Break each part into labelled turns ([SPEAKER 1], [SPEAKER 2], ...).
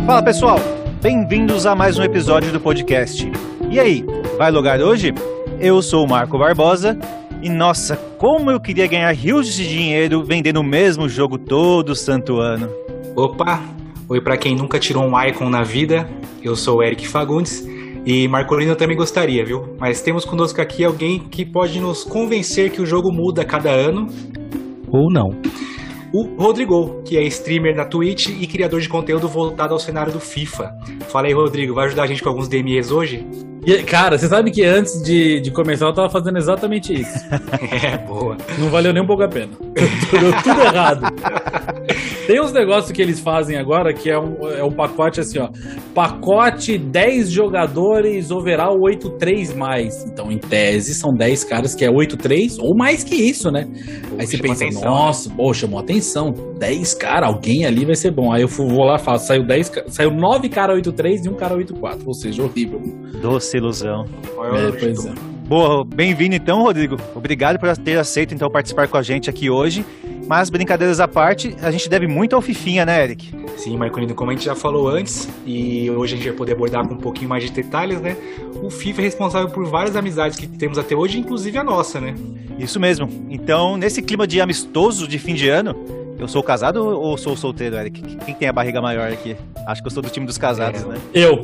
[SPEAKER 1] Fala pessoal, bem-vindos a mais um episódio do podcast. E aí, vai logar hoje? Eu sou o Marco Barbosa e nossa, como eu queria ganhar rios de dinheiro vendendo o mesmo jogo todo santo ano.
[SPEAKER 2] Opa, oi pra quem nunca tirou um Icon na vida, eu sou o Eric Fagundes e Marcolino também gostaria, viu? Mas temos conosco aqui alguém que pode nos convencer que o jogo muda a cada ano. Ou não. O Rodrigo, que é streamer na Twitch e criador de conteúdo voltado ao cenário do FIFA. Fala aí, Rodrigo, vai ajudar a gente com alguns DMEs hoje?
[SPEAKER 3] Cara, você sabe que antes de começar eu tava fazendo exatamente isso.
[SPEAKER 2] É, boa.
[SPEAKER 3] Não valeu nem um pouco a pena. Deu tudo errado. Tem uns negócios que eles fazem agora que é um pacote assim, ó. Pacote 10 jogadores overall 8-3+. Então, em tese, são 10 caras que é 8-3 ou mais que isso, né? Aí você pensa, atenção. Nossa, pô, chamou atenção. 10 caras, alguém ali vai ser bom. Aí eu vou lá e faço, saiu 9 caras 8-3 e um cara 8-4. Ou seja, horrível.
[SPEAKER 1] Doce ilusão.
[SPEAKER 3] Pois é.
[SPEAKER 1] Boa, bem-vindo então, Rodrigo. Obrigado por ter aceito então participar com a gente aqui hoje. Mas brincadeiras à parte, a gente deve muito ao Fifinha, né, Eric?
[SPEAKER 2] Sim, Marcolino, como a gente já falou antes, e hoje a gente vai poder abordar com um pouquinho mais de detalhes, né? O FIFA é responsável por várias amizades que temos até hoje, inclusive a nossa, né?
[SPEAKER 1] Isso mesmo. Então, nesse clima de amistoso de fim de ano, eu sou casado ou sou solteiro, Eric? Quem tem a barriga maior aqui? Acho que eu sou do time dos casados, né?
[SPEAKER 3] Eu.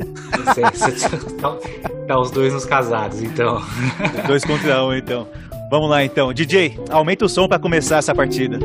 [SPEAKER 2] Tá os dois nos casados, então.
[SPEAKER 1] 2 contra 1, então. Vamos lá, então. DJ, aumenta o som para começar essa partida.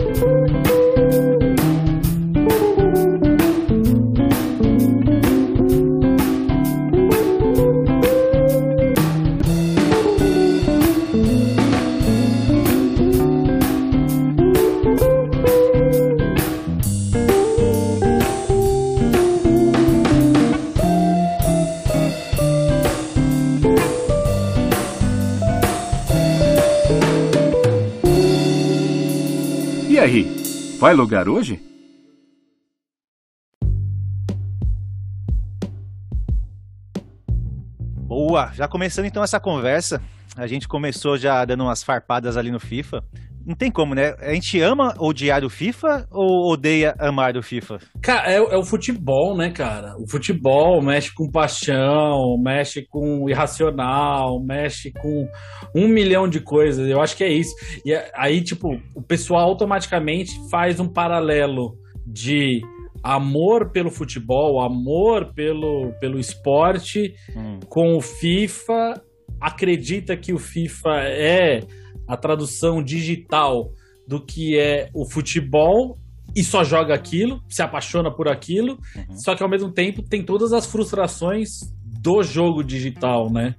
[SPEAKER 4] E aí, vai logar hoje?
[SPEAKER 1] Boa! Já começando então essa conversa, a gente começou já dando umas farpadas ali no FIFA. Não tem como, né? A gente ama odiar o FIFA ou odeia amar o FIFA?
[SPEAKER 3] Cara, é o futebol, né, cara? O futebol mexe com paixão, mexe com irracional, mexe com 1 milhão de coisas. Eu acho que é isso. E aí, tipo, o pessoal automaticamente faz um paralelo de amor pelo futebol, amor pelo esporte com o FIFA, acredita que o FIFA é a tradução digital do que é o futebol e só joga aquilo, se apaixona por aquilo, só que ao mesmo tempo tem todas as frustrações do jogo digital, né?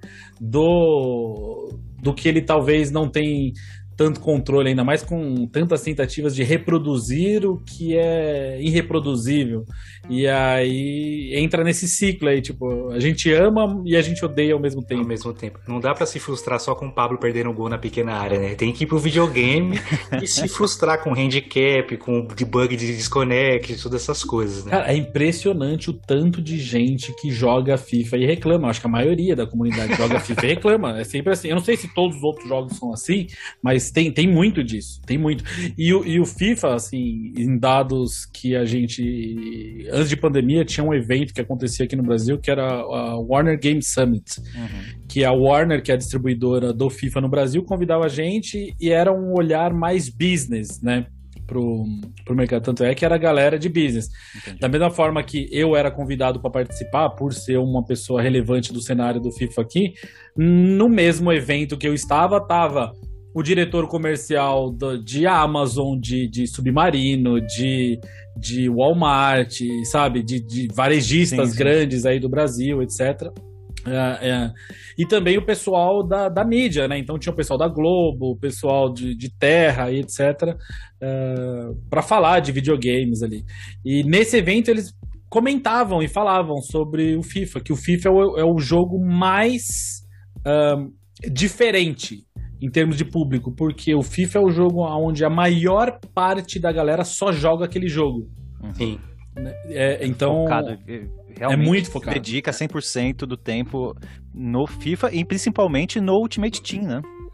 [SPEAKER 3] Do que ele talvez não tem tanto controle, ainda mais com tantas tentativas de reproduzir o que é irreproduzível. E aí entra nesse ciclo aí, tipo, a gente ama e a gente odeia ao mesmo tempo.
[SPEAKER 2] Ao mesmo tempo. Não dá pra se frustrar só com o Pablo perdendo o gol na pequena área, né? Tem que ir pro videogame e se frustrar com handicap, com debug de disconnect, todas essas coisas, né?
[SPEAKER 3] Cara, é impressionante o tanto de gente que joga FIFA e reclama. Acho que a maioria da comunidade joga FIFA e reclama. É sempre assim. Eu não sei se todos os outros jogos são assim, mas tem muito disso. Tem muito. E o FIFA, assim, em dados que a gente... Antes de pandemia, tinha um evento que acontecia aqui no Brasil, que era a Warner Game Summit. Que a Warner, que é a distribuidora do FIFA no Brasil, convidava a gente e era um olhar mais business, né? Pro mercado, tanto é que era a galera de business. Entendi. Da mesma forma que eu era convidado para participar, por ser uma pessoa relevante do cenário do FIFA aqui, no mesmo evento que eu estava o diretor comercial de Amazon, de Submarino, de Walmart, sabe? De varejistas grandes aí do Brasil, etc. E também o pessoal da mídia, né? Então tinha o pessoal da Globo, o pessoal de Terra e etc. Para falar de videogames ali. E nesse evento eles comentavam e falavam sobre o FIFA, que o FIFA é o jogo mais diferente em termos de público, porque o FIFA é o jogo onde a maior parte da galera só joga aquele jogo.
[SPEAKER 2] Sim.
[SPEAKER 3] Então,
[SPEAKER 1] focado, realmente
[SPEAKER 3] é muito focado.
[SPEAKER 1] Dedica 100% do tempo no FIFA e principalmente no Ultimate Team, né?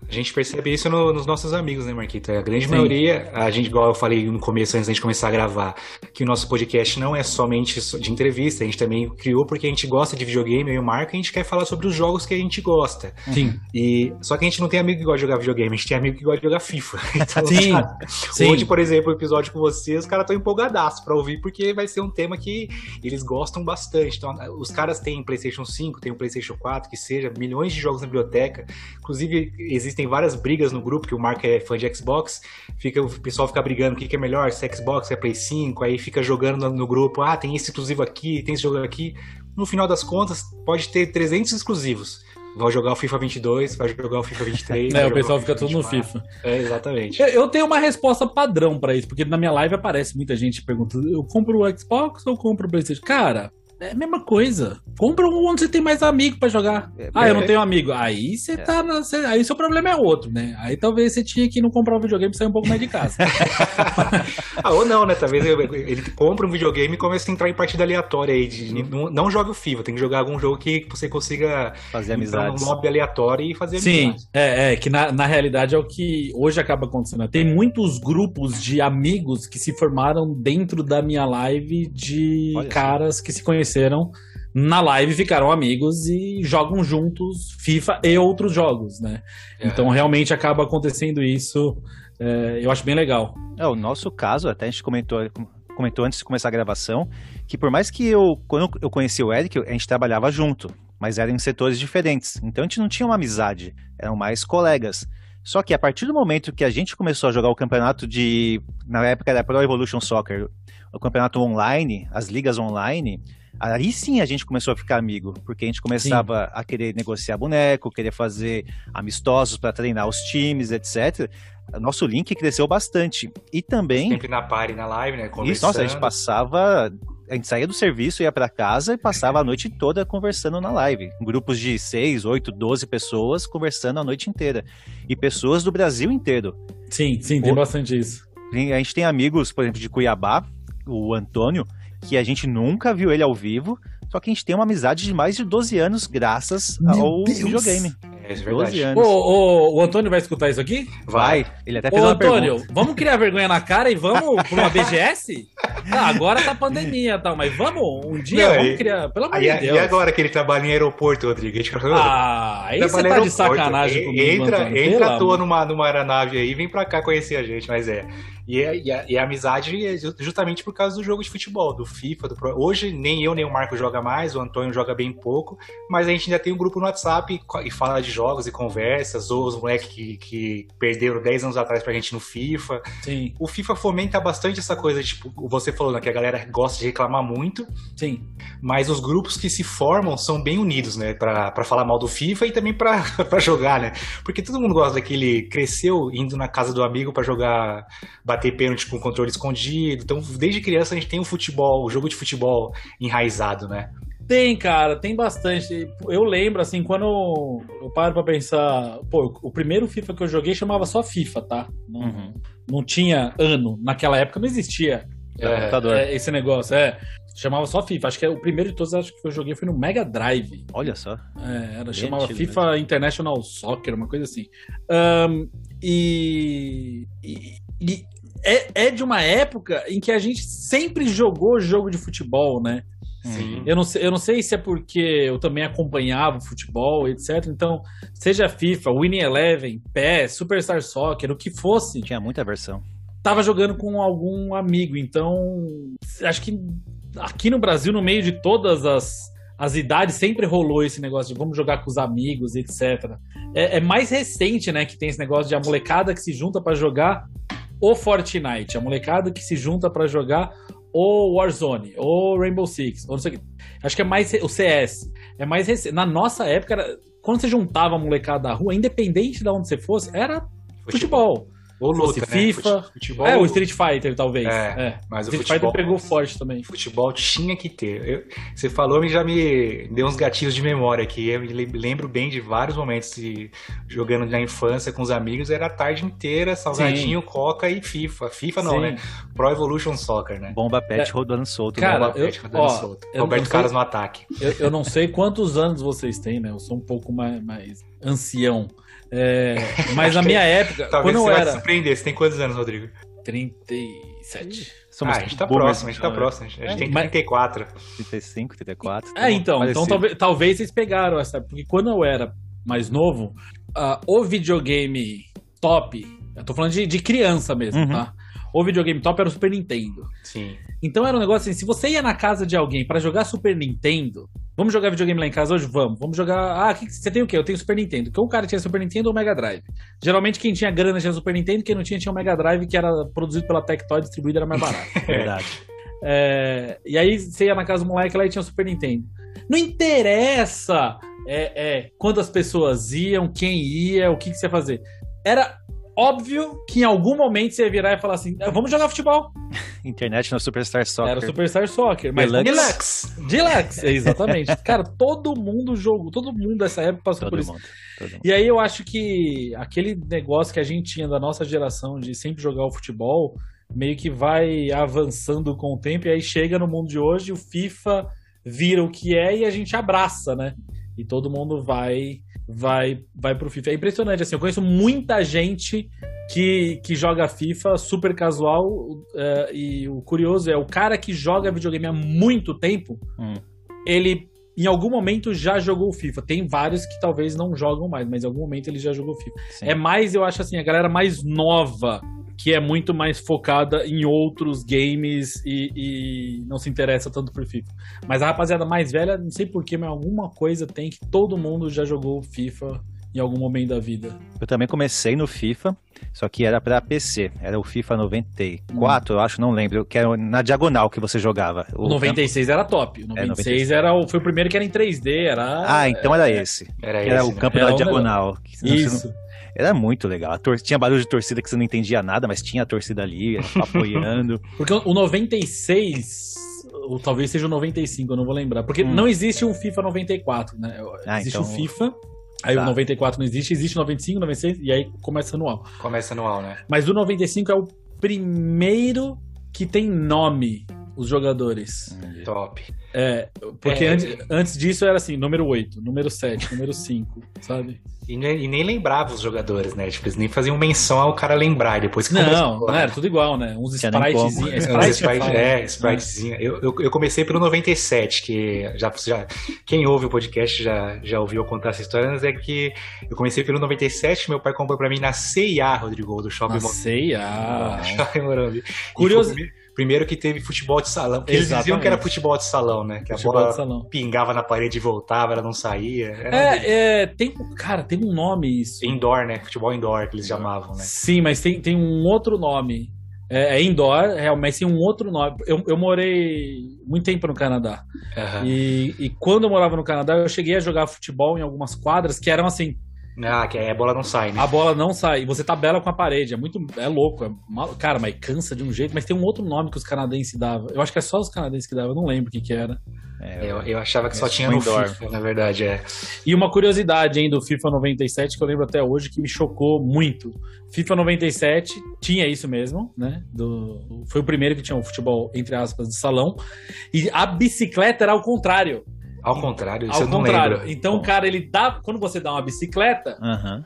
[SPEAKER 2] A gente percebe isso nos nossos amigos, né, Marquito? A grande maioria, a gente, igual eu falei no começo, antes da gente começar a gravar, que o nosso podcast não é somente de entrevista, a gente também criou porque a gente gosta de videogame, eu e o Marco, e a gente quer falar sobre os jogos que a gente gosta.
[SPEAKER 3] Sim.
[SPEAKER 2] Só que a gente não tem amigo que gosta de jogar videogame, a gente tem amigo que gosta de jogar FIFA. Então,
[SPEAKER 3] Sim. Sim.
[SPEAKER 2] hoje, por exemplo, o episódio com vocês, os caras estão empolgadaços pra ouvir, porque vai ser um tema que eles gostam bastante. Então, os caras têm PlayStation 5, tem o PlayStation 4, que seja, milhões de jogos na biblioteca. Inclusive, existem várias brigas no grupo, que o Marco é fã de Xbox, o pessoal fica brigando o que é melhor, se é Xbox, se é Play 5, aí fica jogando no grupo, tem esse exclusivo aqui, tem esse jogo aqui. No final das contas, pode ter 300 exclusivos. Vai jogar o FIFA 22, vai jogar o FIFA 23.
[SPEAKER 3] O pessoal fica tudo no FIFA.
[SPEAKER 2] Exatamente.
[SPEAKER 3] Eu tenho uma resposta padrão pra isso, porque na minha live aparece muita gente perguntando, eu compro o Xbox ou compro o PlayStation? Cara, é a mesma coisa. Compra onde você tem mais amigo pra jogar. Eu não tenho amigo. Aí você tá aí seu problema é outro, né? Aí talvez você tinha que não comprar um videogame pra sair um pouco mais de casa.
[SPEAKER 2] Ou não, né? Talvez ele compra um videogame e comece a entrar em partida aleatória aí. Não joga o FIFA, tem que jogar algum jogo que você consiga
[SPEAKER 1] fazer amizades.
[SPEAKER 2] Num lobby aleatório e fazer
[SPEAKER 3] amizades. Sim, que na realidade é o que hoje acaba acontecendo. Tem muitos grupos de amigos que se formaram dentro da minha live de caras que se conheceram na live, ficaram amigos e jogam juntos FIFA e outros jogos, né? Então realmente acaba acontecendo isso, eu acho bem legal.
[SPEAKER 1] O nosso caso, até a gente comentou antes de começar a gravação, que por mais que quando eu conheci o Eric, a gente trabalhava junto, mas eram em setores diferentes, então a gente não tinha uma amizade, eram mais colegas. Só que a partir do momento que a gente começou a jogar o campeonato na época era Pro Evolution Soccer, o campeonato online, as ligas online, aí sim a gente começou a ficar amigo, porque a gente começava a querer negociar boneco, querer fazer amistosos para treinar os times, etc. Nosso link cresceu bastante. E também...
[SPEAKER 2] Sempre na party, na live, né? Conversando.
[SPEAKER 1] Isso, nossa, a gente saía do serviço, ia para casa e passava a noite toda conversando na live. Grupos de 6, 8, 12 pessoas conversando a noite inteira. E pessoas do Brasil inteiro.
[SPEAKER 3] Sim, tem bastante isso.
[SPEAKER 1] A gente tem amigos, por exemplo, de Cuiabá, o Antônio, que a gente nunca viu ele ao vivo, só que a gente tem uma amizade de mais de 12 anos graças ao videogame.
[SPEAKER 2] É verdade.
[SPEAKER 1] 12 anos.
[SPEAKER 3] O Antônio vai escutar isso aqui?
[SPEAKER 1] Vai. Ele até fez uma
[SPEAKER 3] Antônio,
[SPEAKER 1] pergunta.
[SPEAKER 3] Vamos criar vergonha na cara e vamos pra uma BGS? Agora tá pandemia e tal, mas vamos um dia, vamos criar, pelo amor de Deus.
[SPEAKER 2] E agora que ele trabalha em aeroporto, Rodrigo?
[SPEAKER 3] Aí você tá de sacanagem comigo,
[SPEAKER 2] Entra à toa numa aeronave aí e vem pra cá conhecer a gente, mas E a amizade é justamente por causa do jogo de futebol, do FIFA, Hoje nem eu nem o Marco joga mais, o Antônio joga bem pouco, mas a gente ainda tem um grupo no WhatsApp e fala de jogos e conversas, ou os moleques que perderam 10 anos atrás pra gente no FIFA.
[SPEAKER 3] Sim.
[SPEAKER 2] O FIFA fomenta bastante essa coisa, tipo, você falou, né, que a galera gosta de reclamar muito.
[SPEAKER 3] Sim.
[SPEAKER 2] Mas os grupos que se formam são bem unidos, né, pra falar mal do FIFA e também pra jogar, né? Porque todo mundo gosta daquele... Cresceu indo na casa do amigo pra jogar... bater pênalti com controle escondido. Então, desde criança a gente tem o jogo de futebol enraizado, né?
[SPEAKER 3] Tem, cara, tem bastante. Eu lembro, assim, quando eu paro pra pensar... o primeiro FIFA que eu joguei chamava só FIFA, tá? Não tinha ano. Naquela época não existia esse negócio. Chamava só FIFA. Acho que o primeiro de todos acho que eu joguei foi no Mega Drive.
[SPEAKER 1] Olha só.
[SPEAKER 3] Chamava antigo, FIFA mesmo. International Soccer, uma coisa assim. É de uma época em que a gente sempre jogou jogo de futebol, né?
[SPEAKER 2] Sim.
[SPEAKER 3] Eu não sei se é porque eu também acompanhava o futebol, etc. Então, seja FIFA, Winning Eleven, PES, Superstar Soccer, o que fosse.
[SPEAKER 1] Tinha muita versão.
[SPEAKER 3] Tava jogando com algum amigo. Então, acho que aqui no Brasil, no meio de todas as idades, sempre rolou esse negócio de vamos jogar com os amigos, etc. É mais recente, né, que tem esse negócio de a molecada que se junta pra jogar o Fortnite, a molecada que se junta pra jogar o Warzone, o Rainbow Six, ou não sei o que. Acho que é mais o CS. É mais recente. Na nossa época, quando você juntava a molecada da rua, independente de onde você fosse, era futebol.
[SPEAKER 2] Ou luta,
[SPEAKER 3] FIFA,
[SPEAKER 2] futebol,
[SPEAKER 3] o Street Fighter, talvez.
[SPEAKER 2] Mas
[SPEAKER 3] o Street Fighter pegou forte também.
[SPEAKER 2] Futebol tinha que ter. Você falou e já me deu uns gatilhos de memória aqui. Eu me lembro bem de vários momentos jogando na infância com os amigos. Era a tarde inteira, salgadinho, Coca e FIFA. FIFA não, né? Pro Evolution Soccer, né?
[SPEAKER 1] Bomba Pet rodando solto.
[SPEAKER 3] Cara,
[SPEAKER 2] Bomba Pet rodando solto. Roberto Carlos no ataque.
[SPEAKER 3] Eu não sei quantos anos vocês têm, né? Eu sou um pouco mais ancião. Mas na minha época,
[SPEAKER 2] Talvez
[SPEAKER 3] quando
[SPEAKER 2] você
[SPEAKER 3] eu
[SPEAKER 2] vai
[SPEAKER 3] era...
[SPEAKER 2] se surpreender. Você tem quantos anos, Rodrigo?
[SPEAKER 3] 37.
[SPEAKER 1] Somos
[SPEAKER 2] A gente tá
[SPEAKER 1] boomers,
[SPEAKER 2] próximo, a gente tá
[SPEAKER 1] então,
[SPEAKER 2] próximo. A gente tem
[SPEAKER 3] Mas-
[SPEAKER 2] 34.
[SPEAKER 1] 35, 34.
[SPEAKER 3] Então
[SPEAKER 1] parecido.
[SPEAKER 3] talvez vocês pegaram essa, porque quando eu era mais novo, o videogame top, eu tô falando de criança mesmo,
[SPEAKER 1] Uhum.
[SPEAKER 3] tá? O videogame top era o Super Nintendo.
[SPEAKER 2] Sim.
[SPEAKER 3] Então era um negócio assim, se você ia na casa de alguém pra jogar Super Nintendo, vamos jogar videogame lá em casa hoje? Vamos jogar... você tem o quê? Eu tenho Super Nintendo. Porque um cara tinha Super Nintendo ou Mega Drive. Geralmente quem tinha grana tinha Super Nintendo, quem não tinha o Mega Drive, que era produzido pela Tectoy, distribuído, era mais barato.
[SPEAKER 1] Verdade.
[SPEAKER 3] E aí você ia na casa do moleque lá e tinha o Super Nintendo. Não interessa quantas pessoas iam, quem ia, o que você ia fazer. Era óbvio que em algum momento você ia virar e falar assim, vamos jogar futebol.
[SPEAKER 1] Internet no Superstar Soccer.
[SPEAKER 3] Era o Superstar Soccer. Mas Deluxe, exatamente. Cara, todo mundo dessa época passou por isso.
[SPEAKER 1] Todo mundo.
[SPEAKER 3] E aí eu acho que aquele negócio que a gente tinha da nossa geração de sempre jogar o futebol, meio que vai avançando com o tempo, e aí chega no mundo de hoje, o FIFA vira o que é e a gente abraça, né? E todo mundo vai pro FIFA. É impressionante, assim, eu conheço muita gente que joga FIFA super casual, e o curioso é, o cara que joga videogame há muito tempo, ele em algum momento já jogou FIFA. Tem vários que talvez não jogam mais, mas em algum momento ele já jogou FIFA.
[SPEAKER 1] Sim.
[SPEAKER 3] É mais, eu acho assim, a galera mais nova que é muito mais focada em outros games e não se interessa tanto por FIFA. Mas a rapaziada mais velha, não sei porquê, mas alguma coisa tem que todo mundo já jogou FIFA em algum momento da vida.
[SPEAKER 1] Eu também comecei no FIFA, só que era pra PC. Era o FIFA 94, eu acho, não lembro. Que era na diagonal que você jogava.
[SPEAKER 3] O 96 era top. O 96 foi o primeiro que era em 3D.
[SPEAKER 1] Então era esse.
[SPEAKER 2] Era
[SPEAKER 1] o
[SPEAKER 2] esse,
[SPEAKER 1] campo
[SPEAKER 2] né?
[SPEAKER 1] da diagonal.
[SPEAKER 3] Isso.
[SPEAKER 1] Era muito legal. Tinha barulho de torcida que você não entendia nada, mas tinha a torcida ali, apoiando.
[SPEAKER 3] Porque o 96, ou talvez seja o 95, eu não vou lembrar. Porque não existe um FIFA 94, né? Existe
[SPEAKER 1] então...
[SPEAKER 3] o FIFA, aí o 94 não existe, existe o 95, 96, e aí começa anual.
[SPEAKER 2] Começa anual, né?
[SPEAKER 3] Mas o 95 é o primeiro que tem nome, os jogadores.
[SPEAKER 2] Top.
[SPEAKER 3] Porque antes disso era assim, número 8, número 7, número 5, sabe?
[SPEAKER 2] E nem lembrava os jogadores, né? Tipo, eles nem faziam menção ao cara lembrar depois que
[SPEAKER 3] Não era tudo igual, né? Uns spritezinhos.
[SPEAKER 2] Spritezinho. Eu comecei pelo 97, que já quem ouve o podcast já ouviu eu contar essa história, mas é que eu comecei pelo 97, meu pai comprou pra mim na C&A, Rodrigo, do Shopping Morumbi. Curioso. Primeiro que teve futebol de salão. Eles diziam que era futebol de salão, né? Que futebol a bola pingava na parede e voltava, ela não saía.
[SPEAKER 3] Tem um nome isso.
[SPEAKER 2] Indoor, né? Futebol indoor, que eles chamavam, né?
[SPEAKER 3] Sim, mas tem um outro nome. É indoor, mas tem um outro nome. Eu morei muito tempo no Canadá.
[SPEAKER 2] Uhum.
[SPEAKER 3] E quando eu morava no Canadá, eu cheguei a jogar futebol em algumas quadras que eram assim...
[SPEAKER 2] que aí a bola não sai, né?
[SPEAKER 3] A bola não sai. E você tabela com a parede. É louco. Cara, mas cansa de um jeito. Mas tem um outro nome que os canadenses davam. Eu acho que é só os canadenses que davam. Eu não lembro o que era.
[SPEAKER 2] Eu achava que só tinha no FIFA, na verdade,
[SPEAKER 3] E uma curiosidade, do FIFA 97, que eu lembro até hoje, que me chocou muito. FIFA 97 tinha isso mesmo, né? Foi o primeiro que tinha o futebol, entre aspas, de salão. E a bicicleta era ao contrário.
[SPEAKER 2] Ao contrário, isso eu não lembro.
[SPEAKER 3] Então, cara, quando você dá uma bicicleta,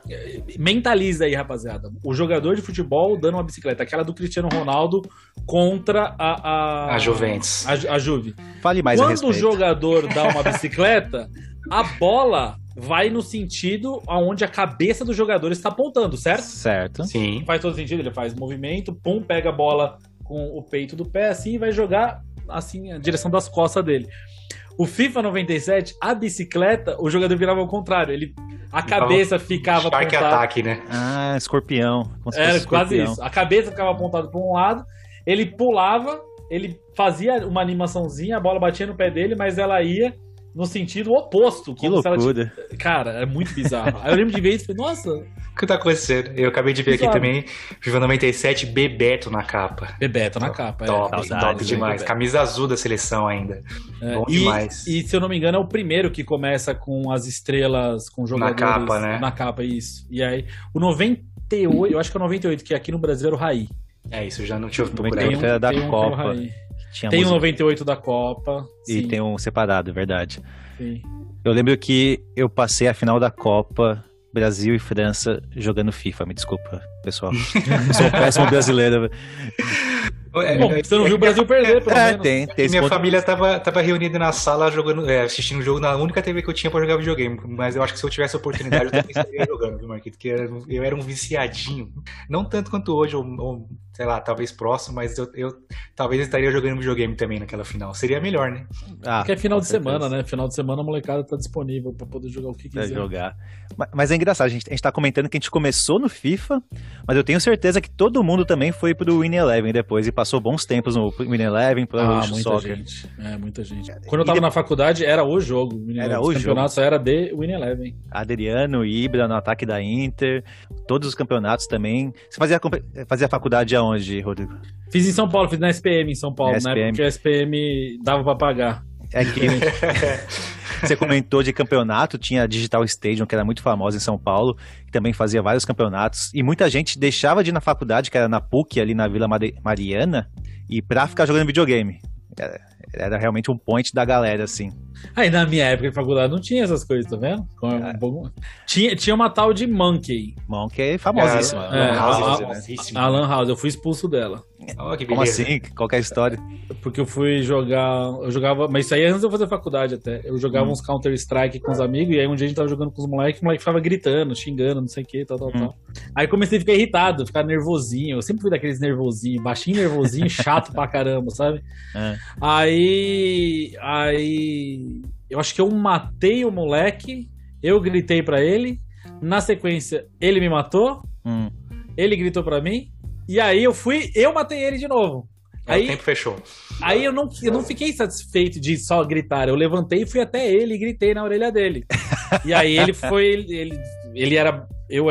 [SPEAKER 3] mentaliza aí, rapaziada. O jogador de futebol dando uma bicicleta, aquela do Cristiano Ronaldo contra a
[SPEAKER 2] Juventus.
[SPEAKER 3] A Juve.
[SPEAKER 1] Fale mais a respeito.
[SPEAKER 3] Quando o jogador dá uma bicicleta, a bola vai no sentido aonde a cabeça do jogador está apontando, certo?
[SPEAKER 1] Certo.
[SPEAKER 2] Sim.
[SPEAKER 3] Faz todo sentido, ele faz movimento, pega a bola com o peito do pé assim e vai jogar assim, a direção das costas dele. O FIFA 97, a bicicleta, o jogador virava ao contrário. A cabeça ficava
[SPEAKER 2] apontada.
[SPEAKER 3] Shark
[SPEAKER 2] ataque, né?
[SPEAKER 1] Escorpião.
[SPEAKER 3] Era quase isso. A cabeça ficava apontada para um lado, ele pulava, ele fazia uma animaçãozinha, a bola batia no pé dele, mas ela ia no sentido oposto.
[SPEAKER 1] Que loucura.
[SPEAKER 3] Cara, é muito bizarro. Aí eu lembro de ver isso e falei, nossa...
[SPEAKER 2] O que tá acontecendo? Eu acabei de ver aqui também, FIFA 97, Bebeto na capa.
[SPEAKER 3] Bebeto na capa,
[SPEAKER 2] top demais. Bebeto. Camisa azul da seleção ainda. Bom demais.
[SPEAKER 3] E se eu não me engano, é o primeiro que começa com as estrelas, com jogadores...
[SPEAKER 2] Na capa, né?
[SPEAKER 3] Na capa, isso. E aí, o 98, eu acho que é o 98, que aqui no Brasil era o Raí.
[SPEAKER 2] Isso, eu já não tinha ouvido
[SPEAKER 1] procurar. Era da Copa.
[SPEAKER 3] Tem o 98 da Copa.
[SPEAKER 1] E tem um separado, verdade.
[SPEAKER 3] Sim.
[SPEAKER 1] Eu lembro que eu passei a final da Copa Brasil e França jogando FIFA, me desculpa, pessoal. Eu sou um péssimo brasileiro.
[SPEAKER 3] Bom, você não viu o Brasil perder, pelo menos.
[SPEAKER 1] Tem
[SPEAKER 2] minha família tava reunida na sala jogando, assistindo o jogo na única TV que eu tinha pra jogar videogame. Mas eu acho que se eu tivesse a oportunidade, eu também estaria jogando, viu, Marquito? Porque eu era um viciadinho. Não tanto quanto hoje, ou sei lá, talvez próximo, mas eu talvez estaria jogando videogame também naquela final. Seria melhor, né?
[SPEAKER 3] Porque é final de semana, né? Final de semana a molecada tá disponível pra poder jogar o que quiser.
[SPEAKER 1] Jogar. Mas é engraçado, a gente tá comentando que a gente começou no FIFA, mas eu tenho certeza que todo mundo também foi pro Win Eleven depois e passou bons tempos no Win Eleven, pro
[SPEAKER 3] muita
[SPEAKER 1] Soccer.
[SPEAKER 3] gente. Muita gente. Quando eu tava na faculdade, era o jogo.
[SPEAKER 1] Era o
[SPEAKER 3] campeonato só era de Win Eleven.
[SPEAKER 1] Adriano, Ibra no ataque da Inter, todos os campeonatos também. Você fazia faculdade aonde, Rodrigo?
[SPEAKER 3] Fiz em São Paulo, fiz na SPM em São Paulo,
[SPEAKER 1] SPM.
[SPEAKER 3] né? Porque a SPM dava pra pagar.
[SPEAKER 1] É que você comentou de campeonato, tinha a Digital Stadium, que era muito famosa em São Paulo, que também fazia vários campeonatos, e muita gente deixava de ir na faculdade, que era na PUC, ali na Vila Mariana, e pra ficar jogando videogame. Era realmente um point da galera, assim.
[SPEAKER 3] Aí na minha época de faculdade não tinha essas coisas, tá vendo? Tinha uma tal de Monkey.
[SPEAKER 1] Monkey é famosíssima.
[SPEAKER 3] A Lan House, eu fui expulso dela.
[SPEAKER 2] Que
[SPEAKER 1] Como assim? Qual que é a história?
[SPEAKER 3] Porque eu fui jogar. Eu jogava. Mas isso aí antes de eu fazer faculdade até. Eu jogava uns Counter-Strike com os amigos, e aí um dia a gente tava jogando com os moleques, o moleque ficava gritando, xingando, não sei o que, tal. Aí comecei a ficar irritado, ficar nervosinho. Eu sempre fui daqueles nervosinhos, baixinho nervosinho, chato pra caramba, sabe? Aí eu acho que eu matei o moleque, eu gritei pra ele, na sequência ele me matou, ele gritou pra mim, e aí eu matei ele de novo. Aí,
[SPEAKER 2] o tempo fechou.
[SPEAKER 3] Aí eu não fiquei satisfeito de só gritar, eu levantei e fui até ele e gritei na orelha dele. E aí ele era,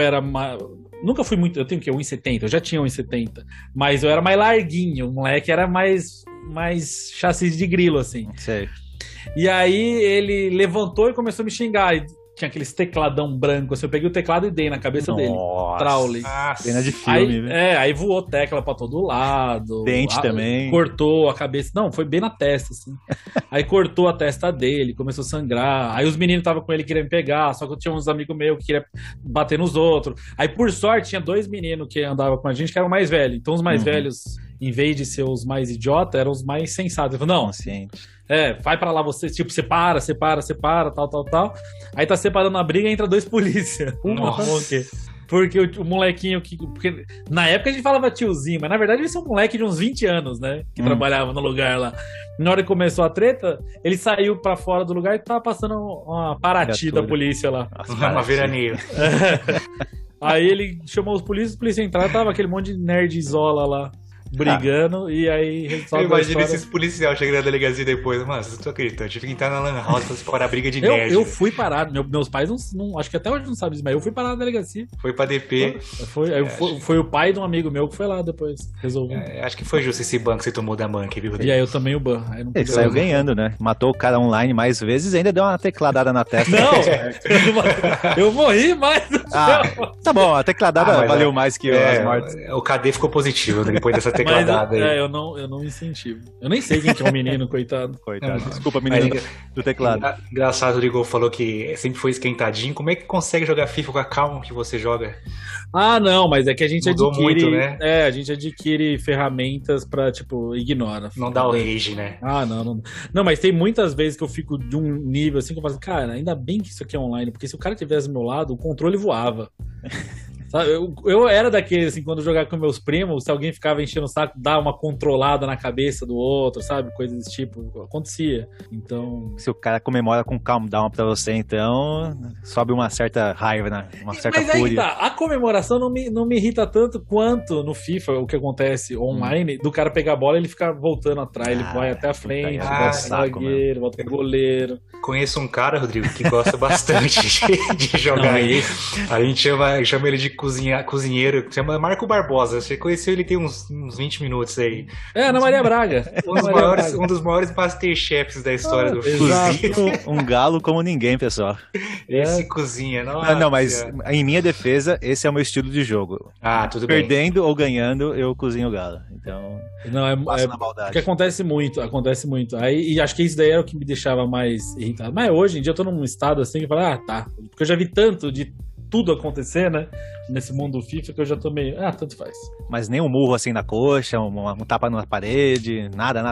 [SPEAKER 3] nunca fui muito, eu tenho o quê? 1,70, eu já tinha 1,70, mas eu era mais larguinho, o moleque era mais chassi de grilo, assim.
[SPEAKER 1] Sei.
[SPEAKER 3] E aí ele levantou e começou a me xingar. E tinha aqueles tecladão branco, assim, eu peguei o teclado e dei na cabeça dele. Traule.
[SPEAKER 1] Cena de filme, né?
[SPEAKER 3] Aí voou tecla pra todo lado.
[SPEAKER 1] Dente também.
[SPEAKER 3] Cortou a cabeça. Não, foi bem na testa, assim. Aí cortou a testa dele, começou a sangrar. Aí os meninos estavam com ele querendo pegar, só que eu tinha uns amigos meus que queriam bater nos outros. Aí, por sorte, tinha 2 meninos que andavam com a gente que eram mais velhos. Então, os mais velhos, em vez de ser os mais idiotas, eram os mais sensatos. Eu falei, não, vai pra lá você, tipo, separa, tal. Aí tá separando a briga, entra 2 polícia. Porque o molequinho porque na época a gente falava tiozinho, mas na verdade ele é um moleque de uns 20 anos, né? Que trabalhava no lugar lá. Na hora que começou a treta, ele saiu pra fora do lugar e tava passando uma Paraty da polícia lá.
[SPEAKER 2] Uma veraneio.
[SPEAKER 3] Aí ele chamou os polícias entraram, tava aquele monte de nerdzizola lá. Brigando, e aí resolve.
[SPEAKER 2] Eu imagino esses policiais chegando na delegacia depois. Mano, vocês estão acreditando? Eu tive que entrar na Lan House pra separar a briga de nerd.
[SPEAKER 3] Eu fui parado. Meus pais não. Acho que até hoje não sabem disso, mas eu fui parado na delegacia.
[SPEAKER 2] Foi pra DP.
[SPEAKER 3] Foi o pai de um amigo meu que foi lá depois. Resolveu.
[SPEAKER 2] Acho que foi justo esse ban que você tomou da Monkey, viu, Rodrigo?
[SPEAKER 3] E aí eu tomei o ban.
[SPEAKER 1] Ele saiu ganhando, né? Matou o cara online mais vezes e ainda deu uma tecladada na testa.
[SPEAKER 3] Não! Eu morri mais do céu.
[SPEAKER 1] Tá bom, a tecladada valeu mais que as mortes.
[SPEAKER 2] O KD ficou positivo depois dessa tecladada.
[SPEAKER 3] Eu não incentivo. Eu nem sei quem que é o menino, coitado.
[SPEAKER 1] Desculpa, menino do teclado.
[SPEAKER 2] Engraçado, o Rodrigo falou que sempre foi esquentadinho. Como é que consegue jogar FIFA com a calma que você joga?
[SPEAKER 3] Não, mas é que a gente
[SPEAKER 2] mudou muito, né?
[SPEAKER 3] A gente adquire ferramentas pra, tipo, ignora.
[SPEAKER 2] Não dá o rage, né?
[SPEAKER 3] Não, mas tem muitas vezes que eu fico de um nível assim que eu falo, cara, ainda bem que isso aqui é online, porque se o cara tivesse do meu lado, o controle voava. Sabe, eu era daqueles, assim, quando eu jogava com meus primos, se alguém ficava enchendo o saco, dar uma controlada na cabeça do outro, sabe? Coisas desse tipo, acontecia. Então...
[SPEAKER 1] Se o cara comemora com calm down pra você, então sobe uma certa raiva, né? Uma certa fúria.
[SPEAKER 3] Mas aí tá, a comemoração não me irrita tanto quanto no FIFA, o que acontece online, do cara pegar a bola e ele ficar voltando atrás, ele vai até a frente, volta pro zagueiro, volta pro goleiro.
[SPEAKER 2] Conheço um cara, Rodrigo, que gosta bastante de jogar aí. A gente chama ele de cozinheiro, chama Marco Barbosa. Você conheceu ele tem uns 20 minutos aí.
[SPEAKER 3] Na Maria Braga.
[SPEAKER 2] Um dos maiores Masterchefs da história do
[SPEAKER 1] cozinha. Um galo como ninguém, pessoal.
[SPEAKER 2] Esse cozinha, nossa.
[SPEAKER 1] Não, mas em minha defesa, esse é o meu estilo de jogo.
[SPEAKER 2] Tudo bem.
[SPEAKER 1] Perdendo ou ganhando, eu cozinho o galo. Então, passo na maldade.
[SPEAKER 3] Porque acontece muito. Aí, e acho que isso daí era o que me deixava mais irritado. Mas hoje em dia eu tô num estado assim que eu falo, tá. Porque eu já vi tanto de tudo acontecer, né? Nesse mundo FIFA, que eu já tô meio... tanto faz.
[SPEAKER 1] Mas nem um murro assim na coxa, um tapa na parede, nada.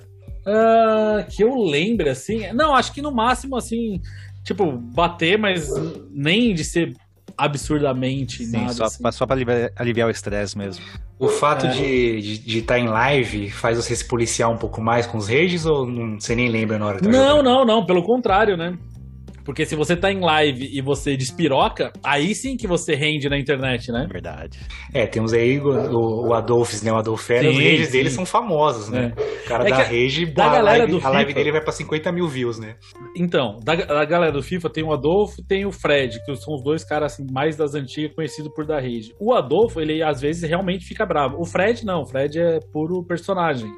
[SPEAKER 3] Que eu lembre, assim... Não, acho que no máximo, assim... Tipo, bater, mas nem de ser absurdamente.
[SPEAKER 1] Sim,
[SPEAKER 3] nada,
[SPEAKER 1] só pra aliviar o estresse mesmo.
[SPEAKER 2] O fato de estar em live faz você se policiar um pouco mais com os rages ou você nem lembra na hora que tá jogando?
[SPEAKER 3] Não, pelo contrário, né? Porque se você tá em live e você despiroca, aí sim que você rende na internet, né?
[SPEAKER 1] Verdade.
[SPEAKER 2] Temos aí o Adolphs, né? O Adolfera, os rages dele são famosos, né? O cara da rage, a live dele vai pra 50 mil views, né?
[SPEAKER 3] Então, da galera do FIFA tem o Adolfo e tem o Fred, que são os dois caras assim, mais das antigas, conhecidos por dar rage. O Adolfo, ele às vezes realmente fica bravo. O Fred não, o Fred é puro personagem.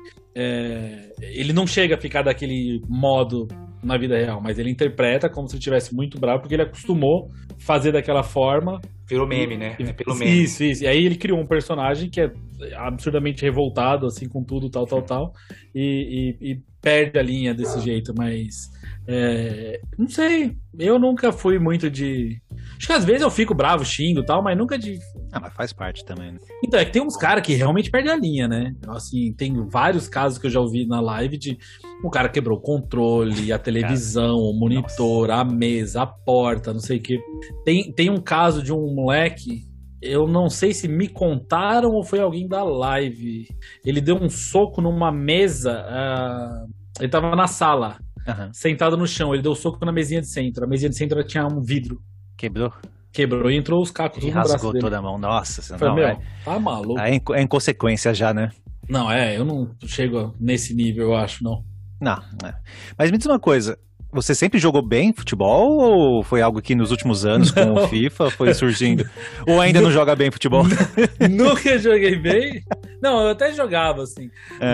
[SPEAKER 3] Ele não chega a ficar daquele modo na vida real, mas ele interpreta como se ele estivesse muito bravo, porque ele acostumou fazer daquela forma.
[SPEAKER 2] Virou meme, né? É pelo meme.
[SPEAKER 3] Isso. E aí ele criou um personagem que é absurdamente revoltado, assim, com tudo, tal, e perde a linha desse jeito, mas... não sei, eu nunca fui muito de... Acho que às vezes eu fico bravo, xingo e tal, mas nunca de...
[SPEAKER 1] Mas faz parte também, né?
[SPEAKER 3] Então, é que tem uns caras que realmente perdem a linha, né? Assim, tem vários casos que eu já ouvi na live de o cara quebrou o controle, a televisão, o monitor, a mesa, a porta, não sei o quê. Tem um caso de um moleque, eu não sei se me contaram ou foi alguém da live. Ele deu um soco numa mesa, ele tava na sala, sentado no chão, ele deu um soco na mesinha de centro. A mesinha de centro tinha um vidro. Quebrou e entrou os cacos
[SPEAKER 1] e rasgou toda a mão. Nossa,
[SPEAKER 3] tá maluco.
[SPEAKER 1] É inconsequência já, né?
[SPEAKER 3] Não, eu não chego nesse nível, eu acho, não.
[SPEAKER 1] Não. Mas me diz uma coisa, você sempre jogou bem futebol ou foi algo que nos últimos anos com o FIFA foi surgindo? Ou ainda não joga bem futebol?
[SPEAKER 3] Nunca joguei bem. Não, eu até jogava, assim.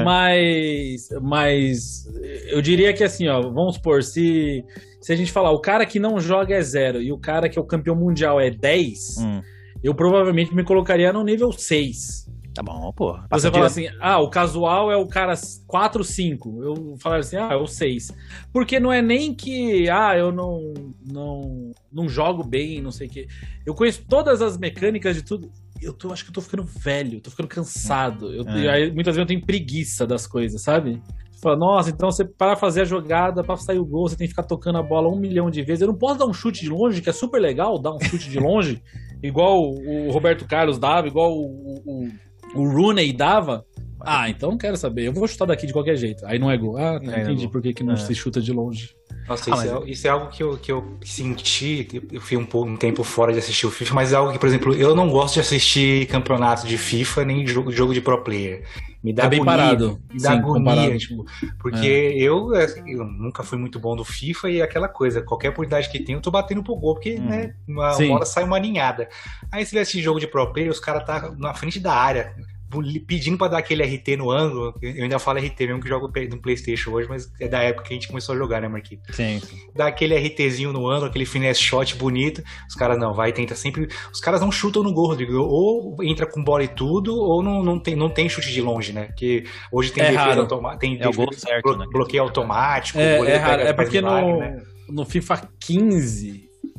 [SPEAKER 3] Mas eu diria que assim, ó, vamos supor, se a gente falar o cara que não joga é 0 e o cara que é o campeão mundial é 10, eu provavelmente me colocaria no nível 6.
[SPEAKER 1] Tá bom, pô.
[SPEAKER 3] Você fala assim, o casual é o cara 4, 5. Eu falaria assim, é o 6. Porque não é nem que, eu não jogo bem, não sei o quê. Eu conheço todas as mecânicas de tudo. Acho que eu tô ficando velho, tô ficando cansado. Aí, muitas vezes eu tenho preguiça das coisas, sabe? Você fala, nossa, então você para fazer a jogada, para sair o gol, você tem que ficar tocando a bola 1 milhão de vezes. Eu não posso dar um chute de longe, que é super legal, dar um chute de longe, igual o Roberto Carlos dava, igual o Rooney dava. Então não quero saber. Eu vou chutar daqui de qualquer jeito. Aí não é gol. Entendi por que não se chuta de longe.
[SPEAKER 2] Nossa, isso é algo que eu senti. Eu fui um tempo fora de assistir o FIFA, mas é algo que, por exemplo, eu não gosto de assistir campeonato de FIFA nem jogo de pro player. Me dá
[SPEAKER 3] bem
[SPEAKER 2] agonia.
[SPEAKER 3] Parado.
[SPEAKER 2] Me dá agonia, tipo, porque eu nunca fui muito bom do FIFA e aquela coisa, qualquer oportunidade que tem, eu tô batendo pro gol, porque né, uma hora sai uma ninhada. Aí se vê esse jogo de pro player, os caras tá na frente da área, pedindo pra dar aquele RT no ângulo. Eu ainda falo RT mesmo que jogo no PlayStation hoje, mas é da época que a gente começou a jogar, né, Marquinhos?
[SPEAKER 1] Sim.
[SPEAKER 2] Dá aquele RTzinho no ângulo, aquele finesse shot bonito. Os caras tenta sempre. Os caras não chutam no gol, Rodrigo. Ou entra com bola e tudo, ou não tem chute de longe, né? Porque hoje tem defesa automática, tem
[SPEAKER 1] o gol certo, né?
[SPEAKER 2] bloqueio automático.
[SPEAKER 3] É raro. É porque no FIFA 15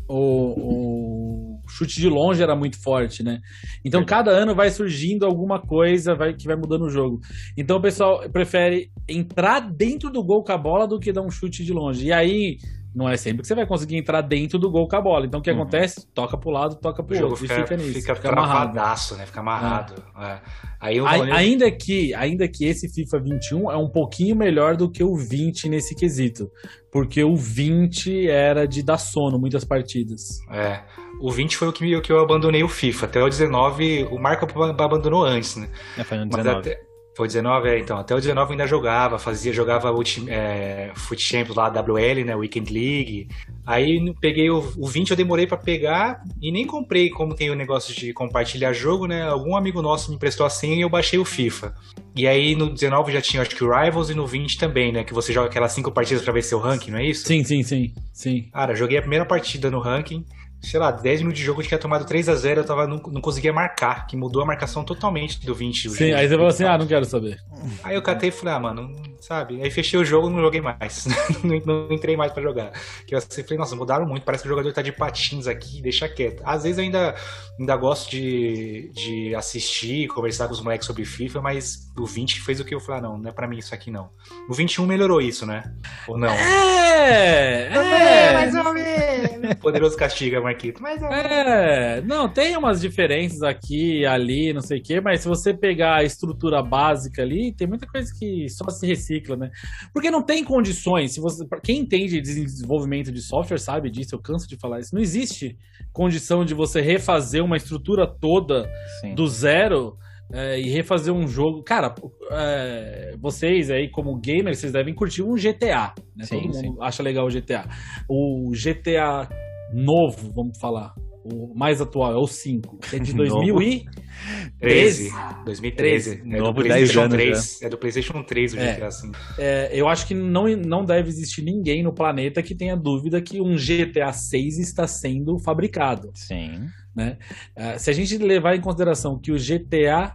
[SPEAKER 3] o chute de longe era muito forte, né? Então cada ano vai surgindo alguma coisa que vai mudando o jogo. Então o pessoal prefere entrar dentro do gol com a bola do que dar um chute de longe. E aí não é sempre que você vai conseguir entrar dentro do gol com a bola. Então o que acontece? Toca pro lado, toca pro outro.
[SPEAKER 2] E fica nisso. Fica travadaço, né? Fica amarrado. Aí
[SPEAKER 3] ainda que esse FIFA 21 é um pouquinho melhor do que o 20 nesse quesito. Porque o 20 era de dar sono muitas partidas.
[SPEAKER 2] O 20 foi o que eu abandonei o FIFA. Até o 19, o Marco abandonou antes, né?
[SPEAKER 1] Foi no 19.
[SPEAKER 2] Foi 19, então. Até o 19 eu ainda jogava Foot Champions lá, WL, né? Weekend League. Aí peguei o 20, eu demorei pra pegar e nem comprei, como tem o negócio de compartilhar jogo, né? Algum amigo nosso me emprestou a senha e eu baixei o FIFA. E aí no 19 já tinha, acho que o Rivals, e no 20 também, né? Que você joga aquelas 5 partidas pra ver seu ranking, não é isso?
[SPEAKER 3] Sim.
[SPEAKER 2] Cara, joguei a primeira partida no ranking. Sei lá, 10 minutos de jogo eu tinha tomado 3-0, não conseguia marcar, que mudou a marcação totalmente do 20.
[SPEAKER 3] Sim, aí você falou assim, não quero saber.
[SPEAKER 2] Aí eu catei e falei, mano, sabe? Aí fechei o jogo e não joguei mais. não entrei mais pra jogar. Que eu falei, nossa, mudaram muito, parece que o jogador tá de patins aqui, deixa quieto. Às vezes eu ainda gosto de assistir, conversar com os moleques sobre FIFA, mas o 20 fez o que eu falei, não é pra mim isso aqui não. O 21 melhorou isso, né? Ou não?
[SPEAKER 3] Mais
[SPEAKER 2] ou menos. Poderoso castiga, Marquito.
[SPEAKER 3] Não, tem umas diferenças aqui e ali, não sei o quê, mas se você pegar a estrutura básica ali, tem muita coisa que só se recicla, né? Porque não tem condições, quem entende de desenvolvimento de software sabe disso, eu canso de falar isso, não existe condição de você refazer uma estrutura toda do zero e refazer um jogo. Cara, vocês aí como gamers, vocês devem curtir um GTA, né? Todo mundo acha legal o GTA. O GTA novo, vamos falar, o mais atual é o 5, que é de 2013.
[SPEAKER 2] 2013.
[SPEAKER 1] Novo, 10 anos.
[SPEAKER 2] É do PlayStation 3 o GTA 5.
[SPEAKER 3] Eu acho que não deve existir ninguém no planeta que tenha dúvida que um GTA 6 está sendo fabricado.
[SPEAKER 1] Sim.
[SPEAKER 3] Né? Se a gente levar em consideração que o GTA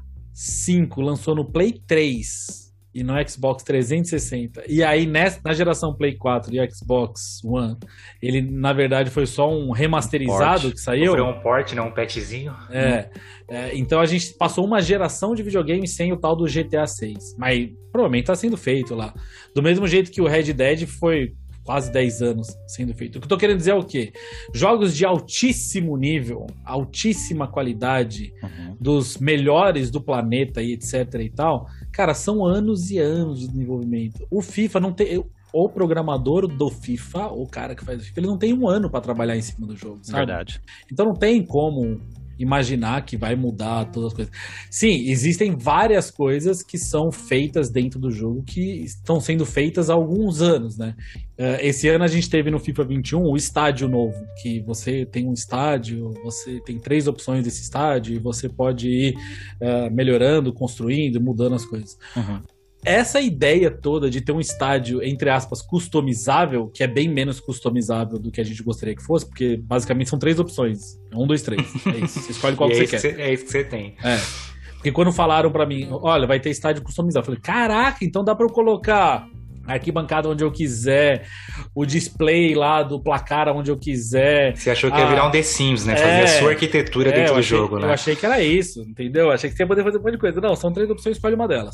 [SPEAKER 3] 5 lançou no Play 3 e no Xbox 360, e aí na geração Play 4 e Xbox One, ele na verdade foi só um remasterizado que saiu.
[SPEAKER 2] Foi um port, não um patchzinho.
[SPEAKER 3] Então a gente passou uma geração de videogames sem o tal do GTA 6, mas provavelmente está sendo feito lá. Do mesmo jeito que o Red Dead foi quase 10 anos sendo feito. O que eu tô querendo dizer é o quê? Jogos de altíssimo nível, altíssima qualidade, dos melhores do planeta e etc e tal, cara, são anos e anos de desenvolvimento. O FIFA não tem... O programador do FIFA, o cara que faz o FIFA, ele não tem um ano para trabalhar em cima do jogo, sabe?
[SPEAKER 1] Verdade.
[SPEAKER 3] Então não tem como imaginar que vai mudar todas as coisas. Sim, existem várias coisas que são feitas dentro do jogo que estão sendo feitas há alguns anos, né? Esse ano a gente teve no FIFA 21 o estádio novo, que você tem um estádio, você tem 3 opções desse estádio e você pode ir melhorando, construindo, mudando as coisas. Essa ideia toda de ter um estádio, entre aspas, customizável, que é bem menos customizável do que a gente gostaria que fosse, porque basicamente são 3 opções. 1, 2, 3. É isso. Você escolhe qual que você quer.
[SPEAKER 2] É isso que você tem.
[SPEAKER 3] Porque quando falaram pra mim, olha, vai ter estádio customizável, eu falei, caraca, então dá pra eu colocar a arquibancada onde eu quiser, o display lá do placar onde eu quiser.
[SPEAKER 2] Você achou que ia virar um The Sims, né? Fazer a sua arquitetura dentro do jogo, né?
[SPEAKER 3] Eu achei que era isso, entendeu? Eu achei que você ia poder fazer um monte de coisa. Não, são 3 opções, escolhe uma delas.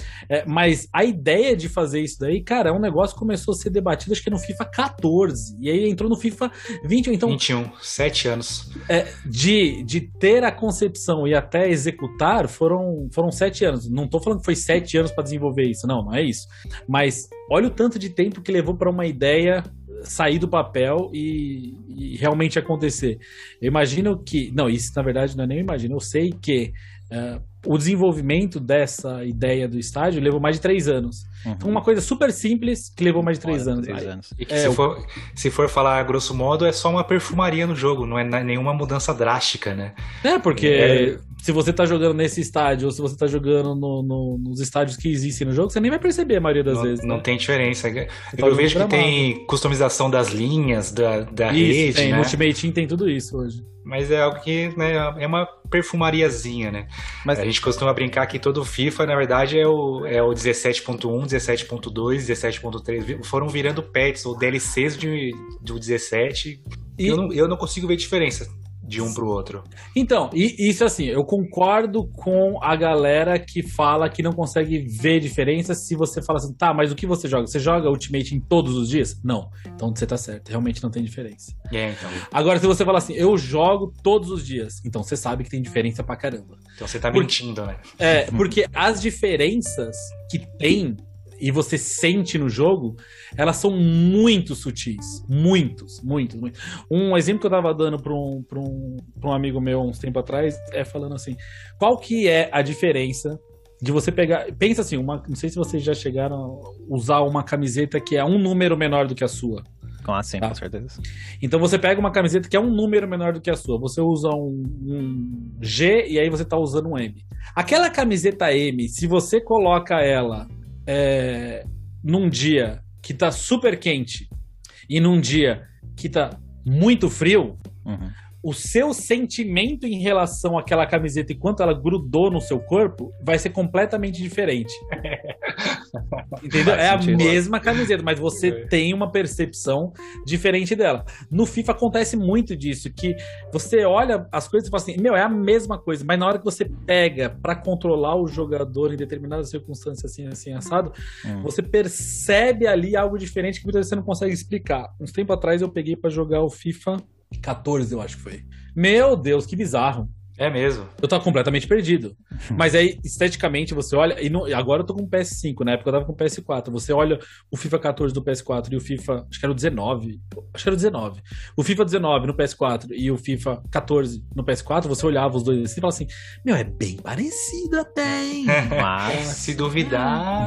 [SPEAKER 3] Mas a ideia de fazer isso daí, cara, é um negócio que começou a ser debatido, acho que no FIFA 14. E aí entrou no FIFA 21. Então,
[SPEAKER 2] 21, 7 anos.
[SPEAKER 3] De ter a concepção e até executar, foram 7 anos. Não tô falando que foi 7 anos para desenvolver isso, não é isso. Mas olha o tanto de tempo que levou para uma ideia sair do papel e realmente acontecer. Eu imagino que... Não, isso na verdade não é nem eu imagino. Eu sei que o desenvolvimento dessa ideia do estádio levou mais de 3 anos. Então, uma coisa super simples que levou mais de 3 anos.
[SPEAKER 2] E que se for falar grosso modo, é só uma perfumaria no jogo, não é nenhuma mudança drástica, né?
[SPEAKER 3] Porque se você tá jogando nesse estádio ou se você tá jogando nos estádios que existem no jogo, você nem vai perceber a maioria das vezes.
[SPEAKER 2] Não tem diferença. Eu vejo que tem customização das linhas, da rede,
[SPEAKER 3] tem,
[SPEAKER 2] né?
[SPEAKER 3] No Ultimate Team tem tudo isso hoje.
[SPEAKER 2] Mas é algo que, né, é uma perfumariazinha, né? Mas a gente costuma brincar que todo FIFA, na verdade, é o 17.1, 17.2, 17.3. Foram virando patches ou DLCs do 17. E eu não consigo ver diferença de um pro outro.
[SPEAKER 3] Então, isso assim, eu concordo com a galera que fala que não consegue ver diferença se você fala assim, tá, mas o que você joga? Você joga Ultimate em todos os dias? Não. Então você tá certo, realmente não tem diferença.
[SPEAKER 2] Então.
[SPEAKER 3] Agora, se você fala assim, eu jogo todos os dias, então você sabe que tem diferença pra caramba.
[SPEAKER 2] Então você tá mentindo, né?
[SPEAKER 3] Porque as diferenças que tem e você sente no jogo, elas são muito sutis. Muitos. Um exemplo que eu tava dando pra um amigo meu uns tempo atrás é falando assim, qual que é a diferença de você pegar... Pensa assim, não sei se vocês já chegaram a usar uma camiseta que é um número menor do que a sua.
[SPEAKER 1] Com certeza.
[SPEAKER 3] Então você pega uma camiseta que é um número menor do que a sua. Você usa um G e aí você tá usando um M. Aquela camiseta M, se você coloca ela num dia que tá super quente e num dia que tá muito frio, o seu sentimento em relação àquela camiseta e quanto ela grudou no seu corpo vai ser completamente diferente. Entendeu? É a
[SPEAKER 1] sentido.
[SPEAKER 3] mesma camiseta, mas você tem uma percepção diferente dela. No FIFA acontece muito disso, que você olha as coisas e fala assim, é a mesma coisa, mas na hora que você pega pra controlar o jogador em determinadas circunstâncias assim, assado, você percebe ali algo diferente que muitas vezes você não consegue explicar. Uns tempo atrás eu peguei pra jogar o FIFA 14, eu acho que foi. Meu Deus, que bizarro.
[SPEAKER 2] É mesmo.
[SPEAKER 3] Eu tava completamente perdido. Mas aí, esteticamente, você olha... agora eu tô com o PS5, na época eu tava com o PS4. Você olha o FIFA 14 do PS4 e o FIFA... Acho que era o 19. Acho que era o 19. O FIFA 19 no PS4 e o FIFA 14 no PS4, você olhava os dois assim e falava assim, é bem parecido até, hein?
[SPEAKER 2] Mas, se duvidar...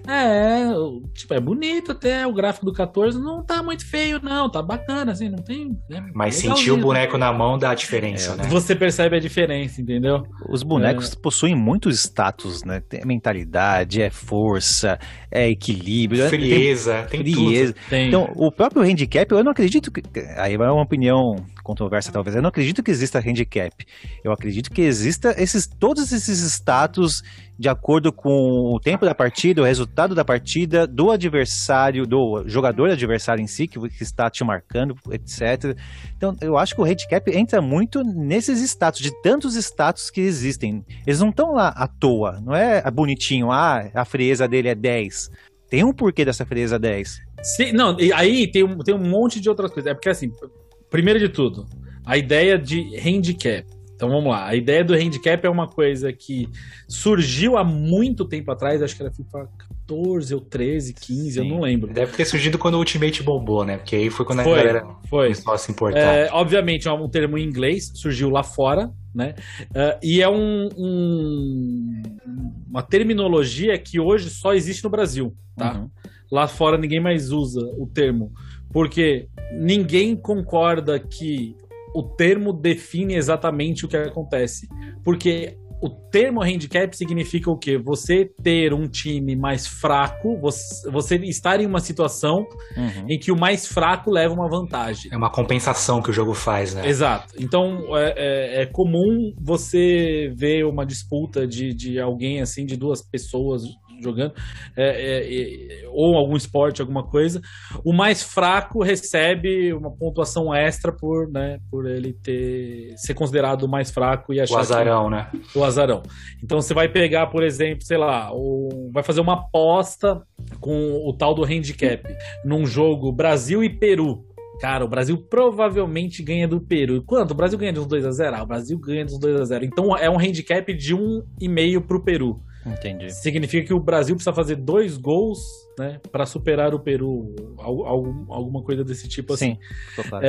[SPEAKER 3] É bonito até. O gráfico do 14 não tá muito feio, não. Tá bacana, assim, não tem...
[SPEAKER 2] Mas sentir o boneco na mão dá a diferença, né?
[SPEAKER 3] Você percebe a diferença, entendeu?
[SPEAKER 1] Os bonecos possuem muitos status, né? Tem mentalidade, força, equilíbrio,
[SPEAKER 2] frieza, tem tudo.
[SPEAKER 3] Tem.
[SPEAKER 1] Então, o próprio handicap, eu não acredito que... Aí vai uma opinião controversa, talvez. Eu não acredito que exista handicap. Eu acredito que exista todos esses status de acordo com o tempo da partida, o resultado da partida, do adversário, do jogador adversário em si, que está te marcando, etc. Então, eu acho que o handicap entra muito nesses status, de tantos status que existem. Eles não estão lá à toa, não é bonitinho, a frieza dele é 10. Tem um porquê dessa frieza 10.
[SPEAKER 3] Sim, não, e aí tem um monte de outras coisas. É porque, assim, primeiro de tudo, a ideia de handicap. Então vamos lá, a ideia do handicap é uma coisa que surgiu há muito tempo atrás, acho que era FIFA 14 ou 13, 15, eu não lembro.
[SPEAKER 2] Deve ter surgido quando o Ultimate bombou, né? Porque aí foi quando a galera começou a se importar.
[SPEAKER 3] Obviamente é um termo em inglês, surgiu lá fora, né? E é uma terminologia que hoje só existe no Brasil, tá? Uhum. Lá fora ninguém mais usa o termo, porque ninguém concorda que o termo define exatamente o que acontece. Porque o termo handicap significa o quê? Você ter um time mais fraco, você estar em uma situação em que o mais fraco leva uma vantagem.
[SPEAKER 2] É uma compensação que o jogo faz, né?
[SPEAKER 3] Exato. Então, é comum você ver uma disputa de alguém assim, de duas pessoas jogando, ou algum esporte, alguma coisa, o mais fraco recebe uma pontuação extra por ele ser considerado o mais fraco e achar
[SPEAKER 2] o azarão, né?
[SPEAKER 3] O azarão. Então você vai pegar, por exemplo, sei lá, vai fazer uma aposta com o tal do handicap num jogo Brasil e Peru. Cara, o Brasil provavelmente ganha do Peru. Quanto? O Brasil ganha de uns 2-0? O Brasil ganha de uns 2-0. Então é um handicap de 1,5 pro Peru.
[SPEAKER 1] Entendi.
[SPEAKER 3] Significa que o Brasil precisa fazer 2 gols, né, para superar o Peru, alguma coisa desse tipo assim.
[SPEAKER 1] Sim, claro.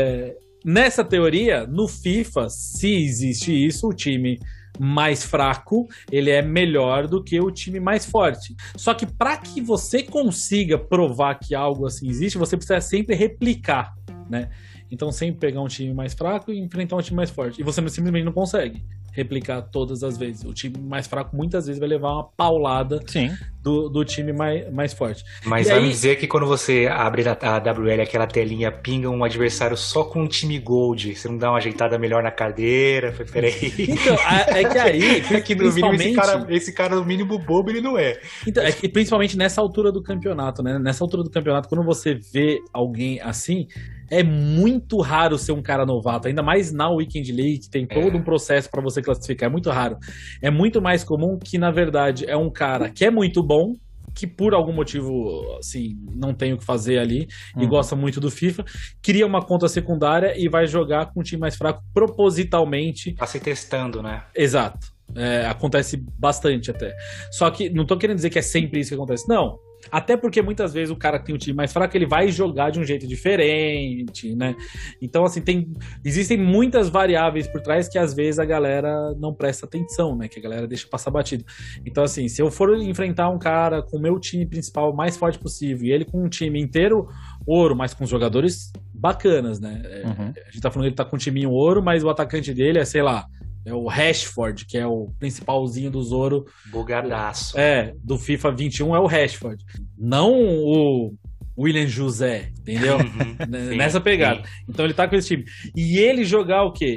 [SPEAKER 3] Nessa teoria, no FIFA, se existe isso, o time mais fraco, ele é melhor do que o time mais forte. Só que para que você consiga provar que algo assim existe, você precisa sempre replicar, né? Então sempre pegar um time mais fraco e enfrentar um time mais forte. E você simplesmente não consegue replicar todas as vezes. O time mais fraco muitas vezes vai levar uma paulada do time mais forte.
[SPEAKER 2] Mas vai me dizer que quando você abre a WL, aquela telinha, pinga um adversário só com um time gold, você não dá uma ajeitada melhor na cadeira? Peraí.
[SPEAKER 3] Então, é que aí...
[SPEAKER 2] É que no mínimo esse cara, no mínimo bobo, ele não é.
[SPEAKER 3] Então, é que principalmente nessa altura do campeonato, né? Nessa altura do campeonato, quando você vê alguém assim, é muito raro ser um cara novato, ainda mais na Weekend League, que tem todo um processo para você classificar, é muito raro. É muito mais comum que, na verdade, é um cara que é muito bom, que por algum motivo, assim, não tem o que fazer ali, e gosta muito do FIFA, cria uma conta secundária e vai jogar com um time mais fraco propositalmente.
[SPEAKER 2] Tá se testando, né?
[SPEAKER 3] Exato. Acontece bastante até. Só que não tô querendo dizer que é sempre isso que acontece, não. Até porque muitas vezes o cara que tem um time mais fraco, ele vai jogar de um jeito diferente, né? Então, assim, existem muitas variáveis por trás que às vezes a galera não presta atenção, né? Que a galera deixa passar batido. Então, assim, se eu for enfrentar um cara com o meu time principal mais forte possível e ele com um time inteiro ouro, mas com jogadores bacanas, né? A gente tá falando que ele tá com um timinho ouro, mas o atacante dele é, sei lá, é o Rashford, que é o principalzinho do Zoro.
[SPEAKER 2] Bugadaço.
[SPEAKER 3] Do FIFA 21 é o Rashford. Não o William José, entendeu? Nessa pegada. Sim. Então ele tá com esse time. E ele jogar o quê?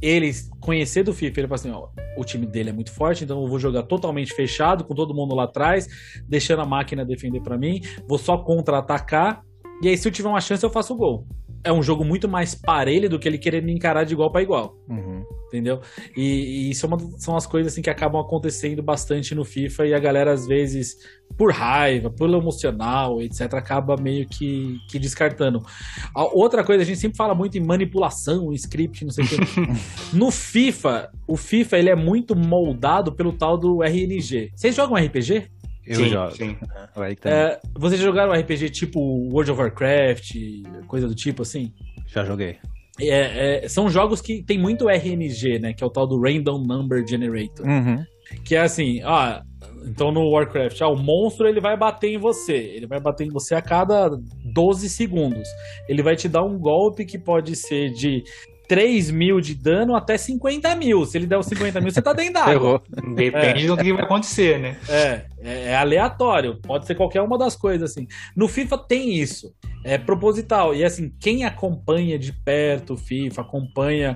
[SPEAKER 3] ele conhecer do FIFA, ele fala assim, ó, o time dele é muito forte, então eu vou jogar totalmente fechado, com todo mundo lá atrás, deixando a máquina defender pra mim, vou só contra-atacar, e aí se eu tiver uma chance eu faço o gol. É um jogo muito mais parelho do que ele querer me encarar de igual pra igual. Entendeu? E isso são as coisas assim que acabam acontecendo bastante no FIFA e a galera às vezes, por raiva, pelo emocional, etc, acaba meio que descartando. A outra coisa, a gente sempre fala muito em manipulação, em script, não sei o que. No FIFA, o FIFA ele é muito moldado pelo tal do RNG. Vocês jogam RPG?
[SPEAKER 1] Eu jogo.
[SPEAKER 2] Sim.
[SPEAKER 3] Vocês já jogaram RPG tipo World of Warcraft, coisa do tipo assim?
[SPEAKER 1] Já joguei.
[SPEAKER 3] São jogos que tem muito RNG, né? Que é o tal do Random Number Generator. Que é assim, então no Warcraft, o monstro ele vai bater em você. Ele vai bater em você a cada 12 segundos. Ele vai te dar um golpe que pode ser de 3 mil de dano até 50 mil. Se ele der os 50 mil, você tá dentro d'água.
[SPEAKER 2] Depende do que vai acontecer, né?
[SPEAKER 3] É aleatório. Pode ser qualquer uma das coisas, assim. No FIFA tem isso. É proposital. E assim, quem acompanha de perto o FIFA, acompanha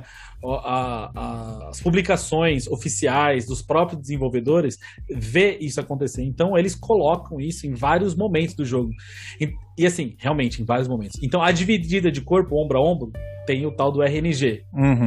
[SPEAKER 3] as publicações oficiais dos próprios desenvolvedores, vê isso acontecer. Então, eles colocam isso em vários momentos do jogo. E assim, realmente, em vários momentos. Então, a dividida de corpo, ombro a ombro, tem o tal do RNG.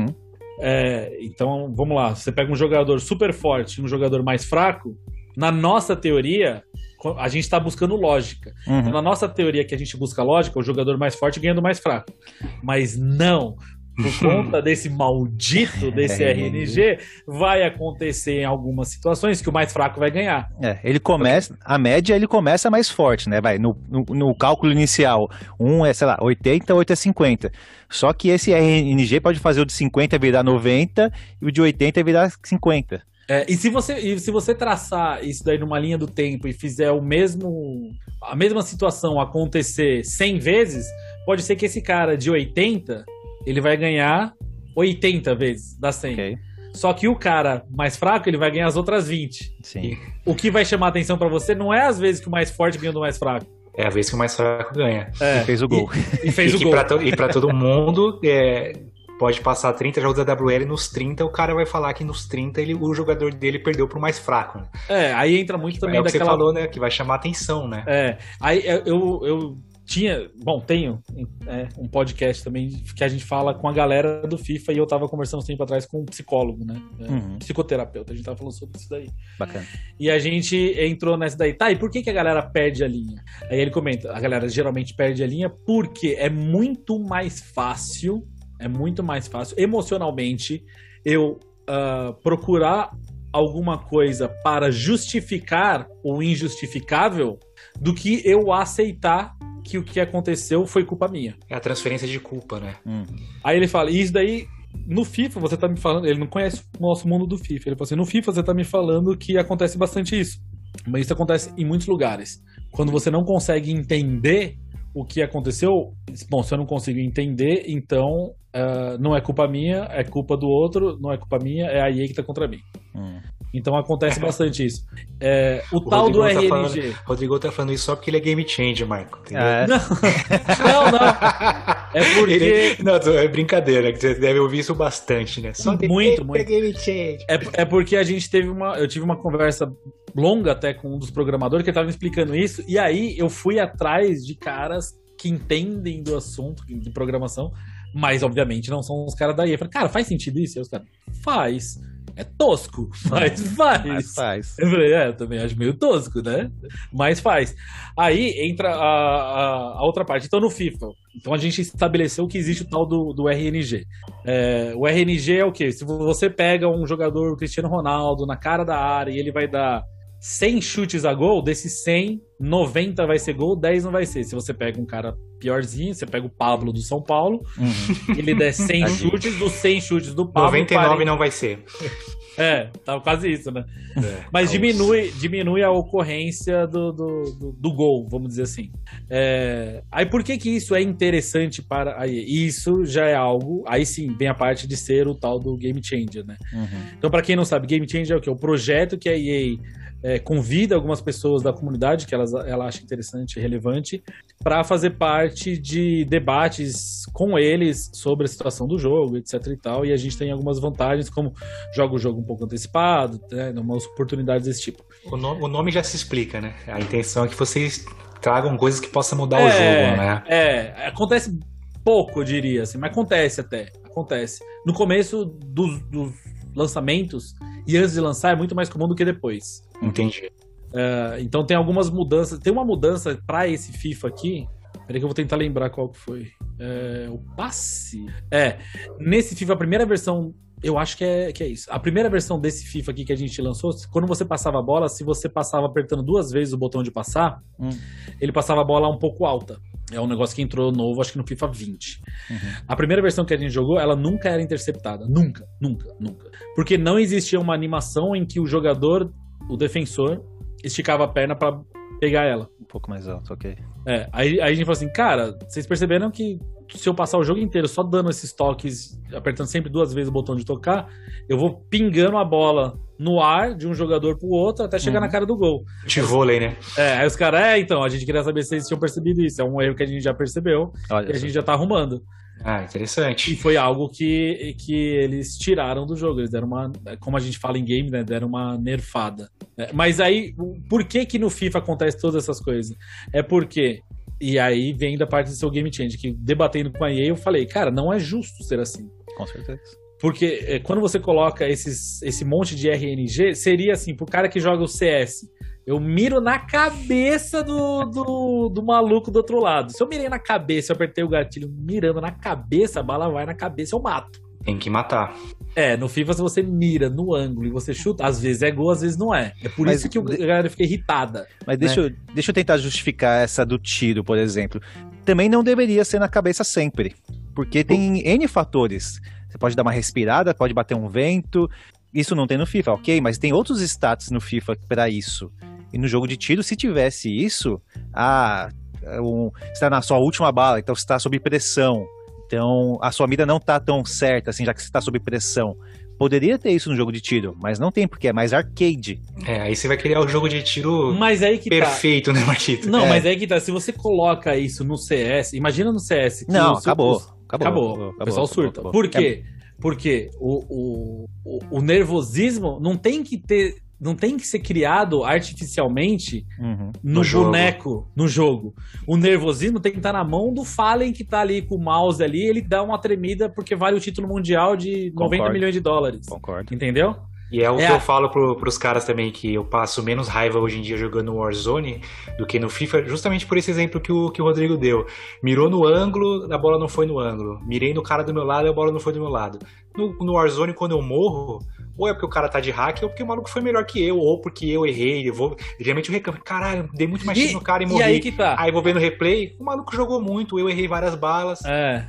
[SPEAKER 3] Então, vamos lá. Você pega um jogador super forte e um jogador mais fraco, na nossa teoria, a gente está buscando lógica. Então, na nossa teoria que a gente busca lógica, o jogador mais forte ganha do mais fraco. Mas não. Por conta desse maldito, desse RNG, vai acontecer em algumas situações que o mais fraco vai ganhar.
[SPEAKER 1] Ele começa, a média ele começa mais forte, né? No cálculo inicial, um é, sei lá, 80, outro é 50. Só que esse RNG pode fazer o de 50 virar 90 e o de 80 virar 50.
[SPEAKER 3] E se você traçar isso daí numa linha do tempo e fizer a mesma situação acontecer 100 vezes, pode ser que esse cara de 80... ele vai ganhar 80 vezes das 100. Okay. Só que o cara mais fraco, ele vai ganhar as outras 20.
[SPEAKER 1] Sim.
[SPEAKER 3] O que vai chamar a atenção pra você não é às vezes que o mais forte ganha do mais fraco.
[SPEAKER 2] É a vez que o mais fraco ganha.
[SPEAKER 1] E fez o gol.
[SPEAKER 3] E fez o gol.
[SPEAKER 2] E pra todo mundo, pode passar 30 jogos da WL, nos 30 o cara vai falar que nos 30 o jogador dele perdeu pro mais fraco. Né?
[SPEAKER 3] Aí entra muito também
[SPEAKER 2] daquela... você falou, né? Que vai chamar a atenção, né?
[SPEAKER 3] Aí eu tenho um podcast também que a gente fala com a galera do FIFA e eu tava conversando um tempo atrás com um psicólogo, né? Psicoterapeuta, a gente tava falando sobre isso daí.
[SPEAKER 1] Bacana.
[SPEAKER 3] E a gente entrou nessa daí. E por que a galera perde a linha? Aí ele comenta, a galera geralmente perde a linha porque é muito mais fácil emocionalmente eu procurar alguma coisa para justificar o injustificável do que eu aceitar que o que aconteceu foi culpa minha.
[SPEAKER 2] É a transferência de culpa, né?
[SPEAKER 3] Aí ele fala, e isso daí, no FIFA você tá me falando, ele não conhece o nosso mundo do FIFA, ele fala assim, no FIFA você tá me falando que acontece bastante isso, mas isso acontece em muitos lugares. Quando você não consegue entender o que aconteceu, bom, se eu não consigo entender, então não é culpa minha, é culpa do outro, não é culpa minha, é a EA que tá contra mim. Então acontece bastante isso. O tal
[SPEAKER 2] Rodrigo
[SPEAKER 3] do RNG.
[SPEAKER 2] Rodrigo tá falando isso só porque ele é game changer, Marco.
[SPEAKER 3] Não. É porque.
[SPEAKER 2] Não, é brincadeira, que você deve ouvir isso bastante, né? Só
[SPEAKER 3] muito.
[SPEAKER 2] É game changer.
[SPEAKER 3] É porque a gente eu tive uma conversa longa até com um dos programadores que ele tava me explicando isso, e aí eu fui atrás de caras que entendem do assunto de programação, mas obviamente não são os caras daí. Eu falei, cara, faz sentido isso? E os caras, faz. É tosco, mas faz.
[SPEAKER 1] Mas faz.
[SPEAKER 3] Eu falei, eu também acho meio tosco, né? Mas faz. Aí entra a outra parte. Então, no FIFA, então a gente estabeleceu que existe o tal do RNG. O RNG é o quê? Se você pega um jogador, o Cristiano Ronaldo, na cara da área e ele vai dar 100 chutes a gol, desses 100, 90 vai ser gol, 10 não vai ser. Se você pega um cara piorzinho, você pega o Pablo do São Paulo, ele der 100 chutes, dos 100 chutes do Pablo...
[SPEAKER 2] 99 40... não vai ser.
[SPEAKER 3] Tá quase isso, né? Mas diminui a ocorrência do gol, vamos dizer assim. Aí por que isso é interessante para a EA? Isso já é algo, aí sim, vem a parte de ser o tal do Game Changer, né? Então, para quem não sabe, Game Changer é o quê? O projeto que a EA convida algumas pessoas da comunidade que ela acha interessante e relevante para fazer parte de debates com eles sobre a situação do jogo, etc e tal, e a gente tem algumas vantagens, como joga o jogo um pouco antecipado, né, umas oportunidades desse tipo.
[SPEAKER 2] O nome já se explica, né? A intenção é que vocês tragam coisas que possam mudar o jogo, né?
[SPEAKER 3] Acontece pouco, eu diria, assim, mas acontece. No começo dos lançamentos e antes de lançar é muito mais comum do que depois.
[SPEAKER 2] Entendi.
[SPEAKER 3] Então tem algumas mudanças. Tem uma mudança pra esse FIFA aqui. Peraí que eu vou tentar lembrar qual que foi. O passe? Nesse FIFA, a primeira versão, eu acho que é isso. A primeira versão desse FIFA aqui que a gente lançou, quando você passava a bola, se você passava apertando 2 vezes o botão de passar, ele passava a bola um pouco alta. É um negócio que entrou novo, acho que no FIFA 20. A primeira versão que a gente jogou, ela nunca era interceptada. Nunca. Porque não existia uma animação em que o jogador, o defensor, esticava a perna pra pegar ela.
[SPEAKER 1] Um pouco mais alto, ok.
[SPEAKER 3] Aí a gente falou assim, cara, vocês perceberam que se eu passar o jogo inteiro só dando esses toques, apertando sempre 2 vezes o botão de tocar, eu vou pingando a bola no ar de um jogador pro outro até chegar na cara do gol.
[SPEAKER 2] De vôlei, né?
[SPEAKER 3] Aí os caras, então, a gente queria saber se eles tinham percebido isso. É um erro que a gente já percebeu e a gente já tá arrumando.
[SPEAKER 2] Interessante.
[SPEAKER 3] E foi algo que eles tiraram do jogo. Eles deram uma, como a gente fala em game, né? Deram uma nerfada. Mas aí, por que no FIFA acontece todas essas coisas? É porque, e aí vem da parte do seu Game Change, que debatendo com a EA, eu falei, cara, não é justo ser assim.
[SPEAKER 1] Com certeza.
[SPEAKER 3] Porque quando você coloca esse monte de RNG, seria assim, pro cara que joga o CS, eu miro na cabeça do maluco do outro lado. Se eu mirei na cabeça, eu apertei o gatilho mirando na cabeça, a bala vai na cabeça, eu mato.
[SPEAKER 2] Tem que matar.
[SPEAKER 3] No FIFA, se você mira no ângulo e você chuta, às vezes é gol, às vezes não é. É por isso que a galera fica irritada.
[SPEAKER 1] Mas deixa eu tentar justificar essa do tiro, por exemplo. Também não deveria ser na cabeça sempre. Porque tem N fatores. Você pode dar uma respirada, pode bater um vento. Isso não tem no FIFA, ok? Mas tem outros status no FIFA para isso. E no jogo de tiro, se tivesse isso, você está na sua última bala, então você está sob pressão. Então a sua mira não está tão certa, assim, já que você está sob pressão. Poderia ter isso no jogo de tiro, mas não tem, porque é mais arcade.
[SPEAKER 2] Aí você vai criar o jogo de tiro
[SPEAKER 3] perfeito,
[SPEAKER 2] né, Marquito?
[SPEAKER 3] Não, mas aí que tá. Se você coloca isso no CS, imagina no CS. Que
[SPEAKER 1] acabou.
[SPEAKER 3] O pessoal surta. Por quê? Porque o nervosismo não tem que ser criado artificialmente no boneco, no jogo. O nervosismo tem que estar na mão do Fallen, que tá ali com o mouse ali, ele dá uma tremida porque vale o título mundial de 90 milhões de dólares.
[SPEAKER 1] Concordo.
[SPEAKER 3] Entendeu?
[SPEAKER 2] E é o que eu falo pros caras também, que eu passo menos raiva hoje em dia jogando Warzone do que no FIFA, justamente por esse exemplo que o Rodrigo deu. Mirou no ângulo, a bola não foi no ângulo. Mirei no cara do meu lado, a bola não foi do meu lado. No Warzone, quando eu morro, ou é porque o cara tá de hack, ou porque o maluco foi melhor que eu, ou porque eu errei. Geralmente eu reclamo, caralho, dei muito mais tiro no cara e morri.
[SPEAKER 3] E aí que tá.
[SPEAKER 2] Aí vou ver no replay, o maluco jogou muito, eu errei várias balas.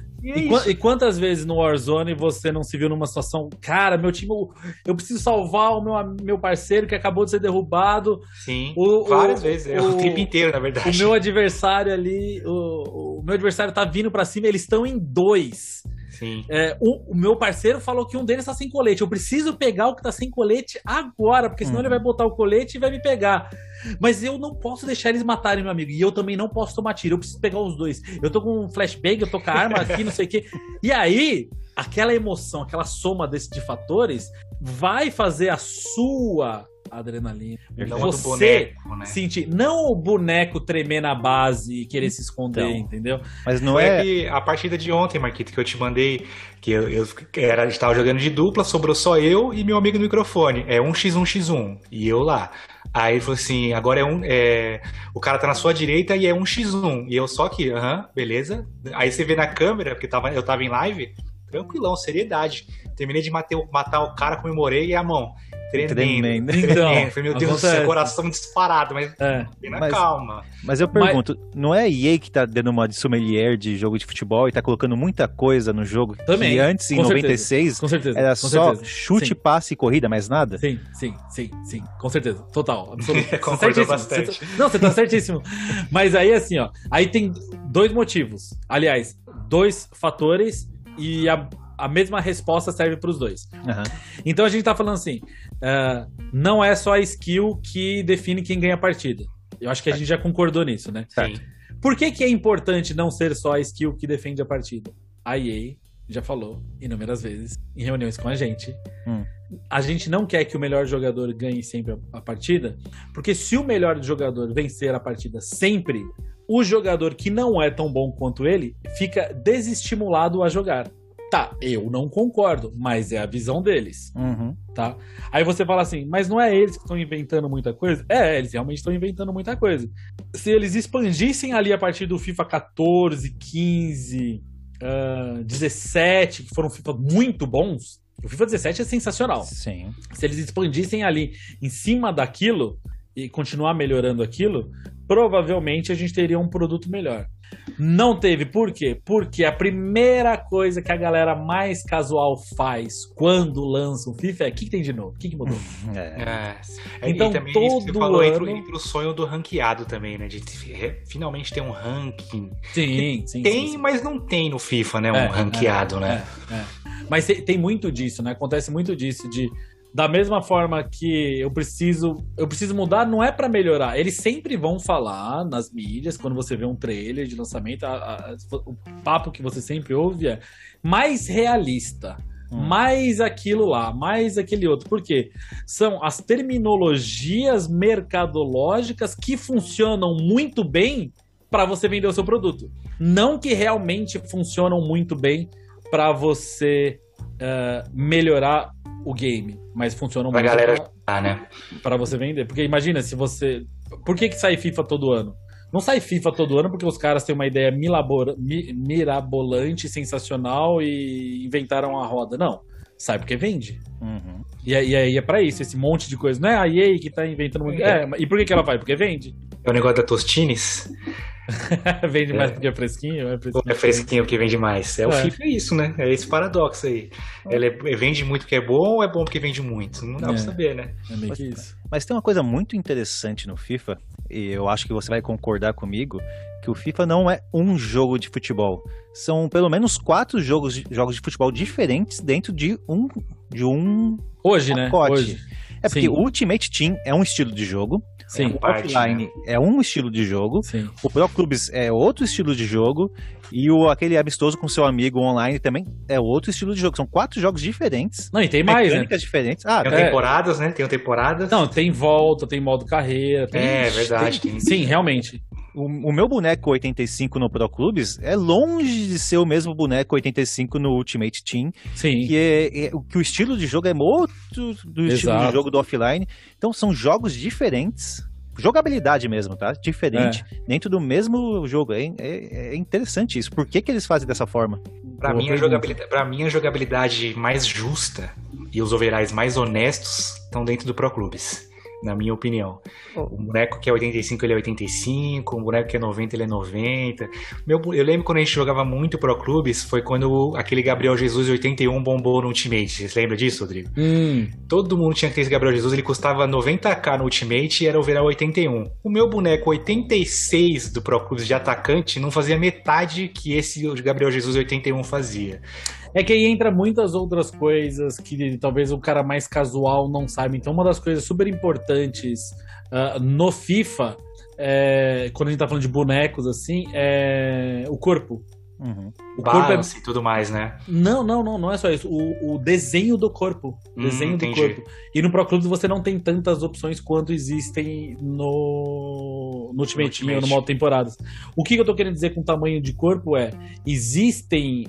[SPEAKER 3] E quantas vezes no Warzone você não se viu numa situação, cara, meu time, eu preciso salvar o meu parceiro que acabou de ser derrubado.
[SPEAKER 2] Sim, várias vezes, o tempo inteiro, na verdade.
[SPEAKER 3] O meu adversário ali, o meu adversário tá vindo pra cima, eles estão em 2.
[SPEAKER 2] Sim.
[SPEAKER 3] O meu parceiro falou que um deles tá sem colete. Eu preciso pegar o que tá sem colete agora, porque senão ele vai botar o colete e vai me pegar. Mas eu não posso deixar eles matarem meu amigo. E eu também não posso tomar tiro. Eu preciso pegar os dois. Eu tô com um flashbang, eu tô com a arma aqui, não sei o quê. E aí, aquela emoção, aquela soma de fatores vai fazer a sua adrenalina.
[SPEAKER 2] Não
[SPEAKER 3] você
[SPEAKER 2] boneco, né?
[SPEAKER 3] sentir, não o boneco tremer na base e querer se esconder, entendeu?
[SPEAKER 1] Mas não
[SPEAKER 2] Foi a partida de ontem, Marquito, que eu te mandei, que eu estava jogando de dupla, sobrou só eu e meu amigo no microfone. É 1x1x1. E eu lá. Aí ele falou assim, agora o cara tá na sua direita e é 1x1. E eu só aqui, beleza. Aí você vê na câmera, porque eu tava em live, tranquilão, seriedade. Terminei de matar o cara, comemorei e a mão tremendo.
[SPEAKER 3] Então,
[SPEAKER 2] meu Deus do céu, coração disparado, mas calma.
[SPEAKER 1] Mas eu pergunto, não é a EA que tá dando uma de sommelier de jogo de futebol e tá colocando muita coisa no jogo
[SPEAKER 3] também,
[SPEAKER 1] que antes, em 96, era só chute, passe e corrida, mais nada?
[SPEAKER 3] Sim, com certeza, total, absoluto.
[SPEAKER 2] Concordo bastante.
[SPEAKER 3] Você tá certíssimo. Mas aí assim, aí tem 2 motivos, aliás, 2 fatores e a mesma resposta serve para os dois.
[SPEAKER 1] Aham.
[SPEAKER 3] Então a gente tá falando assim, não é só a skill que define quem ganha a partida. Eu acho que a gente já concordou nisso, né?
[SPEAKER 2] Sim.
[SPEAKER 3] Por que é importante não ser só a skill que defende a partida? A EA já falou inúmeras vezes em reuniões com a gente. A gente não quer que o melhor jogador ganhe sempre a partida, porque se o melhor jogador vencer a partida sempre, o jogador que não é tão bom quanto ele fica desestimulado a jogar. Tá, eu não concordo, mas é a visão deles,
[SPEAKER 1] Uhum.
[SPEAKER 3] tá? Aí você fala assim, mas não é eles que estão inventando muita coisa? Eles realmente estão inventando muita coisa. Se eles expandissem ali a partir do FIFA 14, 15, 17, que foram FIFA muito bons, o FIFA 17 é sensacional.
[SPEAKER 1] Sim.
[SPEAKER 3] Se eles expandissem ali em cima daquilo e continuar melhorando aquilo, provavelmente a gente teria um produto melhor. Não teve, por quê? Porque a primeira coisa que a galera mais casual faz quando lança um FIFA é o que tem de novo? O que mudou? Então,
[SPEAKER 2] e também
[SPEAKER 3] todo
[SPEAKER 2] isso que você falou,
[SPEAKER 3] ano-
[SPEAKER 2] entre o sonho do ranqueado também, né? De finalmente ter um ranking.
[SPEAKER 3] Sim.
[SPEAKER 2] Tem, mas não tem no FIFA, né? Um ranqueado, né?
[SPEAKER 3] Mas tem muito disso, né? Acontece muito disso, da mesma forma que eu preciso mudar, não é pra melhorar. Eles sempre vão falar nas mídias, quando você vê um trailer de lançamento, o papo que você sempre ouve é mais realista, mais aquilo lá, mais aquele outro. Por quê? São as terminologias mercadológicas que funcionam muito bem para você vender o seu produto. Não que realmente funcionam muito bem para você melhorar o game, mas funcionam
[SPEAKER 2] Pra
[SPEAKER 3] muito
[SPEAKER 2] galera jogar, né?
[SPEAKER 3] para você vender. Porque imagina se você... Por que sai FIFA todo ano? Não sai FIFA todo ano porque os caras têm uma ideia mirabolante, sensacional e inventaram a roda. Não. Sai porque vende.
[SPEAKER 1] Uhum.
[SPEAKER 3] E aí é pra isso, esse monte de coisa. Não é a EA que tá inventando muito. E por que ela vai? Porque vende.
[SPEAKER 2] É o negócio da Tostines.
[SPEAKER 3] Vende mais porque é fresquinho?
[SPEAKER 2] É fresquinho que vende mais. O FIFA é isso, né? É esse paradoxo aí. Ele vende muito porque é bom ou é bom porque vende muito? Não dá pra saber, né?
[SPEAKER 3] É meio que isso.
[SPEAKER 1] Mas tem uma coisa muito interessante no FIFA, e eu acho que você vai concordar comigo, que o FIFA não é um jogo de futebol. São pelo menos 4 jogos de futebol diferentes dentro de um
[SPEAKER 3] Hoje, né?
[SPEAKER 1] pacote.
[SPEAKER 3] Hoje.
[SPEAKER 1] É porque
[SPEAKER 3] Sim.
[SPEAKER 1] o Ultimate Team é um estilo de jogo,
[SPEAKER 3] Sim.
[SPEAKER 1] o Offline é um estilo de jogo,
[SPEAKER 3] Sim.
[SPEAKER 1] o Pro Clubes é outro estilo de jogo, e aquele amistoso com seu amigo online também é outro estilo de jogo. São 4 jogos diferentes.
[SPEAKER 3] Não, e tem mais, né?
[SPEAKER 1] Mecânicas diferentes.
[SPEAKER 2] Tem temporadas, né? Tem temporadas.
[SPEAKER 3] Não, tem volta, tem modo carreira.
[SPEAKER 2] É verdade.
[SPEAKER 3] Sim, realmente.
[SPEAKER 1] O meu boneco 85 no Pro Clubes é longe de ser o mesmo boneco 85 no Ultimate Team,
[SPEAKER 3] Sim.
[SPEAKER 1] que o estilo de jogo é outro do estilo de jogo do offline. Então são jogos diferentes, jogabilidade mesmo, tá? Diferente, dentro do mesmo jogo. É interessante isso. Por que eles fazem dessa forma?
[SPEAKER 2] Pra mim, a jogabilidade mais justa e os overalls mais honestos estão dentro do Pro Clubes. Na minha opinião. O boneco que é 85, ele é 85. O boneco que é 90, ele é 90. Eu lembro quando a gente jogava muito Pro Clubes, foi quando aquele Gabriel Jesus 81 bombou no Ultimate. Você lembra disso, Rodrigo? Todo mundo tinha que ter esse Gabriel Jesus. Ele custava 90k no Ultimate e era overall 81. O meu boneco 86 do Pro Clubes de atacante não fazia metade que esse Gabriel Jesus 81 fazia.
[SPEAKER 3] É que aí entra muitas outras coisas que talvez o cara mais casual não saiba. Então, uma das coisas super importantes no FIFA, quando a gente tá falando de bonecos, assim, é o corpo.
[SPEAKER 1] Uhum.
[SPEAKER 2] O balance e tudo mais, né?
[SPEAKER 3] Não é só isso. O desenho do corpo. O desenho do corpo. E no Pro Clubs você não tem tantas opções quanto existem no Ultimate Team ou no modo temporadas. O que eu tô querendo dizer com tamanho de corpo existem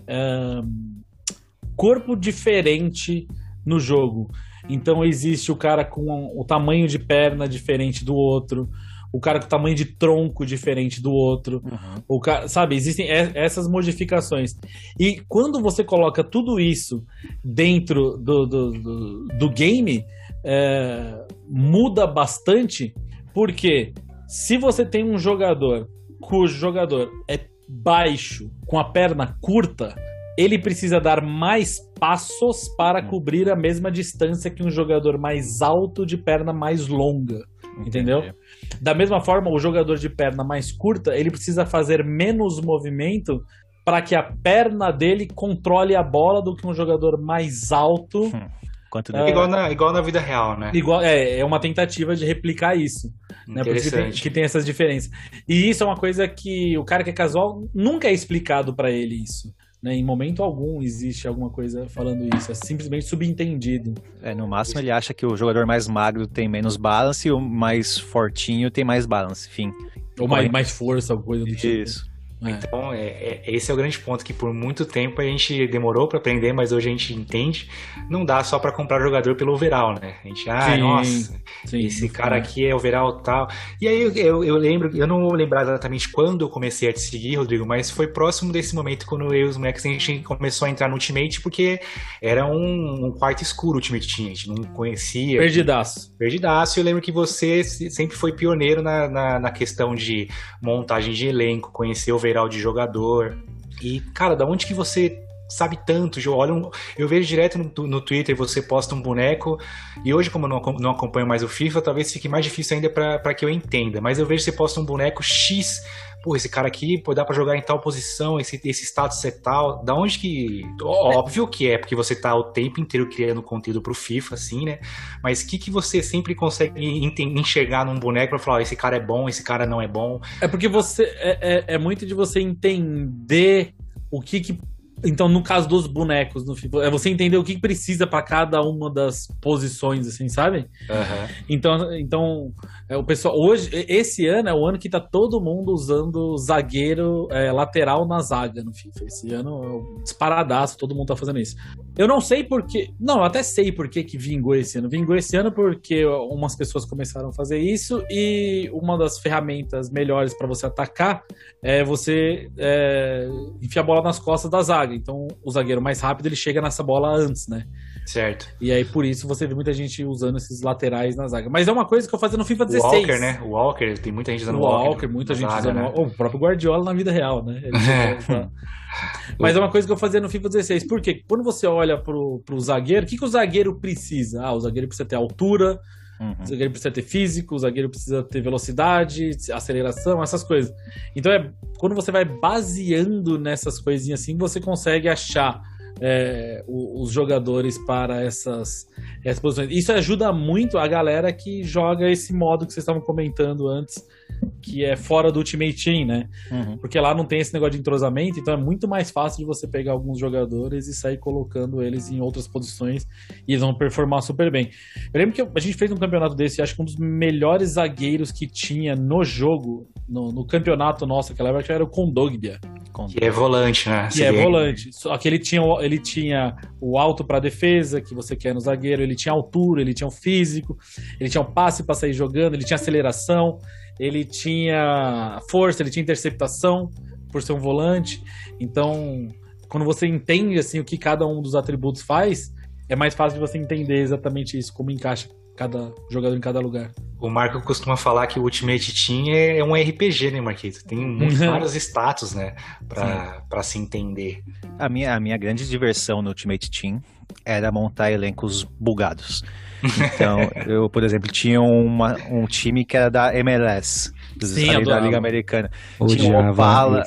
[SPEAKER 3] corpo diferente no jogo. Então existe o cara com o tamanho de perna diferente do outro, o cara com o tamanho de tronco diferente do outro, o cara, sabe, existem essas modificações. E quando você coloca tudo isso dentro do game, muda bastante, porque se você tem um jogador cujo jogador é baixo, com a perna curta, ele precisa dar mais passos para cobrir a mesma distância que um jogador mais alto de perna mais longa. Entendeu? Da mesma forma, o jogador de perna mais curta, ele precisa fazer menos movimento para que a perna dele controle a bola do que um jogador mais alto.
[SPEAKER 1] Quanto
[SPEAKER 2] Igual na vida real, né?
[SPEAKER 3] É uma tentativa de replicar isso. Né? Por isso que tem essas diferenças. E isso é uma coisa que o cara que é casual nunca é explicado para ele isso. Né? Em momento algum existe alguma coisa falando isso. É simplesmente subentendido.
[SPEAKER 1] No máximo ele acha que o jogador mais magro tem menos balance e o mais fortinho tem mais balance, enfim.
[SPEAKER 3] Ou mais força, alguma coisa do tipo.
[SPEAKER 1] Isso.
[SPEAKER 2] Então, esse é o grande ponto, que por muito tempo a gente demorou pra aprender, mas hoje a gente entende. Não dá só pra comprar jogador pelo overall, né? A gente, esse cara aqui é overall tal. E aí eu lembro, eu não vou lembrar exatamente quando eu comecei a te seguir, Rodrigo, mas foi próximo desse momento quando eu e os moleques a gente começou a entrar no Ultimate, porque era um quarto escuro o Ultimate tinha, a gente não conhecia.
[SPEAKER 3] Perdidaço.
[SPEAKER 2] Eu lembro que você sempre foi pioneiro na questão de montagem de elenco, conhecer o overall de jogador. E, cara, da onde que você sabe tanto? Eu vejo direto no Twitter, você posta um boneco, e hoje, como eu não acompanho mais o FIFA, talvez fique mais difícil ainda pra que eu entenda, mas eu vejo que você posta um boneco X, pô, esse cara aqui, pô, dá pra jogar em tal posição, esse status é tal. Da onde que... Óbvio que é, porque você tá o tempo inteiro criando conteúdo pro FIFA, assim, né? Mas o que você sempre consegue enxergar num boneco pra falar, esse cara é bom, esse cara não é bom?
[SPEAKER 3] É porque é muito de você entender o que... Então, no caso dos bonecos no FIFA, é você entender o que precisa pra cada uma das posições, assim, sabe? Então o pessoal, hoje, esse ano é o ano que tá todo mundo usando zagueiro lateral na zaga no FIFA. Esse ano é um disparadaço, todo mundo tá fazendo isso. Eu não sei porquê, não, eu até sei por que vingou esse ano. Vingou esse ano porque umas pessoas começaram a fazer isso, e uma das ferramentas melhores pra você atacar é você enfiar a bola nas costas da zaga. Então, o zagueiro mais rápido, ele chega nessa bola antes, né?
[SPEAKER 2] Certo.
[SPEAKER 3] E aí, por isso, você vê muita gente usando esses laterais na zaga. Mas é uma coisa que eu fazia no FIFA 16.
[SPEAKER 2] O Walker, né? O Walker, tem muita gente usando o Walker.
[SPEAKER 3] Muita gente
[SPEAKER 2] zaga,
[SPEAKER 3] usando
[SPEAKER 2] né?
[SPEAKER 3] o próprio Guardiola na vida real, né? Mas é uma coisa que eu fazia no FIFA 16. Por quê? Quando você olha pro zagueiro, o que o zagueiro precisa? O zagueiro precisa ter altura, o zagueiro precisa ter físico, o zagueiro precisa ter velocidade, aceleração, essas coisas. Então, quando você vai baseando nessas coisinhas assim, você consegue achar os jogadores para essas posições. Isso ajuda muito a galera que joga esse modo que vocês estavam comentando antes, que é fora do Ultimate Team, né? Porque lá não tem esse negócio de entrosamento, então é muito mais fácil de você pegar alguns jogadores e sair colocando eles em outras posições, e eles vão performar super bem. Eu lembro que a gente fez um campeonato desse, acho que um dos melhores zagueiros que tinha no jogo, no campeonato nosso, aquela época, era o Kondogbia.
[SPEAKER 2] Que é volante, né?
[SPEAKER 3] Que é volante. Só que ele tinha o alto para defesa, que você quer no zagueiro, ele tinha altura, ele tinha o físico, ele tinha o passe para sair jogando, ele tinha aceleração, ele tinha força, ele tinha interceptação, por ser um volante. Então, quando você entende assim o que cada um dos atributos faz, é mais fácil de você entender exatamente isso, como encaixa cada jogador em cada lugar.
[SPEAKER 2] O Marco costuma falar que o Ultimate Team é um RPG, né, Marquito? Tem vários status, né, pra se entender.
[SPEAKER 1] A minha grande diversão no Ultimate Team era montar elencos bugados. Então, eu, por exemplo, tinha um time que era da MLS, da Liga Americana. Tinha o Opala,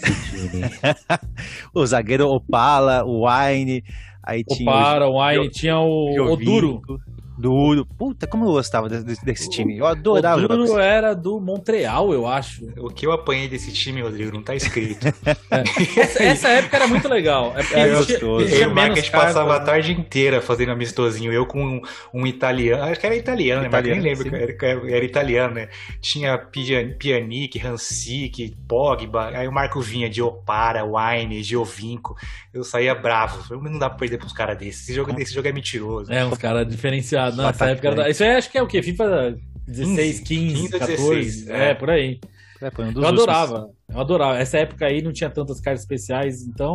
[SPEAKER 1] o zagueiro Opala, o Wine, aí tinha
[SPEAKER 3] o Wine, tinha o Duro.
[SPEAKER 1] Duro. Puta, como eu gostava desse time. Eu adorava.
[SPEAKER 3] O Duro era do Montreal, eu acho.
[SPEAKER 2] O que eu apanhei desse time, Rodrigo, não tá escrito.
[SPEAKER 3] Essa época era muito legal.
[SPEAKER 2] Eu e o Marco, a gente passava a tarde inteira fazendo amistosinho. Eu com um italiano. Acho que era italiano, né? Mas nem lembro que era italiano, né? Tinha Pjanic, Hansik, Pogba. Aí o Marco vinha de Opara, Wine, Giovinco. Eu saía bravo. Não dá pra perder pros caras desses. Esse jogo é mentiroso.
[SPEAKER 3] Uns caras diferenciados. Nessa época isso aí acho que é o quê? FIFA 16, 15, 14? 16, por aí. Eu adorava. Essa época aí não tinha tantas cartas especiais, então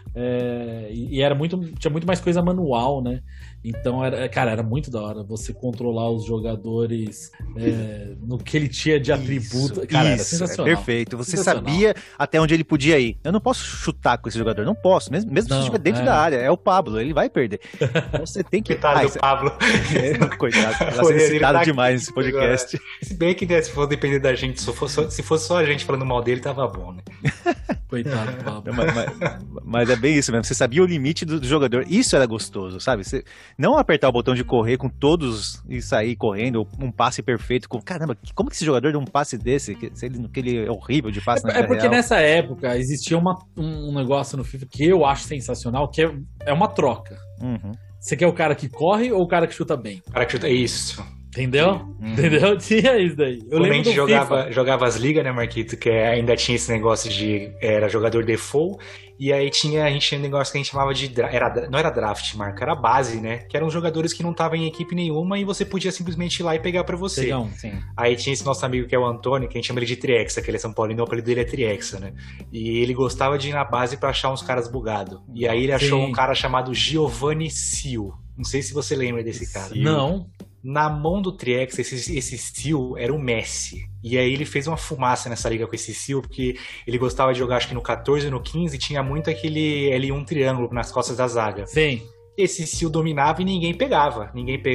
[SPEAKER 3] E tinha muito mais coisa manual, né? Então, era muito da hora você controlar os jogadores no que ele tinha de atributo. Cara, era sensacional.
[SPEAKER 1] Perfeito. Você sabia até onde ele podia ir. Eu não posso chutar com esse jogador, não posso. Mesmo se estiver dentro da área. É o Pablo, ele vai perder. Então você tem que...
[SPEAKER 2] Coitado do Pablo.
[SPEAKER 1] Coitado, tá sendo citado demais nesse podcast.
[SPEAKER 2] Agora. Se bem que, né, se for depender da gente, se fosse só a gente falando mal dele, tava bom, né?
[SPEAKER 3] Coitado do Pablo.
[SPEAKER 1] Mas é bem isso mesmo. Você sabia o limite do jogador. Isso era gostoso, sabe? Você não apertar o botão de correr com todos e sair correndo, um passe perfeito. Caramba, como que esse jogador dá um passe desse? Que ele é horrível de passe na vida
[SPEAKER 3] porque
[SPEAKER 1] real.
[SPEAKER 3] Nessa época existia um negócio no FIFA que eu acho sensacional, que é uma troca.
[SPEAKER 1] Uhum.
[SPEAKER 3] Você quer o cara que corre ou o cara que chuta bem?
[SPEAKER 2] O cara que chuta, isso.
[SPEAKER 3] Entendeu? Entendeu? Tinha isso daí.
[SPEAKER 2] Quando a gente jogava as ligas, né, Marquito? Que ainda tinha esse negócio de... Era jogador default. E aí a gente tinha um negócio que a gente chamava de... Não era draft, Marco. Era base, né? Que eram jogadores que não estavam em equipe nenhuma e você podia simplesmente ir lá e pegar pra você.
[SPEAKER 3] Sim.
[SPEAKER 2] Aí tinha esse nosso amigo que é o Antônio, que a gente chama ele de Triexa, que ele é São Paulino, o apelido dele é Triexa, né? E ele gostava de ir na base pra achar uns caras bugados. E aí ele achou um cara chamado Giovanni Sil. Não sei se você lembra desse cara.
[SPEAKER 3] Não.
[SPEAKER 2] Na mão do Triex, esse Steel era o Messi. E aí ele fez uma fumaça nessa liga com esse Steel, porque ele gostava de jogar, acho que no 14 e no 15, tinha muito aquele L1 triângulo nas costas da zaga.
[SPEAKER 3] Sim.
[SPEAKER 2] Esse Steel dominava e ninguém pegava,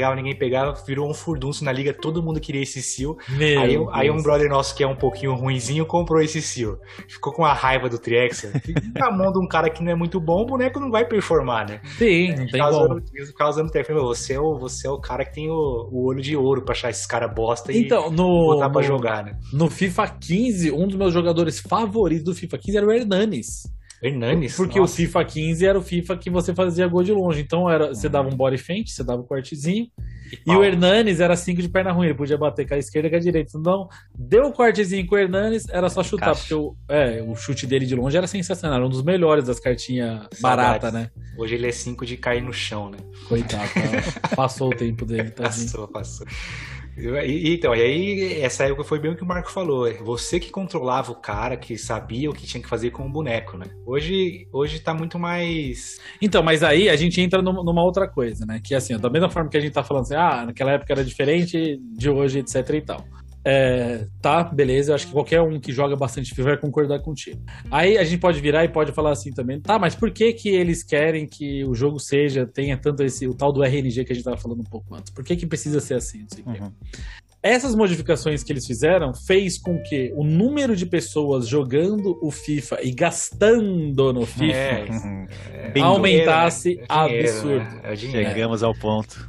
[SPEAKER 2] virou um furdunço na liga, todo mundo queria esse Steel. Aí um brother nosso que é um pouquinho ruinzinho comprou esse Steel. Ficou com a raiva do Triex. Na mão de um cara que não é muito bom, o boneco não vai performar, né?
[SPEAKER 3] Sim, não tem como.
[SPEAKER 2] Causando tempo. Você é o cara que tem o olho de ouro pra achar esses caras bosta e botar pra jogar, né?
[SPEAKER 3] No FIFA 15, um dos meus jogadores favoritos do FIFA 15 era o Hernanes. Porque nossa. O FIFA 15 era o FIFA que você fazia gol de longe. Então você dava um body feint, você dava um cortezinho. E o Hernanes era 5 de perna ruim. Ele podia bater com a esquerda e com a direita. Então, deu um cortezinho com o Hernanes, era só chutar. Porque o chute dele de longe era sensacional. Era um dos melhores das cartinhas baratas, né?
[SPEAKER 2] Hoje ele é 5 de cair no chão, né?
[SPEAKER 3] Coitado, passou o tempo dele.
[SPEAKER 2] Passou. E aí, essa época foi bem o que o Marco falou. Você que controlava o cara, que sabia o que tinha que fazer com o boneco, né? Hoje tá muito mais...
[SPEAKER 3] Então, mas aí a gente entra numa outra coisa, né? Que assim, da mesma forma que a gente tá falando assim, naquela época era diferente de hoje, etc e tal. Tá, beleza, eu acho que qualquer um que joga bastante FIFA vai concordar contigo. Aí a gente pode virar e pode falar assim também, tá, mas por que eles querem que o jogo tenha tanto o tal do RNG que a gente tava falando um pouco antes? Por que precisa ser assim? Não sei o quê. Essas modificações que eles fizeram fez com que o número de pessoas jogando o FIFA e gastando no FIFA aumentasse absurdo.
[SPEAKER 2] Né?
[SPEAKER 1] Chegamos ao ponto.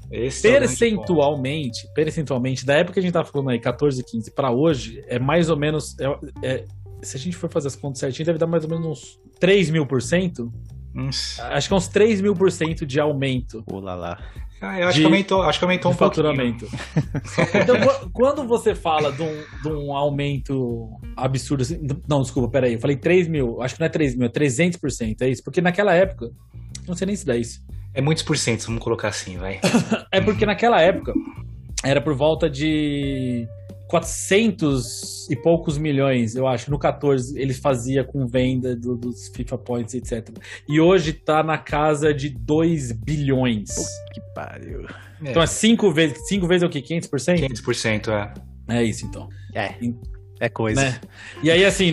[SPEAKER 3] Percentualmente, da época que a gente tá falando aí, 14, 15, pra hoje, é mais ou menos... se a gente for fazer as contas certinho, deve dar mais ou menos uns 3.000%. Acho que é uns 3.000% de aumento.
[SPEAKER 1] Olá.
[SPEAKER 2] Eu acho que aumentou um
[SPEAKER 3] faturamento. Então, quando você fala de um aumento absurdo assim, não, desculpa, peraí, eu falei 3 mil, acho que não é 3 mil, é 300%, é isso, porque naquela época, não sei nem se dá isso.
[SPEAKER 2] É muitos porcentos, vamos colocar assim, vai.
[SPEAKER 3] É porque naquela época, era por volta de 400 e poucos milhões, eu acho. No 14 ele fazia com venda dos FIFA Points, etc. E hoje tá na casa de 2 bilhões.
[SPEAKER 1] Que pariu.
[SPEAKER 3] Então é 5 vezes. 5 vezes é o quê? 500%?
[SPEAKER 2] 500%,
[SPEAKER 3] é. É isso, então.
[SPEAKER 1] É coisa.
[SPEAKER 3] Né? E aí, assim,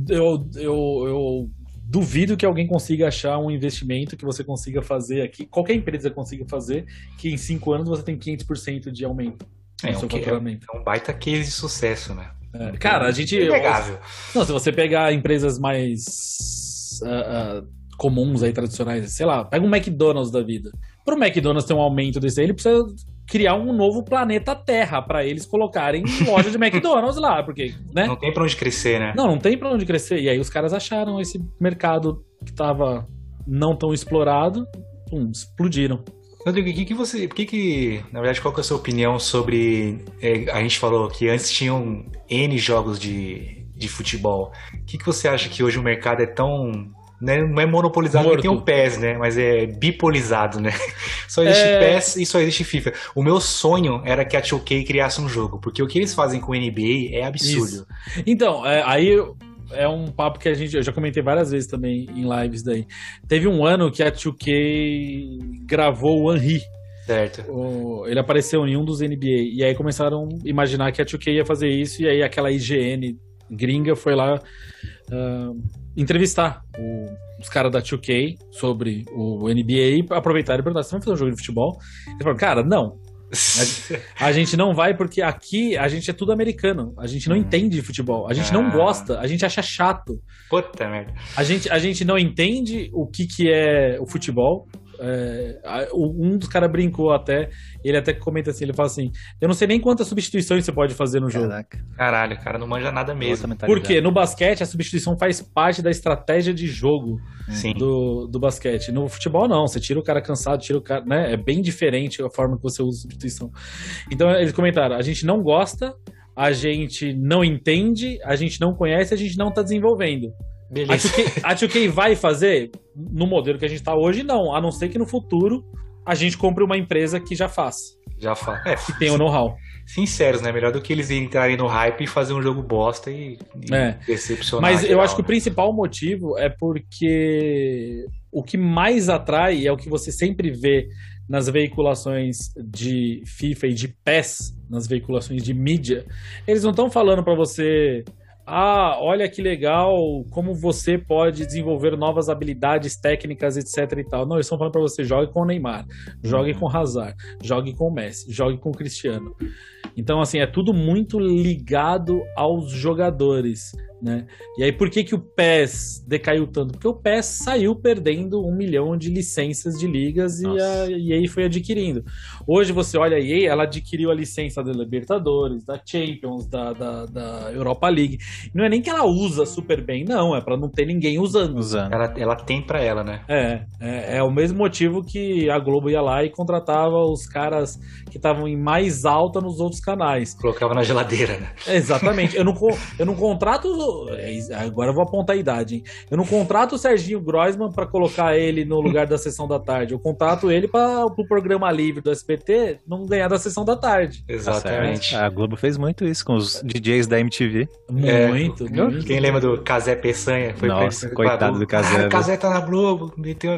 [SPEAKER 3] eu duvido que alguém consiga achar um investimento que você consiga fazer aqui, qualquer empresa consiga fazer, que em 5 anos você tem 500% de aumento.
[SPEAKER 2] É um baita case de sucesso, né?
[SPEAKER 3] Cara, a gente...
[SPEAKER 2] É inegável.
[SPEAKER 3] Se você pegar empresas mais comuns aí, tradicionais, sei lá, pega um McDonald's da vida. Para o McDonald's ter um aumento desse aí, ele precisa criar um novo planeta Terra para eles colocarem loja de McDonald's lá, porque, né?
[SPEAKER 2] Não tem para onde crescer, né?
[SPEAKER 3] Não tem para onde crescer. E aí os caras acharam esse mercado que tava não tão explorado, explodiram.
[SPEAKER 2] Rodrigo, na verdade, qual que é a sua opinião sobre... a gente falou que antes tinham N jogos de futebol. O que você acha que hoje o mercado é tão... Não é monopolizado, porque tem o PES, né? Mas é bipolizado, né? Só existe PES e só existe FIFA. O meu sonho era que a 2K criasse um jogo, porque o que eles fazem com o NBA é absurdo.
[SPEAKER 3] Isso. Então, aí é um papo que eu já comentei várias vezes também em lives daí. Teve um ano que a 2K gravou o Henry.
[SPEAKER 2] Certo.
[SPEAKER 3] Ele apareceu em um dos NBA. E aí começaram a imaginar que a 2K ia fazer isso. E aí aquela IGN gringa foi lá entrevistar os caras da 2K sobre o NBA e aproveitaram e perguntaram: você vai fazer um jogo de futebol? Eles falaram: cara, não. A gente não vai porque aqui a gente é tudo americano. A gente não entende de futebol. A gente não gosta. A gente acha chato.
[SPEAKER 2] Puta merda.
[SPEAKER 3] A gente não entende o que é o futebol. Um dos caras brincou até. Ele até comenta assim, ele fala assim: eu não sei nem quantas substituições você pode fazer no jogo.
[SPEAKER 2] Caralho, cara, não manja nada mesmo.
[SPEAKER 3] Porque no basquete a substituição faz parte da estratégia de jogo do basquete. No futebol não, você tira o cara cansado, tira o cara, né? É bem diferente a forma que você usa a substituição. Então eles comentaram: a gente não gosta, a gente não entende, a gente não conhece, a gente não tá desenvolvendo.
[SPEAKER 2] Beleza.
[SPEAKER 3] A 2K vai fazer no modelo que a gente tá hoje? Não, a não ser que no futuro a gente compre uma empresa que já faz. Que tem o know-how.
[SPEAKER 2] Sinceros, né? Melhor do que eles entrarem no hype e fazer um jogo bosta e decepcionar.
[SPEAKER 3] Mas eu acho que o principal motivo é porque o que mais atrai é o que você sempre vê nas veiculações de FIFA e de PES, nas veiculações de mídia. Eles não estão falando pra você: olha que legal, como você pode desenvolver novas habilidades técnicas, etc e tal. Não, eles estão falando pra você: jogue com o Neymar, jogue com o Hazard, jogue com o Messi, jogue com o Cristiano. Então, assim, é tudo muito ligado aos jogadores, né? E aí, por que o PES decaiu tanto? Porque o PES saiu perdendo 1 milhão de licenças de ligas e a EA foi adquirindo. Hoje, você olha a EA, ela adquiriu a licença da Libertadores, da Champions, da Europa League. Não é nem que ela usa super bem, não. É pra não ter ninguém usando.
[SPEAKER 2] Ela tem pra ela, né?
[SPEAKER 3] É o mesmo motivo que a Globo ia lá e contratava os caras que estavam em mais alta nos outros canais.
[SPEAKER 2] Colocava na geladeira, né?
[SPEAKER 3] Exatamente. Eu não contrato... Agora eu vou apontar a idade, hein? Eu não contrato o Serginho Groisman pra colocar ele no lugar da Sessão da Tarde. Eu contrato ele pro programa livre do SBT não ganhar da Sessão da Tarde.
[SPEAKER 2] Exatamente.
[SPEAKER 1] A Globo fez muito isso com os DJs da MTV.
[SPEAKER 3] Muito.
[SPEAKER 2] Quem lembra do Casé Peçanha?
[SPEAKER 1] Nossa, coitado do Casé.
[SPEAKER 2] O Casé tá na Globo.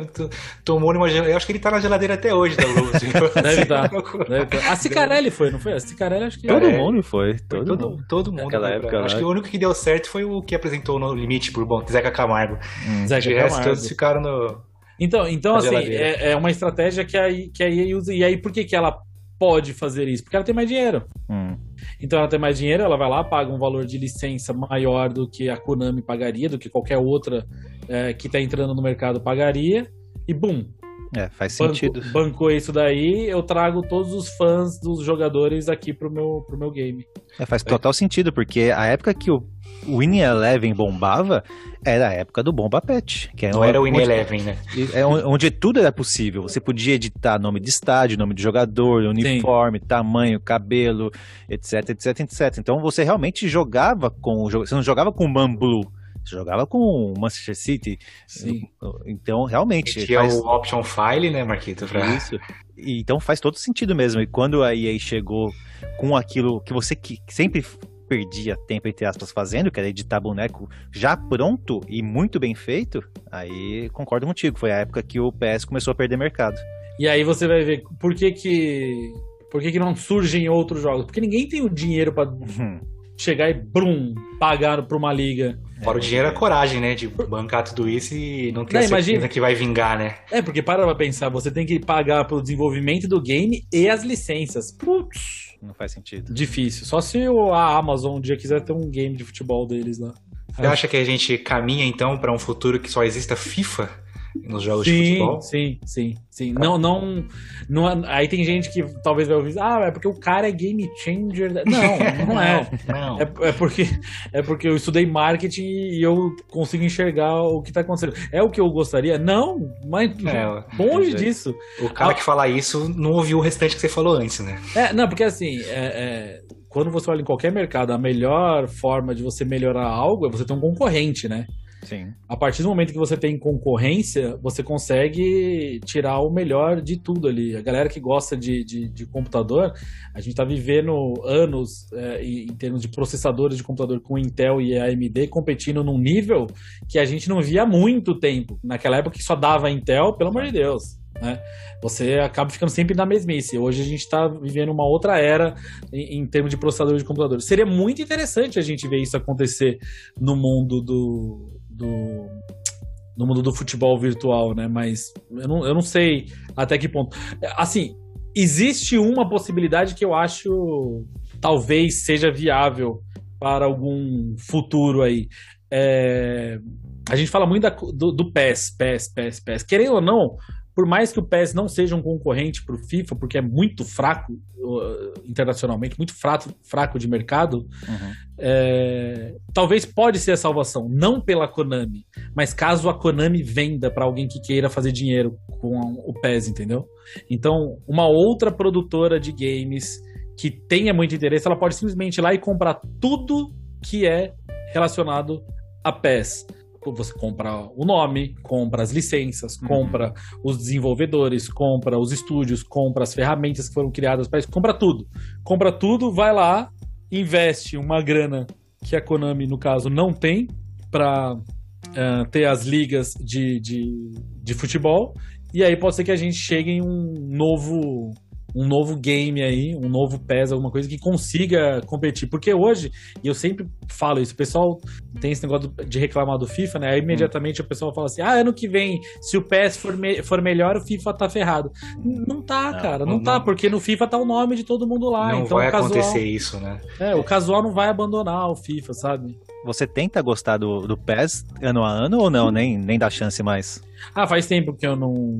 [SPEAKER 2] Tomou uma geladeira. Eu acho que ele tá na geladeira até hoje da Globo.
[SPEAKER 3] Deve estar. A Cicarelli foi, não foi? A Cicarelli acho que...
[SPEAKER 1] Todo mundo foi.
[SPEAKER 2] Todo mundo.
[SPEAKER 1] Naquela época.
[SPEAKER 2] Acho que o único que deu certo foi o que apresentou No Limite por Zeca Camargo.
[SPEAKER 3] Zeca Camargo.
[SPEAKER 2] Todos ficaram no...
[SPEAKER 3] Então assim, é uma estratégia que a EA usa. E aí, por que ela pode fazer isso? Porque ela tem mais dinheiro. Então ela tem mais dinheiro, ela vai lá, paga um valor de licença maior do que a Konami pagaria, do que qualquer outra que tá entrando no mercado pagaria, e bum!
[SPEAKER 1] Faz sentido.
[SPEAKER 3] Bancou isso daí, eu trago todos os fãs dos jogadores aqui pro meu game.
[SPEAKER 1] Faz total sentido, porque a época que o Winning Eleven bombava era a época do Bomba Pet.
[SPEAKER 2] Não era o Winning Eleven, né?
[SPEAKER 1] Onde tudo era possível. Você podia editar nome de estádio, nome de jogador, uniforme, tamanho, cabelo, etc. Então você realmente jogava com o jogo. Você não jogava com o Man Blue. Você jogava com o Manchester City.
[SPEAKER 3] Sim.
[SPEAKER 1] Então, realmente...
[SPEAKER 2] Tinha o Option File, né, Marquito?
[SPEAKER 1] Isso. Então faz todo sentido mesmo. E quando a EA chegou com aquilo que você sempre perdia tempo, entre aspas, fazendo, que era editar boneco já pronto e muito bem feito, aí concordo contigo. Foi a época que o PS começou a perder mercado.
[SPEAKER 3] E aí você vai ver por que não surgem outros jogos. Porque ninguém tem o dinheiro pra... chegar e pagar pra uma liga.
[SPEAKER 2] Fora o dinheiro, a coragem, né? De bancar tudo isso e não ter certeza que vai vingar, né?
[SPEAKER 3] Porque para pra pensar, você tem que pagar pro desenvolvimento do game e as licenças. Putz.
[SPEAKER 1] Não faz sentido.
[SPEAKER 3] Difícil. Só se a Amazon um dia quiser ter um game de futebol deles lá.
[SPEAKER 2] Você acha que a gente caminha, então, pra um futuro que só exista FIFA nos jogos de futebol?
[SPEAKER 3] Sim. Não, aí tem gente que talvez vai ouvir, é porque o cara é game changer. Não é.
[SPEAKER 2] Não.
[SPEAKER 3] É porque eu estudei marketing e eu consigo enxergar o que tá acontecendo. É o que eu gostaria? Não, mas longe disso.
[SPEAKER 2] O cara que fala isso não ouviu o restante que você falou antes, né?
[SPEAKER 3] Porque assim, quando você olha em qualquer mercado, a melhor forma de você melhorar algo é você ter um concorrente, né?
[SPEAKER 1] Sim.
[SPEAKER 3] A partir do momento que você tem concorrência, você consegue tirar o melhor de tudo ali. A galera que gosta de computador, a gente tá vivendo anos em termos de processadores de computador com Intel e AMD competindo num nível que a gente não via há muito tempo. Naquela época que só dava Intel, pelo amor de Deus. Né? Você acaba ficando sempre na mesmice. Hoje a gente está vivendo uma outra era em termos de processadores de computadores. Seria muito interessante a gente ver isso acontecer no mundo no mundo do futebol virtual, né? Mas eu não sei até que ponto. Assim, existe uma possibilidade que eu acho talvez seja viável para algum futuro aí. A gente fala muito do PES. Querendo ou não, por mais que o PES não seja um concorrente para o FIFA, porque é muito fraco internacionalmente, muito fraco de mercado, talvez pode ser a salvação, não pela Konami, mas caso a Konami venda para alguém que queira fazer dinheiro com o PES, entendeu? Então, uma outra produtora de games que tenha muito interesse, ela pode simplesmente ir lá e comprar tudo que é relacionado a PES. Você compra o nome, compra as licenças, compra os desenvolvedores, compra os estúdios, compra as ferramentas que foram criadas para isso, compra tudo. Compra tudo, vai lá, investe uma grana que a Konami, no caso, não tem para ter as ligas de futebol, e aí pode ser que a gente chegue em um novo game aí, um novo PES, alguma coisa que consiga competir. Porque hoje, e eu sempre falo isso, o pessoal tem esse negócio de reclamar do FIFA, né? Aí imediatamente o pessoal fala assim, ano que vem, se o PES for melhor, o FIFA tá ferrado. Não tá, cara, não tá, porque no FIFA tá o nome de todo mundo lá.
[SPEAKER 2] Não
[SPEAKER 3] então
[SPEAKER 2] vai
[SPEAKER 3] o casual,
[SPEAKER 2] acontecer isso, né?
[SPEAKER 3] O casual não vai abandonar o FIFA, sabe?
[SPEAKER 1] Você tenta gostar do PES ano a ano ou não? Nem dá chance mais?
[SPEAKER 3] Faz tempo que eu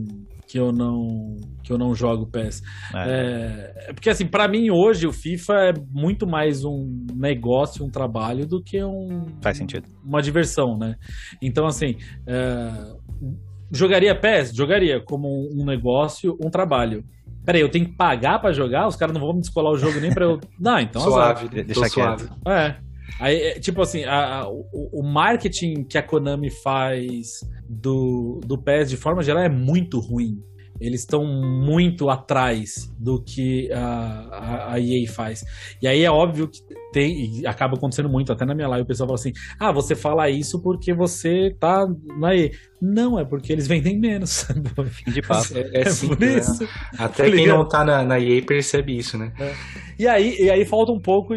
[SPEAKER 3] não jogo PES. Porque assim, pra mim hoje o FIFA é muito mais um negócio, um trabalho do que
[SPEAKER 1] Faz sentido.
[SPEAKER 3] Uma diversão, né? Então assim, jogaria PES? Jogaria como um negócio, um trabalho. Peraí, eu tenho que pagar pra jogar? Os caras não vão me descolar o jogo nem pra eu... Não, então
[SPEAKER 2] suave,
[SPEAKER 1] deixa
[SPEAKER 2] suave.
[SPEAKER 3] Aí, tipo assim, o marketing que a Konami faz do PES de forma geral é muito ruim. Eles estão muito atrás do que a EA faz. E aí é óbvio que tem, e acaba acontecendo muito, até na minha live o pessoal fala assim, você fala isso porque você tá na EA. Não, é porque eles vendem menos.
[SPEAKER 1] Fim de papo.
[SPEAKER 2] É
[SPEAKER 3] por isso.
[SPEAKER 2] Né? Até quem não tá na EA percebe isso, né?
[SPEAKER 3] E aí falta um pouco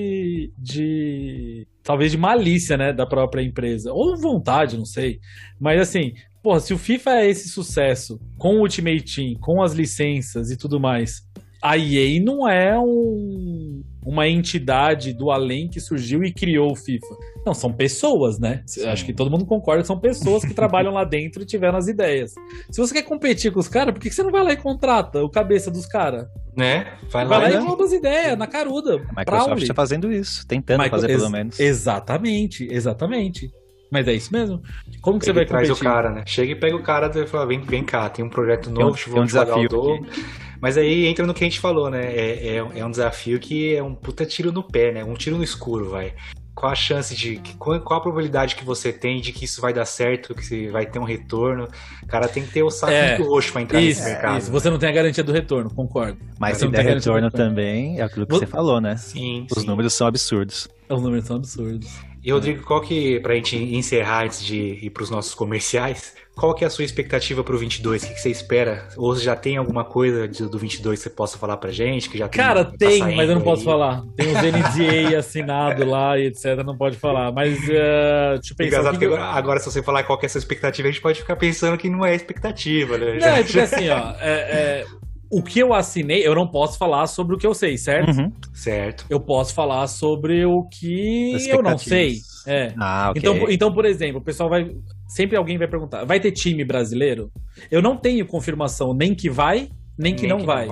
[SPEAKER 3] talvez de malícia, né, da própria empresa. Ou vontade, não sei. Mas assim, porra, se o FIFA é esse sucesso, com o Ultimate Team, com as licenças e tudo mais, a EA não é uma entidade do além que surgiu e criou o FIFA. Não, são pessoas, né? Sim. Acho que todo mundo concorda que são pessoas que trabalham lá dentro e tiveram as ideias. Se você quer competir com os caras, por que você não vai lá e contrata o cabeça dos caras?
[SPEAKER 2] Né?
[SPEAKER 3] Vai lá e rouba as ideias, na caruda.
[SPEAKER 1] A Microsoft está fazendo isso, tentando fazer pelo menos.
[SPEAKER 3] Exatamente. Mas é isso mesmo? Como que você vai competir?
[SPEAKER 2] Traz o cara, né? Chega e pega o cara e fala, vem cá, tem um projeto novo,
[SPEAKER 1] tem um desafio
[SPEAKER 2] Mas aí entra no que a gente falou, né? É um desafio que é um puta tiro no pé, né? Um tiro no escuro, vai. Qual a chance qual a probabilidade que você tem de que isso vai dar certo, que vai ter um retorno? O cara tem que ter o saco muito roxo pra entrar nesse mercado.
[SPEAKER 3] Isso, você não tem a garantia do retorno, concordo.
[SPEAKER 1] Mas se der retorno também, é aquilo que você falou, né?
[SPEAKER 2] Sim.
[SPEAKER 1] Os números são absurdos.
[SPEAKER 3] Os números são absurdos.
[SPEAKER 2] E Rodrigo, qual que, pra gente encerrar antes de ir pros nossos comerciais, qual que é a sua expectativa pro 22? O que você espera? Ou já tem alguma coisa do 22 que você possa falar pra gente? Que já
[SPEAKER 3] Cara, tem, mas eu não posso falar. Tem os NDA assinado lá e etc, não pode falar. Mas, deixa eu pensar.
[SPEAKER 2] Agora, se você falar qual que é a sua expectativa, a gente pode ficar pensando que não é expectativa, né?
[SPEAKER 3] Não, é porque assim, o que eu assinei, eu não posso falar sobre o que eu sei, certo?
[SPEAKER 1] Uhum.
[SPEAKER 2] Certo.
[SPEAKER 3] Eu posso falar sobre o que eu não sei.
[SPEAKER 1] Okay.
[SPEAKER 3] Então, por exemplo, o pessoal sempre alguém vai perguntar, vai ter time brasileiro? Eu não tenho confirmação nem que vai, nem que não vai.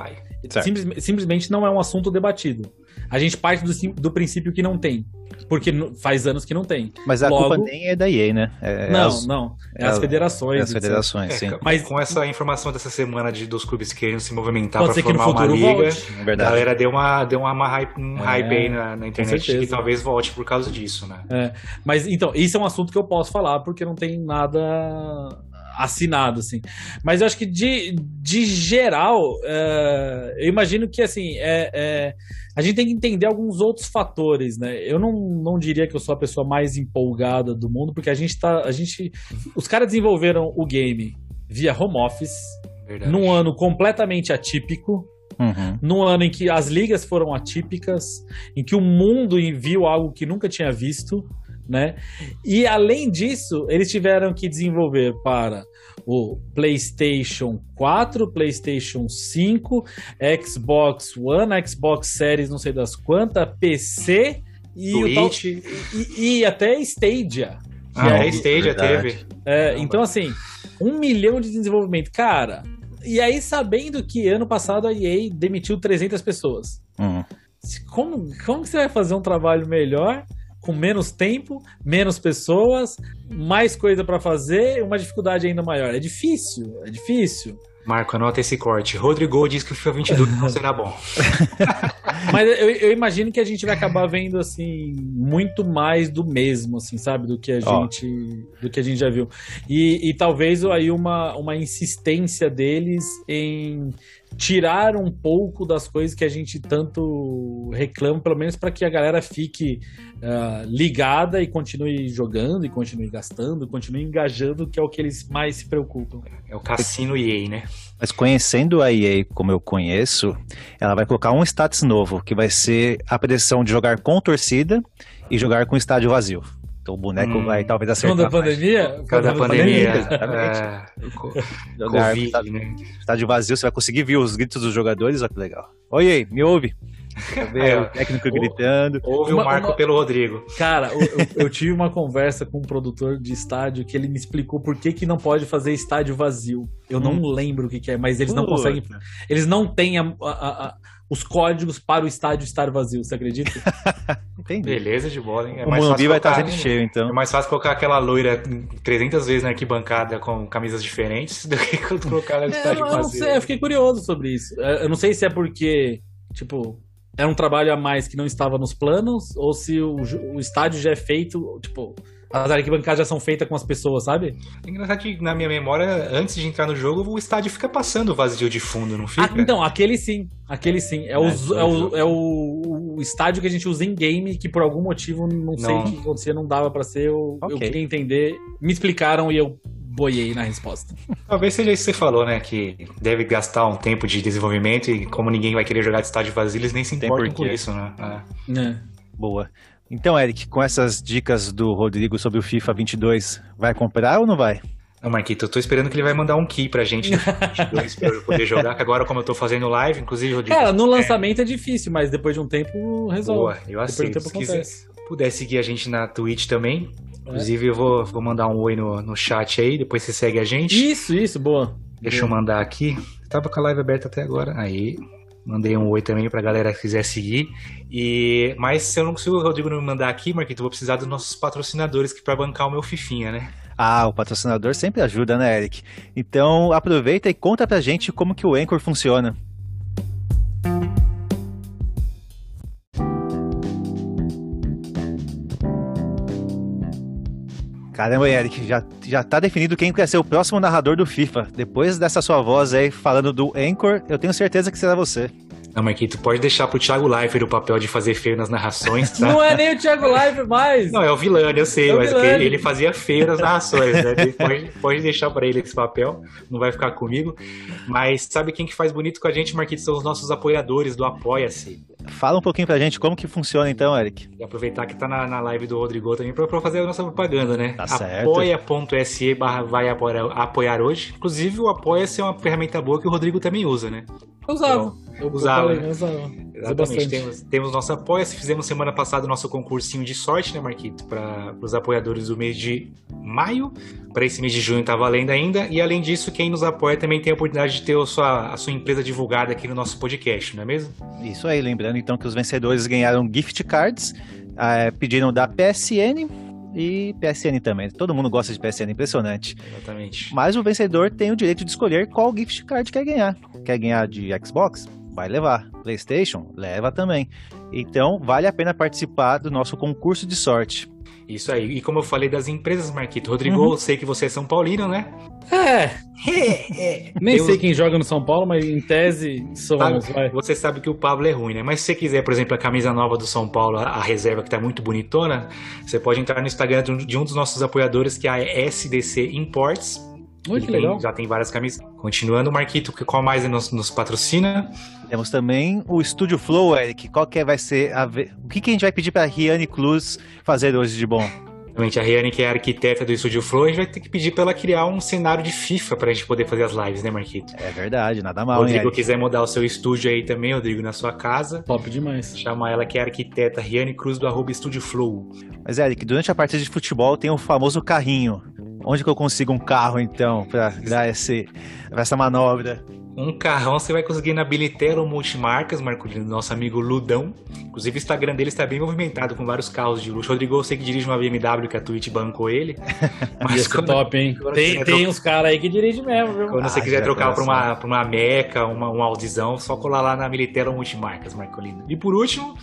[SPEAKER 3] Simplesmente não é um assunto debatido. A gente parte do princípio que não tem. Porque faz anos que não tem.
[SPEAKER 1] Mas a culpa nem é da EA, né?
[SPEAKER 3] Não. É as federações.
[SPEAKER 1] As federações, sim.
[SPEAKER 2] Mas com essa informação dessa semana dos clubes querendo se movimentar para
[SPEAKER 3] ser
[SPEAKER 2] formar uma liga, a galera deu um hype aí na internet que talvez volte por causa disso, né?
[SPEAKER 3] Mas então, isso é um assunto que eu posso falar porque não tem nada assinado, assim. Mas eu acho que de geral, eu imagino que assim, a gente tem que entender alguns outros fatores, né? Eu não diria que eu sou a pessoa mais empolgada do mundo, porque os caras desenvolveram o game via home office, num ano completamente atípico, num ano em que as ligas foram atípicas, em que o mundo viu algo que nunca tinha visto, né? E além disso, eles tiveram que desenvolver para o PlayStation 4, PlayStation 5, Xbox One, Xbox Series, não sei das quantas, PC e até Stadia.
[SPEAKER 2] Stadia teve.
[SPEAKER 3] Então, assim, 1 milhão de desenvolvimento. Cara, e aí sabendo que ano passado a EA demitiu 300 pessoas. Como que você vai fazer um trabalho melhor com menos tempo, menos pessoas, mais coisa pra fazer, uma dificuldade ainda maior? É difícil.
[SPEAKER 2] Marco, anota esse corte. Rodrigo diz que o FIFA 22 não será bom.
[SPEAKER 3] Mas eu imagino que a gente vai acabar vendo, assim, muito mais do mesmo, assim, sabe? Do que a gente já viu. E talvez aí uma insistência deles em tirar um pouco das coisas que a gente tanto reclama, pelo menos para que a galera fique ligada e continue jogando, e continue gastando, continue engajando, que é o que eles mais se preocupam.
[SPEAKER 2] É o cassino EA, né?
[SPEAKER 1] Mas conhecendo a EA como eu conheço, ela vai colocar um status novo, que vai ser a pressão de jogar com torcida e jogar com estádio vazio. Então o boneco vai talvez acertar.
[SPEAKER 3] Quando a pandemia?
[SPEAKER 2] Por causa da pandemia.
[SPEAKER 1] Jogar
[SPEAKER 2] COVID,
[SPEAKER 1] estádio,
[SPEAKER 2] né?
[SPEAKER 1] Estádio vazio, você vai conseguir ver os gritos dos jogadores, olha que legal. Oi, me ouve? O técnico gritando.
[SPEAKER 2] Ouve o Marco pelo Rodrigo.
[SPEAKER 3] Cara, eu tive uma conversa com um produtor de estádio que ele me explicou por que não pode fazer estádio vazio. Eu não lembro o que é, mas eles não conseguem. Eles não têm os códigos para o estádio estar vazio, você acredita?
[SPEAKER 2] Entendi. Beleza, de bola, hein?
[SPEAKER 1] O Morumbi vai estar sempre cheio, então.
[SPEAKER 2] É mais fácil colocar aquela loira 300 vezes na arquibancada com camisas diferentes do que colocar ela no estádio vazio.
[SPEAKER 3] Eu não sei, eu fiquei curioso sobre isso. Eu não sei se é porque, tipo, era um trabalho a mais que não estava nos planos, ou se o estádio já é feito, tipo, as arquibancadas já são feitas com as pessoas, sabe?
[SPEAKER 2] É engraçado que, na minha memória, antes de entrar no jogo, o estádio fica passando vazio de fundo, não fica?
[SPEAKER 3] Então, aquele sim. É o estádio que a gente usa em game, que por algum motivo, não sei o que acontecia, não dava pra ser. Eu queria entender. Me explicaram e eu boiei na resposta.
[SPEAKER 2] Talvez seja isso que você falou, né? Que deve gastar um tempo de desenvolvimento e como ninguém vai querer jogar de estádio vazio, eles nem se importam com isso, né?
[SPEAKER 1] Boa. Então, Eric, com essas dicas do Rodrigo sobre o FIFA 22, vai comprar ou não vai?
[SPEAKER 2] Não, Marquito, eu tô esperando que ele vai mandar um key pra gente no FIFA 22 pra eu poder jogar, que agora como eu tô fazendo live, inclusive, Rodrigo...
[SPEAKER 3] Cara, no lançamento é difícil, mas depois de um tempo resolve.
[SPEAKER 2] Boa, eu aceito. Se quiser, puder seguir a gente na Twitch também, inclusive eu vou mandar um oi no chat aí, depois você segue a gente.
[SPEAKER 3] Isso, boa.
[SPEAKER 2] Deixa eu mandar aqui. Tava com a live aberta até agora. Aí, mandei um oi também pra galera que quiser seguir. Mas se o Rodrigo não me mandar aqui, Marquito, eu vou precisar dos nossos patrocinadores aqui pra bancar o meu fifinha, né?
[SPEAKER 1] O patrocinador sempre ajuda, né, Eric? Então aproveita e conta pra gente como que o Anchor funciona. Caramba, Eric, já tá definido quem quer ser o próximo narrador do FIFA. Depois dessa sua voz aí falando do Anchor, eu tenho certeza que será você.
[SPEAKER 2] Não, Marquito, pode deixar pro Thiago Leifert o papel de fazer feio nas narrações, tá?
[SPEAKER 3] Não é nem o Thiago Leifert mais!
[SPEAKER 2] Não, é o Vilani, eu sei, mas ele fazia feio nas narrações, né? Pode deixar pra ele esse papel, não vai ficar comigo. Mas sabe quem que faz bonito com a gente, Marquito? São os nossos apoiadores do Apoia-se.
[SPEAKER 1] Fala um pouquinho pra gente como que funciona então, Eric.
[SPEAKER 2] E aproveitar que tá na live do Rodrigo também pra fazer a nossa propaganda, né?
[SPEAKER 1] Tá certo.
[SPEAKER 2] Apoia.se/vai apoiar hoje. Inclusive o Apoia-se é uma ferramenta boa que o Rodrigo também usa, né?
[SPEAKER 3] Eu usava.
[SPEAKER 2] Eu usava. Exatamente, temos nosso apoio. Fizemos semana passada o nosso concursinho de sorte, né, Marquito? Para os apoiadores do mês de maio. Para esse mês de junho tá valendo ainda. E além disso, quem nos apoia também tem a oportunidade de ter a sua empresa divulgada aqui no nosso podcast, não é mesmo?
[SPEAKER 1] Isso aí, lembrando então que os vencedores ganharam gift cards, pediram da PSN e PSN também. Todo mundo gosta de PSN, impressionante.
[SPEAKER 2] Exatamente.
[SPEAKER 1] Mas o vencedor tem o direito de escolher qual gift card quer ganhar. Quer ganhar de Xbox? Vai levar. PlayStation? Leva também. Então, vale a pena participar do nosso concurso de sorte.
[SPEAKER 2] Isso aí. E como eu falei das empresas, Marquito, Rodrigo, eu sei que você é São Paulino, né?
[SPEAKER 3] Nem sei quem joga no São Paulo, mas em tese somos.
[SPEAKER 2] Você sabe que o Pablo é ruim, né? Mas se você quiser, por exemplo, a camisa nova do São Paulo, a reserva que tá muito bonitona, você pode entrar no Instagram de um dos nossos apoiadores, que é a SDC Imports.
[SPEAKER 3] Oi, que legal.
[SPEAKER 2] Já tem várias camisas. Continuando, Marquito, qual mais nos patrocina?
[SPEAKER 1] Temos também o Estúdio Flow, Eric. Qual que vai ser o que a gente vai pedir para a Riane Cruz fazer hoje de bom?
[SPEAKER 2] Realmente, a Riane, que é a arquiteta do Estúdio Flow, a gente vai ter que pedir para ela criar um cenário de FIFA pra gente poder fazer as lives, né, Marquito?
[SPEAKER 1] É verdade, nada mal,
[SPEAKER 2] Rodrigo,
[SPEAKER 1] hein,
[SPEAKER 2] quiser mudar o seu estúdio aí também, Rodrigo, na sua casa.
[SPEAKER 3] Top demais.
[SPEAKER 2] Chama ela, que é a arquiteta Riane Cruz, do @Estúdio Flow.
[SPEAKER 1] Mas, Eric, durante a partida de futebol tem o famoso carrinho. Onde que eu consigo um carro, então, pra dar essa manobra?
[SPEAKER 2] Um carrão você vai conseguir na Bilitelo Multimarcas, Marcolino, nosso amigo Ludão. Inclusive o Instagram dele está bem movimentado com vários carros de luxo. Rodrigo, eu sei que dirige uma BMW, que a Twitch bancou ele.
[SPEAKER 3] Mas isso é top, hein? Tem uns caras aí que dirigem mesmo, viu?
[SPEAKER 2] Quando você quiser trocar pra uma Meca, um Audizão, só colar lá na Bilitelo Multimarcas, Marcolino. E por último,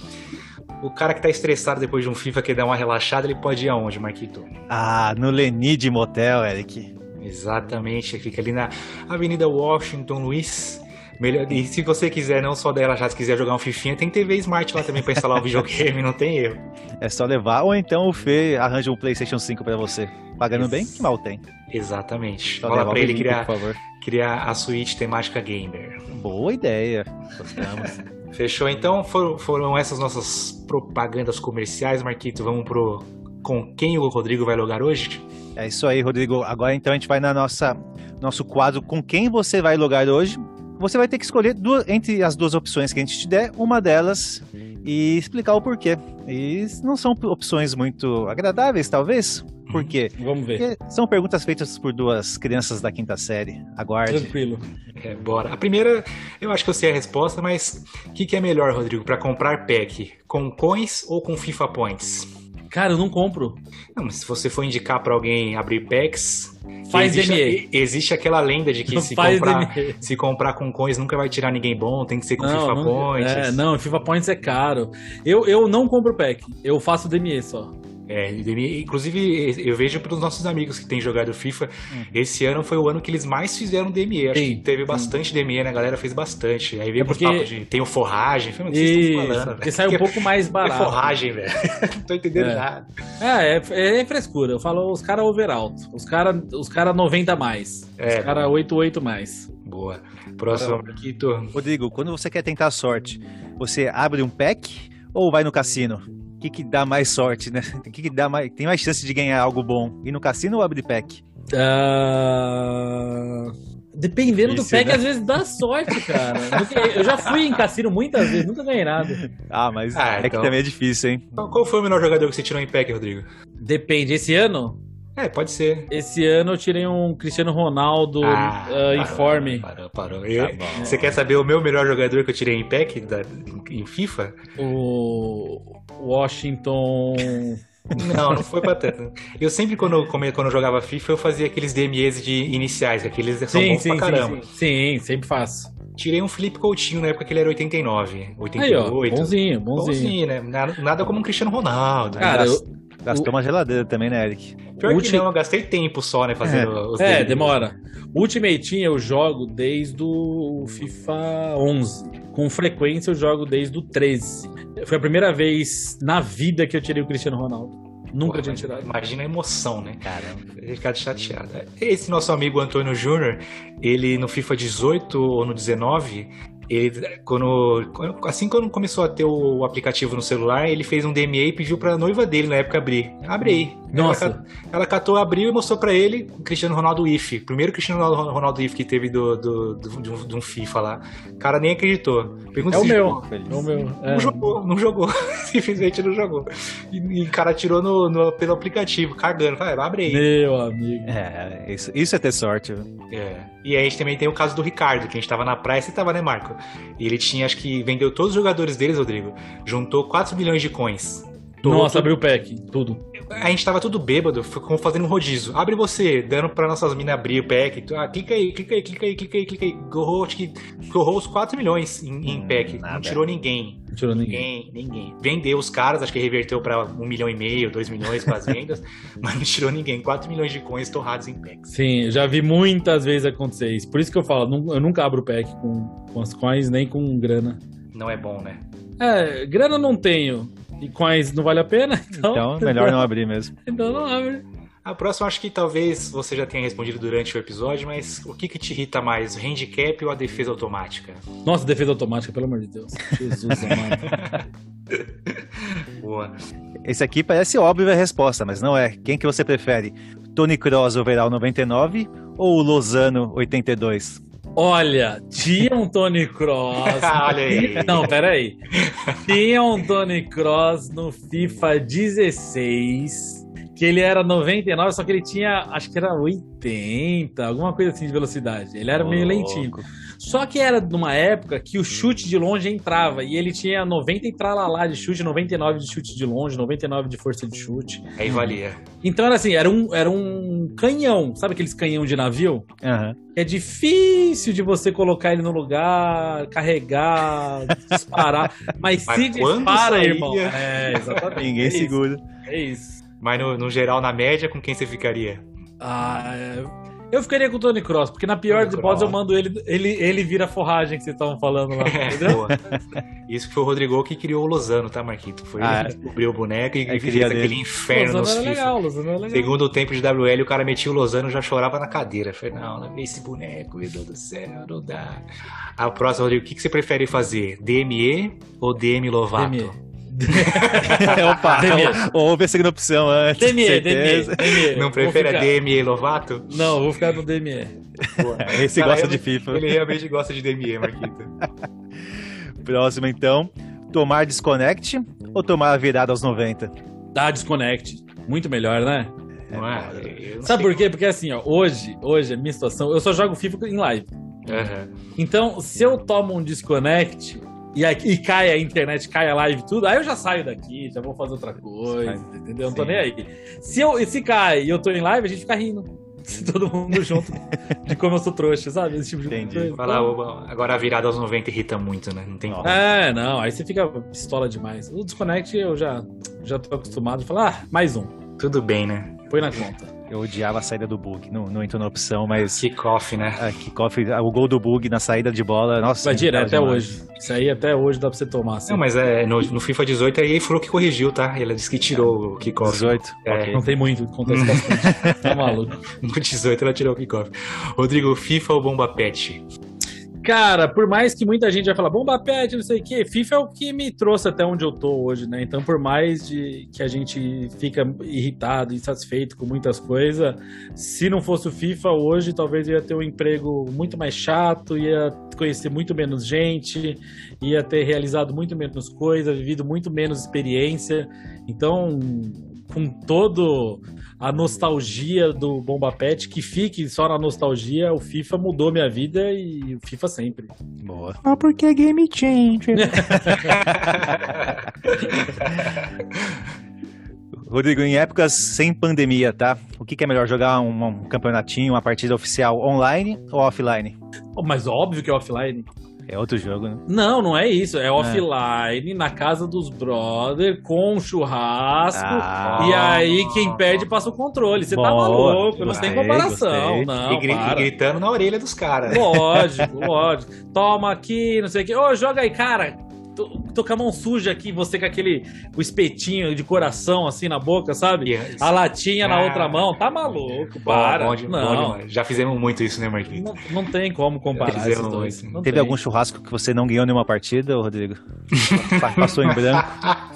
[SPEAKER 2] o cara que tá estressado depois de um FIFA, quer dar uma relaxada, ele pode ir aonde, Marquito?
[SPEAKER 1] No Lenid Motel, Eric.
[SPEAKER 2] Exatamente, fica ali na Avenida Washington Luiz. E se você quiser não só dar relaxada, se quiser jogar um fifinha, tem TV Smart lá também pra instalar um videogame, não tem erro.
[SPEAKER 1] É só levar, ou então o Fê arranja um PlayStation 5 pra você. Pagando bem, que mal tem.
[SPEAKER 2] Exatamente.
[SPEAKER 1] Só
[SPEAKER 2] fala pra ele
[SPEAKER 1] por
[SPEAKER 2] criar a suíte temática gamer.
[SPEAKER 1] Boa ideia, gostamos.
[SPEAKER 2] Fechou, então foram essas nossas propagandas comerciais, Marquito. Vamos com quem o Rodrigo vai logar hoje?
[SPEAKER 1] É isso aí, Rodrigo. Agora então a gente vai na nosso quadro Com Quem Você Vai Logar Hoje. Você vai ter que escolher entre as duas opções que a gente te der, uma delas, e explicar o porquê. E não são opções muito agradáveis, talvez. Por quê?
[SPEAKER 3] Vamos ver.
[SPEAKER 1] Porque são perguntas feitas por duas crianças da quinta série. Aguarde.
[SPEAKER 3] Tranquilo.
[SPEAKER 2] Bora. A primeira, eu acho que eu sei a resposta, mas o que é melhor, Rodrigo, para comprar pack? Com coins ou com FIFA Points?
[SPEAKER 3] Cara, eu não compro.
[SPEAKER 2] Não, mas se você for indicar pra alguém abrir packs...
[SPEAKER 3] Faz DME.
[SPEAKER 2] Existe aquela lenda de que se comprar com coins nunca vai tirar ninguém bom, tem que ser com FIFA Points.
[SPEAKER 3] Não, FIFA Points é caro. Eu não compro pack, eu faço DME só.
[SPEAKER 2] Inclusive, eu vejo pelos nossos amigos que têm jogado FIFA, esse ano foi o ano que eles mais fizeram DME. Acho que teve bastante DME, né? A galera fez bastante. Aí veio com os papos de tem o forragem. Falei, vocês estão falando,
[SPEAKER 3] porque sai um pouco mais barato.
[SPEAKER 2] É forragem, velho. Não tô entendendo nada.
[SPEAKER 3] É frescura. Eu falo os caras over alto. Os cara 90 mais. Os caras 88 mais.
[SPEAKER 2] Boa. Próximo, Marquito.
[SPEAKER 1] Rodrigo, quando você quer tentar a sorte, você abre um pack ou vai no cassino? O que dá mais sorte, né? O que dá tem mais chance de ganhar algo bom? Ir no cassino ou abrir pack?
[SPEAKER 3] Dependendo do pack, né? Às vezes dá sorte, cara. Eu já fui em cassino muitas vezes, nunca ganhei nada.
[SPEAKER 1] Mas pack então... também é difícil, hein?
[SPEAKER 2] Qual foi o melhor jogador que você tirou em pack, Rodrigo?
[SPEAKER 3] Depende. Esse ano?
[SPEAKER 2] Pode ser.
[SPEAKER 3] Esse ano eu tirei um Cristiano Ronaldo informe.
[SPEAKER 2] Parou. Você quer saber o meu melhor jogador que eu tirei em pack em FIFA?
[SPEAKER 3] O Washington...
[SPEAKER 2] Não foi pra tanto. Eu sempre, quando eu jogava FIFA, eu fazia aqueles DMEs de iniciais, aqueles são bons pra caramba.
[SPEAKER 3] Sim, sempre faço.
[SPEAKER 2] Tirei um Felipe Coutinho na época que ele era 89, 88.
[SPEAKER 3] Aí, ó, bonzinho.
[SPEAKER 2] Bonzinho, né? Nada como um Cristiano Ronaldo.
[SPEAKER 1] Cara, gastou uma geladeira também, né, Eric?
[SPEAKER 2] Pior que não, eu gastei tempo só, né, fazendo os DMEs.
[SPEAKER 3] Demora. Ultimate Team eu jogo desde o FIFA 11. Com frequência eu jogo desde o 13. Foi a primeira vez na vida que eu tirei o Cristiano Ronaldo. Nunca tinha tirado.
[SPEAKER 2] Imagina a emoção, né? Caramba, eu ficar chateado. Esse nosso amigo Antônio Júnior, ele no FIFA 18 ou no 19, Ele, assim quando começou a ter o aplicativo no celular, ele fez um DMA e pediu pra noiva dele na época abrir. Abre aí.
[SPEAKER 3] Nossa.
[SPEAKER 2] Ela catou, abriu e mostrou pra ele o Cristiano Ronaldo IF. Primeiro Cristiano Ronaldo IF que teve de um FIFA lá. O cara nem acreditou. Pergunta
[SPEAKER 3] É o
[SPEAKER 2] se
[SPEAKER 3] meu.
[SPEAKER 2] jogou.
[SPEAKER 3] É o meu. É.
[SPEAKER 2] Não jogou. Simplesmente não jogou. E o cara tirou pelo aplicativo, cagando. Vai, abre aí.
[SPEAKER 3] Meu amigo.
[SPEAKER 1] Isso é ter sorte. Viu?
[SPEAKER 2] E aí a gente também tem o caso do Ricardo, que a gente tava na praia, você tava, né, Marco? E ele tinha, acho que vendeu todos os jogadores deles, Rodrigo. Juntou 4 milhões de coins.
[SPEAKER 3] Nossa, abriu o pack, tudo.
[SPEAKER 2] A gente tava tudo bêbado, ficou fazendo um rodízio. Abre você, dando pra nossas minas abrir o pack. Clica aí. Gorrou os 4 milhões em pack.
[SPEAKER 1] Nada.
[SPEAKER 2] Não tirou ninguém.
[SPEAKER 3] Não tirou ninguém.
[SPEAKER 2] Vendeu os caras, acho que reverteu pra 1,5 milhão, 2 milhões com as vendas. Mas não tirou ninguém. 4 milhões de coins torrados em packs.
[SPEAKER 3] Sim, eu já vi muitas vezes acontecer isso. Por isso que eu falo, eu nunca abro o pack com as coins, nem com grana.
[SPEAKER 2] Não é bom, né?
[SPEAKER 3] Grana eu não tenho. E coins não vale a pena,
[SPEAKER 1] então melhor não abrir mesmo.
[SPEAKER 3] Então não abre.
[SPEAKER 2] A próxima acho que talvez você já tenha respondido durante o episódio, mas o que te irrita mais, o handicap ou a defesa automática?
[SPEAKER 3] Nossa, defesa automática, pelo amor de Deus. Jesus amado.
[SPEAKER 2] Boa.
[SPEAKER 1] Esse aqui parece óbvio a resposta, mas não é. Quem que você prefere? Toni Kroos overall 99 ou o Lozano 82?
[SPEAKER 3] Olha, tinha um Toni Kroos.
[SPEAKER 2] Olha aí.
[SPEAKER 3] Não, peraí. Tinha um Toni Kroos no FIFA 16, que ele era 99, só que ele tinha, acho que era 80, alguma coisa assim de velocidade. Ele era meio lentinho. Só que era numa época que o chute de longe entrava, e ele tinha 90 e tralalá de chute, 99 de chute de longe, 99 de força de chute.
[SPEAKER 2] Aí valia.
[SPEAKER 3] Então era assim, era um canhão, sabe aqueles canhão de navio?
[SPEAKER 1] Aham.
[SPEAKER 3] É difícil de você colocar ele no lugar, carregar, disparar. Mas se dispara,
[SPEAKER 2] saía...
[SPEAKER 3] irmão. Exatamente.
[SPEAKER 1] Ninguém segura.
[SPEAKER 3] É isso.
[SPEAKER 2] Mas no geral, na média, com quem você ficaria?
[SPEAKER 3] Eu ficaria com o Toni Kroos, porque na pior de hipótese eu mando ele vira forragem que vocês estavam falando lá. Entendeu?
[SPEAKER 2] Boa. Isso que foi o Rodrigo que criou o Lozano, tá, Marquito? Foi ele que descobriu o boneco e fez aquele inferno nos FIFA.
[SPEAKER 3] Lozano era legal.
[SPEAKER 2] Segundo o tempo de WL, o cara metia o Lozano e já chorava na cadeira. Falei, não vê esse boneco, meu Deus do céu, não dá. A próxima, Rodrigo, o que você prefere fazer? DME ou DM Lovato?
[SPEAKER 3] DME.
[SPEAKER 1] Opa, houve a segunda opção antes.
[SPEAKER 3] DME.
[SPEAKER 2] Não prefere a DME Lovato?
[SPEAKER 3] Não, vou ficar no DME.
[SPEAKER 1] Esse gosta de FIFA.
[SPEAKER 2] Ele realmente gosta de DME, Marquito.
[SPEAKER 1] Próximo, então. Tomar desconnect ou tomar a virada aos 90?
[SPEAKER 3] Desconnect. Muito melhor, né?
[SPEAKER 2] Não é?
[SPEAKER 3] Sabe por quê? Porque assim, ó, hoje a minha situação, eu só jogo FIFA em live.
[SPEAKER 2] Uhum.
[SPEAKER 3] Então, se eu tomo um desconnect e cai a internet, cai a live, tudo, aí eu já saio daqui, já vou fazer outra coisa, entendeu? Não tô nem aí. Se cai e eu tô em live, a gente fica rindo. Todo mundo junto de como eu sou trouxa, sabe? Esse tipo de coisa.
[SPEAKER 2] Agora a virada aos 90 irrita muito, né? Não tem como.
[SPEAKER 3] Não, aí você fica pistola demais. O desconnect eu já tô acostumado a falar, mais um.
[SPEAKER 2] Tudo bem, né?
[SPEAKER 3] Põe na conta.
[SPEAKER 1] Eu odiava a saída do bug, não entrou na opção, mas...
[SPEAKER 2] Kickoff, né?
[SPEAKER 1] Kickoff, o gol do bug na saída de bola, nossa...
[SPEAKER 3] Vai direto até hoje. Isso aí até hoje dá pra você tomar. Assim.
[SPEAKER 2] Não, mas no FIFA 18 aí falou que corrigiu, tá? Ela disse que tirou o kickoff.
[SPEAKER 1] 18?
[SPEAKER 3] Okay. Não tem muito, acontece bastante. Tá maluco.
[SPEAKER 2] No 18 ela tirou o kickoff. Rodrigo, FIFA ou Bomba Pet?
[SPEAKER 3] Cara, por mais que muita gente vai falar Bomba Pet, não sei o que, FIFA é o que me trouxe até onde eu tô hoje, né? Então, por mais que a gente fica irritado, insatisfeito com muitas coisas, se não fosse o FIFA hoje, talvez eu ia ter um emprego muito mais chato, ia conhecer muito menos gente, ia ter realizado muito menos coisa, vivido muito menos experiência. Então, com todo a nostalgia do Bomba Pet, que fique só na nostalgia, o FIFA mudou minha vida e o FIFA sempre.
[SPEAKER 1] Boa.
[SPEAKER 3] Porque é game changer.
[SPEAKER 1] Rodrigo, em épocas sem pandemia, tá? O que é melhor, jogar um campeonatinho, uma partida oficial online ou offline?
[SPEAKER 3] Mas óbvio que é offline.
[SPEAKER 1] É outro jogo, né?
[SPEAKER 3] Não é isso. É offline, na casa dos brother, com churrasco. E aí quem perde passa o controle. Você tá maluco, não tem comparação. Não,
[SPEAKER 2] e gritando na orelha dos caras.
[SPEAKER 3] Lógico. Toma aqui, não sei o quê. Joga aí, cara. tô com a mão suja aqui, você com o espetinho de coração assim na boca, sabe?
[SPEAKER 2] Yes.
[SPEAKER 3] A latinha na outra mão, tá maluco, para.
[SPEAKER 2] Bom
[SPEAKER 3] não,
[SPEAKER 2] demais. Já fizemos muito isso, né, Marquinhos?
[SPEAKER 3] não tem como comparar esses dois. Não
[SPEAKER 1] Teve
[SPEAKER 3] tem.
[SPEAKER 1] algum churrasco que você não ganhou nenhuma partida, Rodrigo? Passou em branco?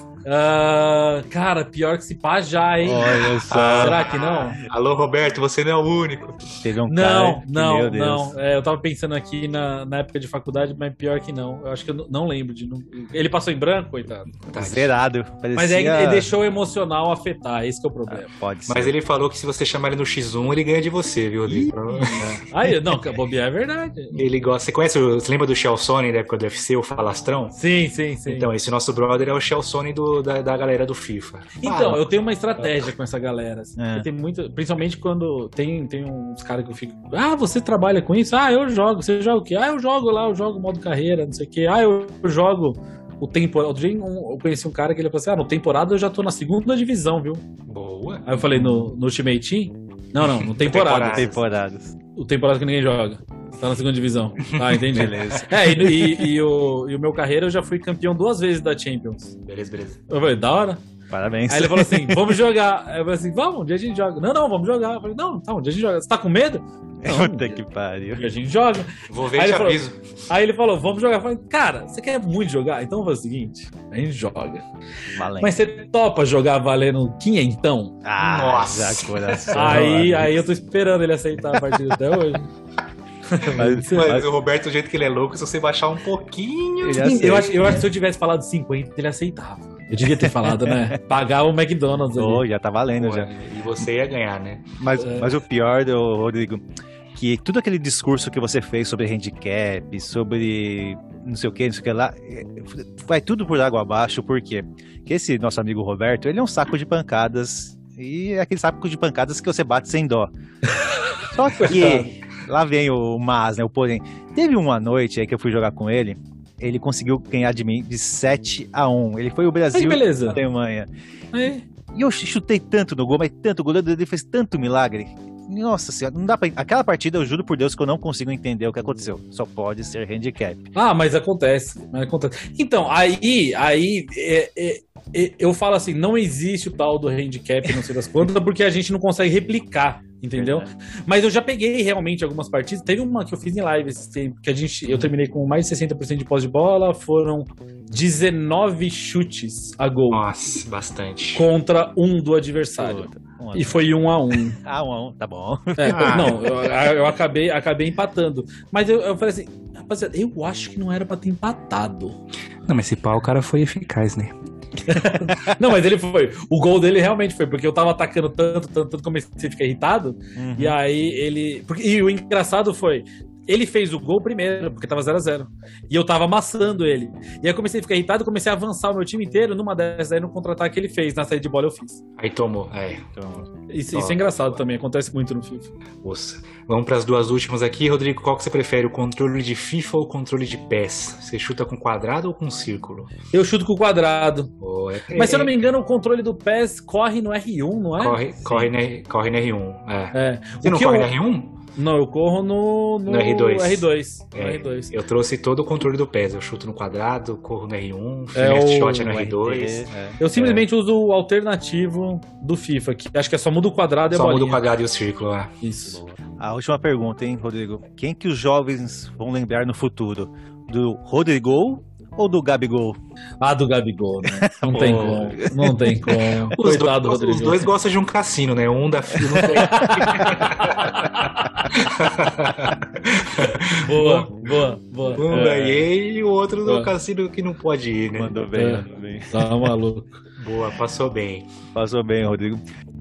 [SPEAKER 3] Cara, pior que se pá já, hein?
[SPEAKER 1] Olha só.
[SPEAKER 3] Será que não?
[SPEAKER 2] Alô, Roberto, você não é o único.
[SPEAKER 1] Teve um cara que,
[SPEAKER 3] Não.
[SPEAKER 1] meu Deus.
[SPEAKER 3] Eu tava pensando aqui na época de faculdade, mas pior que não. Eu acho que eu não lembro de. Ele passou em branco, coitado.
[SPEAKER 1] Zerado. Parecia...
[SPEAKER 3] Mas ele deixou o emocional afetar, esse que é o problema.
[SPEAKER 1] Pode ser.
[SPEAKER 2] Mas ele falou que se você chamar ele no X1, ele ganha de você, viu, Rodrigo?
[SPEAKER 3] Aí, não, bobear é verdade.
[SPEAKER 2] Ele gosta. Você lembra do Shelsone da época do UFC, o Falastrão?
[SPEAKER 3] Sim.
[SPEAKER 2] Então, esse nosso brother é o Shelsone da galera do FIFA.
[SPEAKER 3] Então, eu tenho uma estratégia com essa galera. Assim, tem muito, principalmente quando tem uns caras que eu fico. Você trabalha com isso? Eu jogo. Você joga o quê? Eu jogo modo carreira, não sei o quê. Eu jogo o temporada. Outro dia eu conheci um cara que ele falou assim: no temporada eu já tô na 2ª divisão, viu?
[SPEAKER 2] Boa.
[SPEAKER 3] Aí eu falei: no Ultimate Team? Não, no temporada.
[SPEAKER 1] Temporadas.
[SPEAKER 3] O temporada que ninguém joga. Tá na 2ª divisão. Entendi.
[SPEAKER 1] Beleza.
[SPEAKER 3] E o meu carreira eu já fui campeão 2 vezes da Champions.
[SPEAKER 2] Beleza.
[SPEAKER 3] Eu falei, da hora.
[SPEAKER 1] Parabéns.
[SPEAKER 3] Aí ele falou assim, vamos jogar. Aí eu falei assim, vamos, um dia a gente joga. Não, vamos jogar. Eu falei, não, um dia a gente joga. Você tá com medo? Não,
[SPEAKER 1] Puta que pariu.
[SPEAKER 3] um dia a gente joga.
[SPEAKER 2] Vou ver e te aviso.
[SPEAKER 3] Aí ele falou, vamos jogar. Eu falei, cara, você quer muito jogar? Então vamos fazer o seguinte, a gente joga.
[SPEAKER 1] Valente.
[SPEAKER 3] Mas você topa jogar valendo quinhentão?
[SPEAKER 2] Nossa.
[SPEAKER 1] Coração.
[SPEAKER 3] Aí eu tô esperando ele aceitar a partida até hoje.
[SPEAKER 2] Mas o Roberto, do jeito que ele é louco, se você baixar um pouquinho...
[SPEAKER 3] Eu acho que se eu tivesse falado 50, ele aceitava. Eu devia ter falado, né? Pagar o McDonald's ali.
[SPEAKER 1] Já tá valendo. Já.
[SPEAKER 2] E você ia ganhar, né?
[SPEAKER 1] Mas o pior, Rodrigo, que tudo aquele discurso que você fez sobre handicap, sobre não sei o que lá, vai tudo por água abaixo, por quê? Porque esse nosso amigo Roberto, ele é um saco de pancadas, e é aquele saco de pancadas que você bate sem dó. Só que, lá vem o mas, né, o porém. Teve uma noite aí que eu fui jogar com ele conseguiu ganhar de mim de 7-1. Ele foi o Brasil e a Alemanha. E eu chutei tanto no gol, mas tanto, o goleiro dele fez tanto milagre. Nossa senhora, não dá pra... Aquela partida, eu juro por Deus que eu não consigo entender o que aconteceu. Só pode ser handicap.
[SPEAKER 3] Mas acontece. Então, aí eu falo assim, não existe o tal do handicap, não sei das quantas, porque a gente não consegue replicar, entendeu? Mas eu já peguei realmente algumas partidas. Teve uma que eu fiz em live esse tempo, que eu terminei com mais de 60% de posse de bola, foram 19 chutes a gol.
[SPEAKER 2] Nossa, bastante.
[SPEAKER 3] Contra um do adversário. E foi 1-1.
[SPEAKER 1] 1-1, tá bom.
[SPEAKER 3] Eu acabei empatando. Mas eu falei assim, rapaziada, eu acho que não era pra ter empatado.
[SPEAKER 2] Não, mas esse pau, o cara foi eficaz, né?
[SPEAKER 3] Não, mas ele foi. O gol dele realmente foi, porque eu tava atacando tanto, comecei a ficar irritado. E aí ele. E o engraçado foi. Ele fez o gol primeiro, porque tava 0-0. E eu tava amassando ele. E aí eu comecei a ficar irritado, comecei a avançar o meu time inteiro. Numa dessas aí, no contra-ataque que ele fez, na saída de bola eu fiz.
[SPEAKER 2] Aí tomou,
[SPEAKER 3] Isso é engraçado também, acontece muito no FIFA.
[SPEAKER 2] Nossa. Vamos pras 2 últimas aqui. Rodrigo, qual que você prefere, o controle de FIFA ou o controle de PES? Você chuta com quadrado ou com círculo?
[SPEAKER 3] Eu chuto com quadrado. Mas se eu não me engano, o controle do PES corre no R1, não é?
[SPEAKER 2] Corre no R1, Você não corre no R1?
[SPEAKER 3] Não, eu corro no
[SPEAKER 2] R2.
[SPEAKER 3] R2.
[SPEAKER 2] Eu trouxe todo o controle do PES. Eu chuto no quadrado, corro no R1, fast shot no R2.
[SPEAKER 3] Eu simplesmente uso o alternativo do FIFA, que acho que é só muda o quadrado e a bolinha.
[SPEAKER 2] Só muda o quadrado e o círculo,
[SPEAKER 3] Isso.
[SPEAKER 1] A última pergunta, hein, Rodrigo? Quem que os jovens vão lembrar no futuro? Do Rodrigo ou do Gabigol?
[SPEAKER 3] Do Gabigol, né? Não tem como. Não tem como. Coitado do Rodrigo.
[SPEAKER 2] Os dois gostam de um cassino, né? Um da FIFA.
[SPEAKER 3] Boa.
[SPEAKER 2] Um da EA e o outro do cassino que não pode ir, né?
[SPEAKER 1] Mandou bem.
[SPEAKER 3] Tá maluco.
[SPEAKER 2] Boa, passou bem.
[SPEAKER 1] Passou bem, Rodrigo.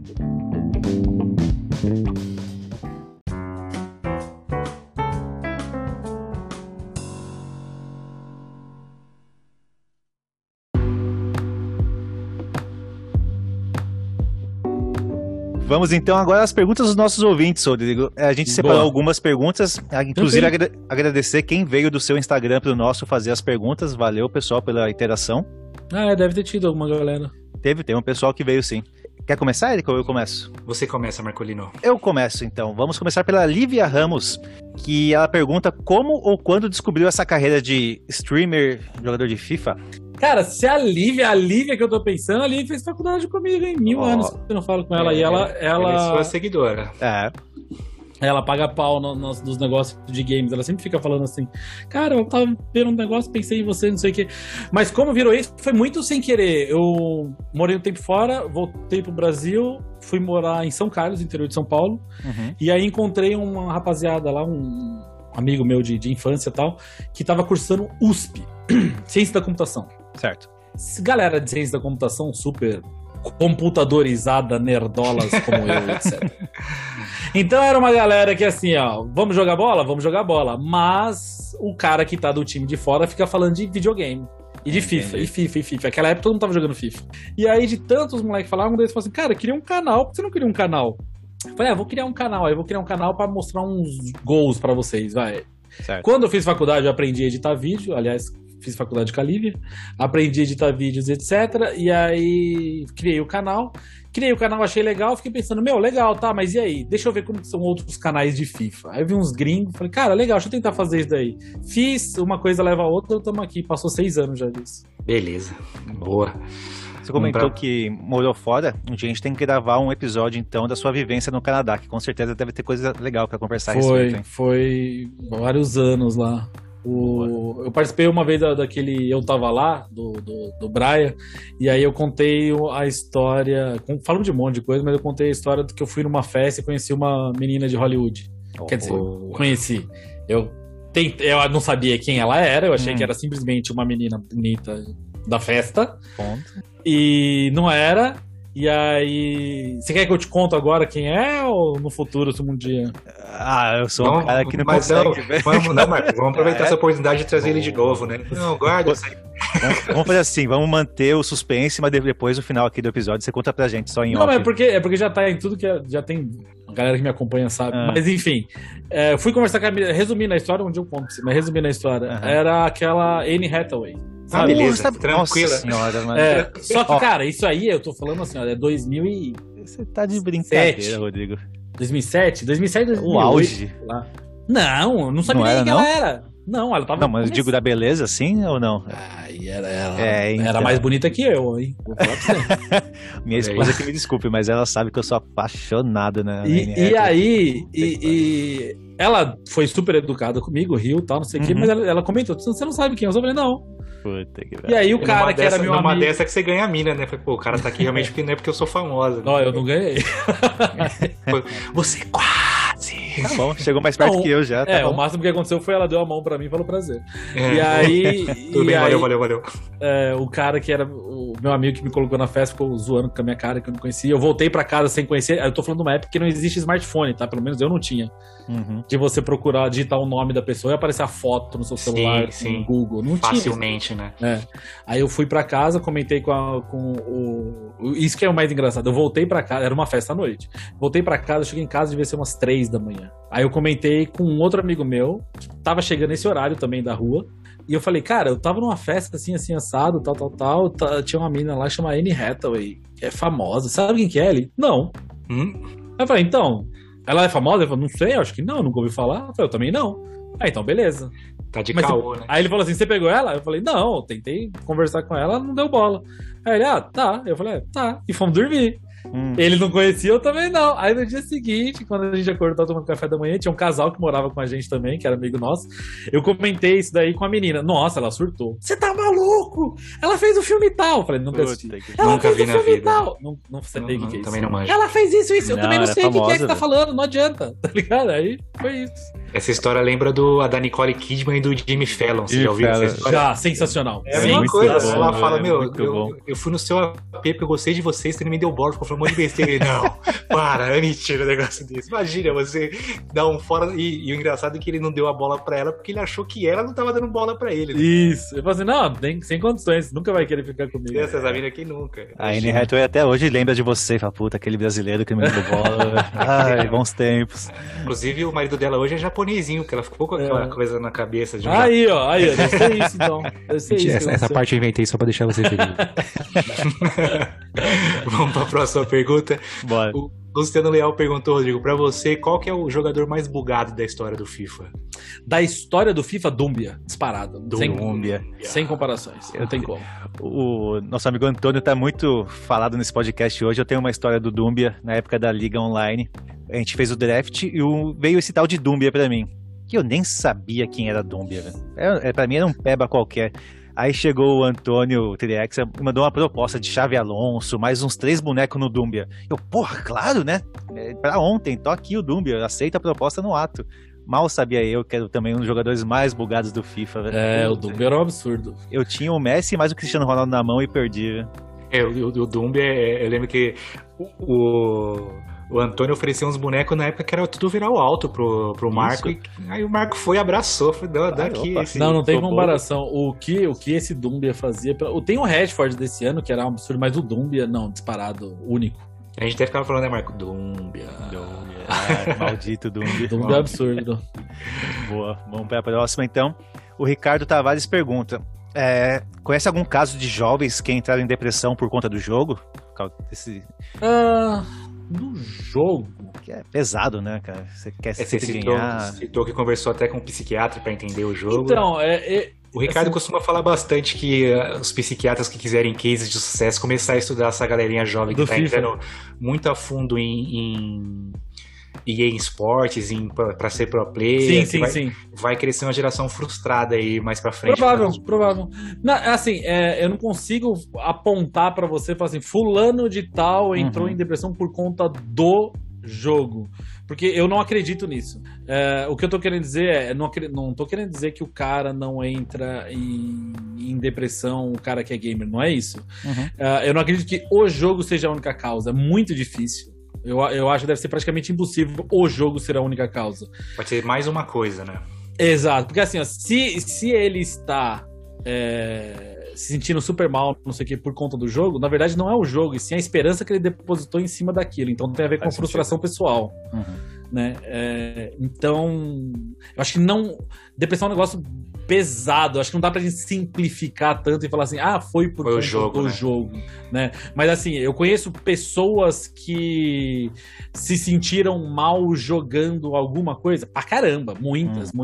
[SPEAKER 1] Vamos então agora às perguntas dos nossos ouvintes, Rodrigo. A gente separou algumas perguntas, inclusive agradecer quem veio do seu Instagram para o nosso fazer as perguntas. Valeu, pessoal, pela interação.
[SPEAKER 3] Deve ter tido alguma galera.
[SPEAKER 1] Tem um pessoal que veio sim. Quer começar, Eric, ou eu começo?
[SPEAKER 2] Você começa, Marcolino.
[SPEAKER 1] Eu começo, então. Vamos começar pela Lívia Ramos, que ela pergunta como ou quando descobriu essa carreira de streamer, jogador de FIFA.
[SPEAKER 3] Cara, se a Lívia que eu tô pensando, a Lívia fez faculdade comigo, hein? 1000 anos que eu não falo com ela. E ela
[SPEAKER 2] é sua seguidora.
[SPEAKER 3] Ela paga pau nos negócios de games. Ela sempre fica falando assim, cara, eu tava vendo um negócio, pensei em você, não sei o quê. Mas como virou isso, foi muito sem querer. Eu morei um tempo fora, voltei pro Brasil, fui morar em São Carlos, interior de São Paulo. E aí encontrei uma rapaziada lá, um amigo meu de infância e tal, que tava cursando USP, Ciência da Computação.
[SPEAKER 1] Certo.
[SPEAKER 3] Galera de Ciência da Computação super computadorizada, nerdolas como eu, etc. Então era uma galera que assim, ó, vamos jogar bola? Vamos jogar bola. Mas o cara que tá do time de fora fica falando de videogame. E de FIFA, e FIFA. Aquela época todo mundo tava jogando FIFA. E aí de tantos moleques falavam, um deles falou assim, cara, eu queria um canal, por que você não queria um canal? Eu falei, vou criar um canal. Aí eu vou criar um canal pra mostrar uns gols pra vocês, vai. Certo. Quando eu fiz faculdade, eu aprendi a editar vídeo, aliás, fiz faculdade com a Lívia, aprendi a editar vídeos, etc. E aí criei o canal, achei legal, fiquei pensando, legal, tá, mas e aí? Deixa eu ver como são outros canais de FIFA. Aí eu vi uns gringos, falei, cara, legal, deixa eu tentar fazer isso daí. Fiz, uma coisa leva a outra, estamos aqui, passou 6 anos já disso.
[SPEAKER 2] Beleza, boa.
[SPEAKER 1] Você comentou que morou fora, um dia a gente tem que gravar um episódio, então, da sua vivência no Canadá, que com certeza deve ter coisa legal pra conversar.
[SPEAKER 3] Foi vários anos lá. Eu participei uma vez daquele Eu Tava Lá, do Brian, e aí eu contei a história, falamos de um monte de coisa, mas eu contei a história do que eu fui numa festa e conheci uma menina de Hollywood. Quer dizer, conheci. Eu não sabia quem ela era, eu achei que era simplesmente uma menina bonita da festa. E não era. E aí, você quer que eu te conte agora quem é ou no futuro, se um dia?
[SPEAKER 1] Eu sou um cara que não consegue ver.
[SPEAKER 2] Vamos aproveitar essa oportunidade de trazer ele de novo, né? Não, guarda isso aí.
[SPEAKER 1] Vamos fazer assim, vamos manter o suspense, mas depois no final aqui do episódio você conta pra gente só em off.
[SPEAKER 3] Não, é porque já tá em tudo que já tem. A galera que me acompanha sabe. Mas enfim, fui conversar com a menina, resumindo a história, um dia eu conto, mas resumindo a história, era aquela Anne Hathaway.
[SPEAKER 2] Beleza, tranquila.
[SPEAKER 1] Nossa senhora, mano.
[SPEAKER 3] Só que, cara, isso aí, eu tô falando assim, olha, é 2000 e...
[SPEAKER 1] Você tá de brincadeira, Rodrigo.
[SPEAKER 3] 2007, 2008.
[SPEAKER 1] O auge.
[SPEAKER 3] Lá. Não, eu não sabia nem quem ela era. Não, ela tava...
[SPEAKER 1] Não, mas eu digo da beleza, sim ou não?
[SPEAKER 3] Ela era mais bonita que eu, hein? Vou falar pra você.
[SPEAKER 1] Minha esposa que me desculpe, mas ela sabe que eu sou apaixonado, né?
[SPEAKER 3] E aí, ela foi super educada comigo, riu e tal, não sei o que, mas ela comentou, você não sabe quem eu sou? Eu falei, não.
[SPEAKER 1] Puta que
[SPEAKER 3] e aí o cara que era meu amigo...
[SPEAKER 2] Numa dessa que você ganha a mina, né? Falei, o cara tá aqui realmente porque não é porque eu sou famosa.
[SPEAKER 3] Não, eu não ganhei.
[SPEAKER 2] Você quase...
[SPEAKER 1] Tá bom, chegou mais perto que eu já.
[SPEAKER 3] O máximo que aconteceu foi ela deu a mão pra mim e falou prazer. E aí...
[SPEAKER 2] Tudo bem, valeu.
[SPEAKER 3] O cara que era o meu amigo que me colocou na festa ficou zoando com a minha cara, que eu não conhecia. Eu voltei pra casa sem conhecer. Eu tô falando de uma época que não existe smartphone, tá? Pelo menos eu não tinha. De você procurar, digitar o nome da pessoa e aparecer a foto no seu celular, no Google. Não
[SPEAKER 2] facilmente,
[SPEAKER 3] tinha.
[SPEAKER 2] Né?
[SPEAKER 3] Aí eu fui pra casa, comentei com o... Isso que é o mais engraçado. Eu voltei pra casa, era uma festa à noite. Voltei pra casa, cheguei em casa, devia ser umas 3 da manhã. Aí eu comentei com um outro amigo meu, que tava chegando nesse horário também da rua. E eu falei, cara, eu tava numa festa assim, assado, tal. Tinha uma menina lá, chama Anne Hathaway, que é famosa. Sabe quem que é ele? Não. Aí eu falei, então, ela é famosa? Ele falou, não sei, acho que não, nunca ouvi falar. Eu falei, eu também não. Então, beleza.
[SPEAKER 2] Tá de caô, né?
[SPEAKER 3] Aí ele falou assim, você pegou ela? Eu falei, não, eu tentei conversar com ela, não deu bola. Aí ele, tá. Eu falei, tá. E fomos dormir. Ele não conhecia, eu também não. Aí no dia seguinte, quando a gente acordou tomando café da manhã, tinha um casal que morava com a gente também, que era amigo nosso. Eu comentei isso daí com a menina. Nossa, ela surtou. Você tá maluco? Ela fez o filme tal. Eu falei, nunca assisti.
[SPEAKER 2] Ela nunca vi na vida.
[SPEAKER 3] Tal. Não sei o que é isso.
[SPEAKER 2] Também não manjo.
[SPEAKER 3] Ela fez isso. Eu também não sei o que é que tá falando. Não adianta, tá ligado? Aí foi isso.
[SPEAKER 2] Essa história lembra da Nicole Kidman e do Jimmy Fallon. Você já ouviu essa história?
[SPEAKER 3] Já, sensacional.
[SPEAKER 2] É a mesma coisa. Ela fala, eu fui no seu AP porque eu gostei de vocês, você não me deu bola, ficou falando um monte de besteira. Ele, não, é mentira um negócio desse. Imagina, você dá um fora. E o engraçado é que ele não deu a bola pra ela porque ele achou que ela não tava dando bola pra ele. Né?
[SPEAKER 3] Isso. Eu falei assim, não, sem condições, nunca vai querer ficar comigo.
[SPEAKER 2] Essas amigas aqui nunca.
[SPEAKER 1] A Anne Hathaway até hoje lembra de você. Fala, puta, aquele brasileiro que me deu bola. Ai, bons tempos.
[SPEAKER 2] Inclusive, o marido dela hoje é japonesinho, que ela ficou com aquela coisa na cabeça. De
[SPEAKER 3] aí, deve ser isso, então.
[SPEAKER 2] Essa parte eu inventei só pra deixar você feliz. Vamos pra próxima pergunta.
[SPEAKER 1] Bora.
[SPEAKER 2] O Luciano Leal perguntou, Rodrigo, pra você, qual que é o jogador mais bugado da história do FIFA?
[SPEAKER 3] da história do FIFA, Dumbia, disparado.
[SPEAKER 1] Dumbia.
[SPEAKER 3] Sem comparações, não tem como.
[SPEAKER 1] O nosso amigo Antônio tá muito falado nesse podcast hoje. Eu tenho uma história do Dumbia na época da Liga Online. A gente fez o draft e veio esse tal de Dumbia pra mim, que eu nem sabia quem era Dumbia, velho. Pra mim era um peba qualquer. Aí chegou o Antônio Triex e mandou uma proposta de Xavi Alonso, mais uns 3 bonecos no Dumbia. Eu, porra, claro, né? Pra ontem, tô aqui o Dumbia, aceita a proposta no ato. Mal sabia eu que era também um dos jogadores mais bugados do FIFA, velho.
[SPEAKER 3] O Dumbia era um absurdo.
[SPEAKER 1] Eu tinha o Messi mais o Cristiano Ronaldo na mão e perdi, velho.
[SPEAKER 2] O Dumbia, eu lembro que o Antônio ofereceu uns bonecos na época que era tudo viral alto pro Marco. E aí o Marco foi e abraçou. Falou, daqui.
[SPEAKER 3] Não tem comparação. O que esse Dumbia fazia. Tem o Rashford desse ano, que era um absurdo, mas o Dumbia, não, disparado, único.
[SPEAKER 2] A gente até ficava falando, né, Marco? Dumbia.
[SPEAKER 1] Maldito Dumbia.
[SPEAKER 3] Dumbia é absurdo.
[SPEAKER 1] Boa, vamos para a próxima então. O Ricardo Tavares pergunta: conhece algum caso de jovens que entraram em depressão por conta do jogo?
[SPEAKER 3] Do jogo?
[SPEAKER 1] Que é pesado, né, cara? Você quer
[SPEAKER 2] Você
[SPEAKER 1] ganhar.
[SPEAKER 2] citou que conversou até com um psiquiatra pra entender o jogo.
[SPEAKER 3] Então,
[SPEAKER 2] o Ricardo costuma falar bastante que os psiquiatras que quiserem cases de sucesso começar a estudar essa galerinha jovem que tá entrando muito a fundo em esportes, pra ser pro player.
[SPEAKER 3] Sim.
[SPEAKER 2] Vai crescer uma geração frustrada aí mais pra frente.
[SPEAKER 3] Provável. Não, assim, eu não consigo apontar pra você e falar assim, fulano de tal entrou em depressão por conta do jogo. Porque eu não acredito nisso. O que eu tô querendo dizer não tô querendo dizer que o cara não entra em depressão, o cara que é gamer, não é isso. Eu não acredito que o jogo seja a única causa. É muito difícil. Eu acho que deve ser praticamente impossível o jogo ser a única causa.
[SPEAKER 2] Pode ser mais uma coisa, né?
[SPEAKER 3] Exato, porque assim, ó, se ele está se sentindo super mal, não sei o que, por conta do jogo, na verdade não é o jogo, e sim a esperança que ele depositou em cima daquilo. Então tem a ver com frustração pessoal. Né? Então, eu acho que não... Depressão é um negócio pesado, acho que não dá pra gente simplificar tanto e falar assim, foi por conta do jogo, né? Mas assim, eu conheço pessoas que se sentiram mal jogando alguma coisa, pra caramba, muitas.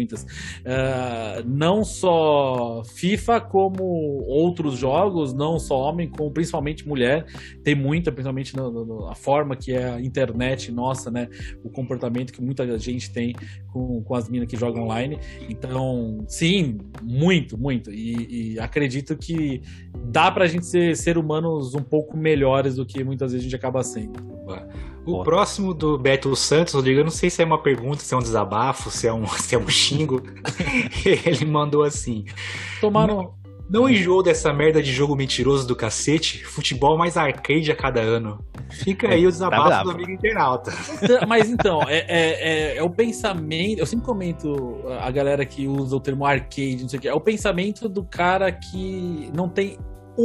[SPEAKER 3] Não só FIFA, como outros jogos, não só homem, como principalmente mulher, tem muita, principalmente a forma que é a internet nossa, né? O comportamento que muita gente tem com as minas que jogam online. Então, sim, muito. E acredito que dá pra gente ser humanos um pouco melhores do que muitas vezes a gente acaba sendo.
[SPEAKER 2] O próximo do Beto Santos, Rodrigo, eu não sei se é uma pergunta, se é um desabafo, se é um xingo. Ele mandou assim: Não enjoo dessa merda de jogo mentiroso do cacete, futebol mais arcade a cada ano. Fica aí o desabafo do amigo internauta.
[SPEAKER 3] Mas então, é o pensamento. Eu sempre comento a galera que usa o termo arcade, não sei o que. É o pensamento do cara que não tem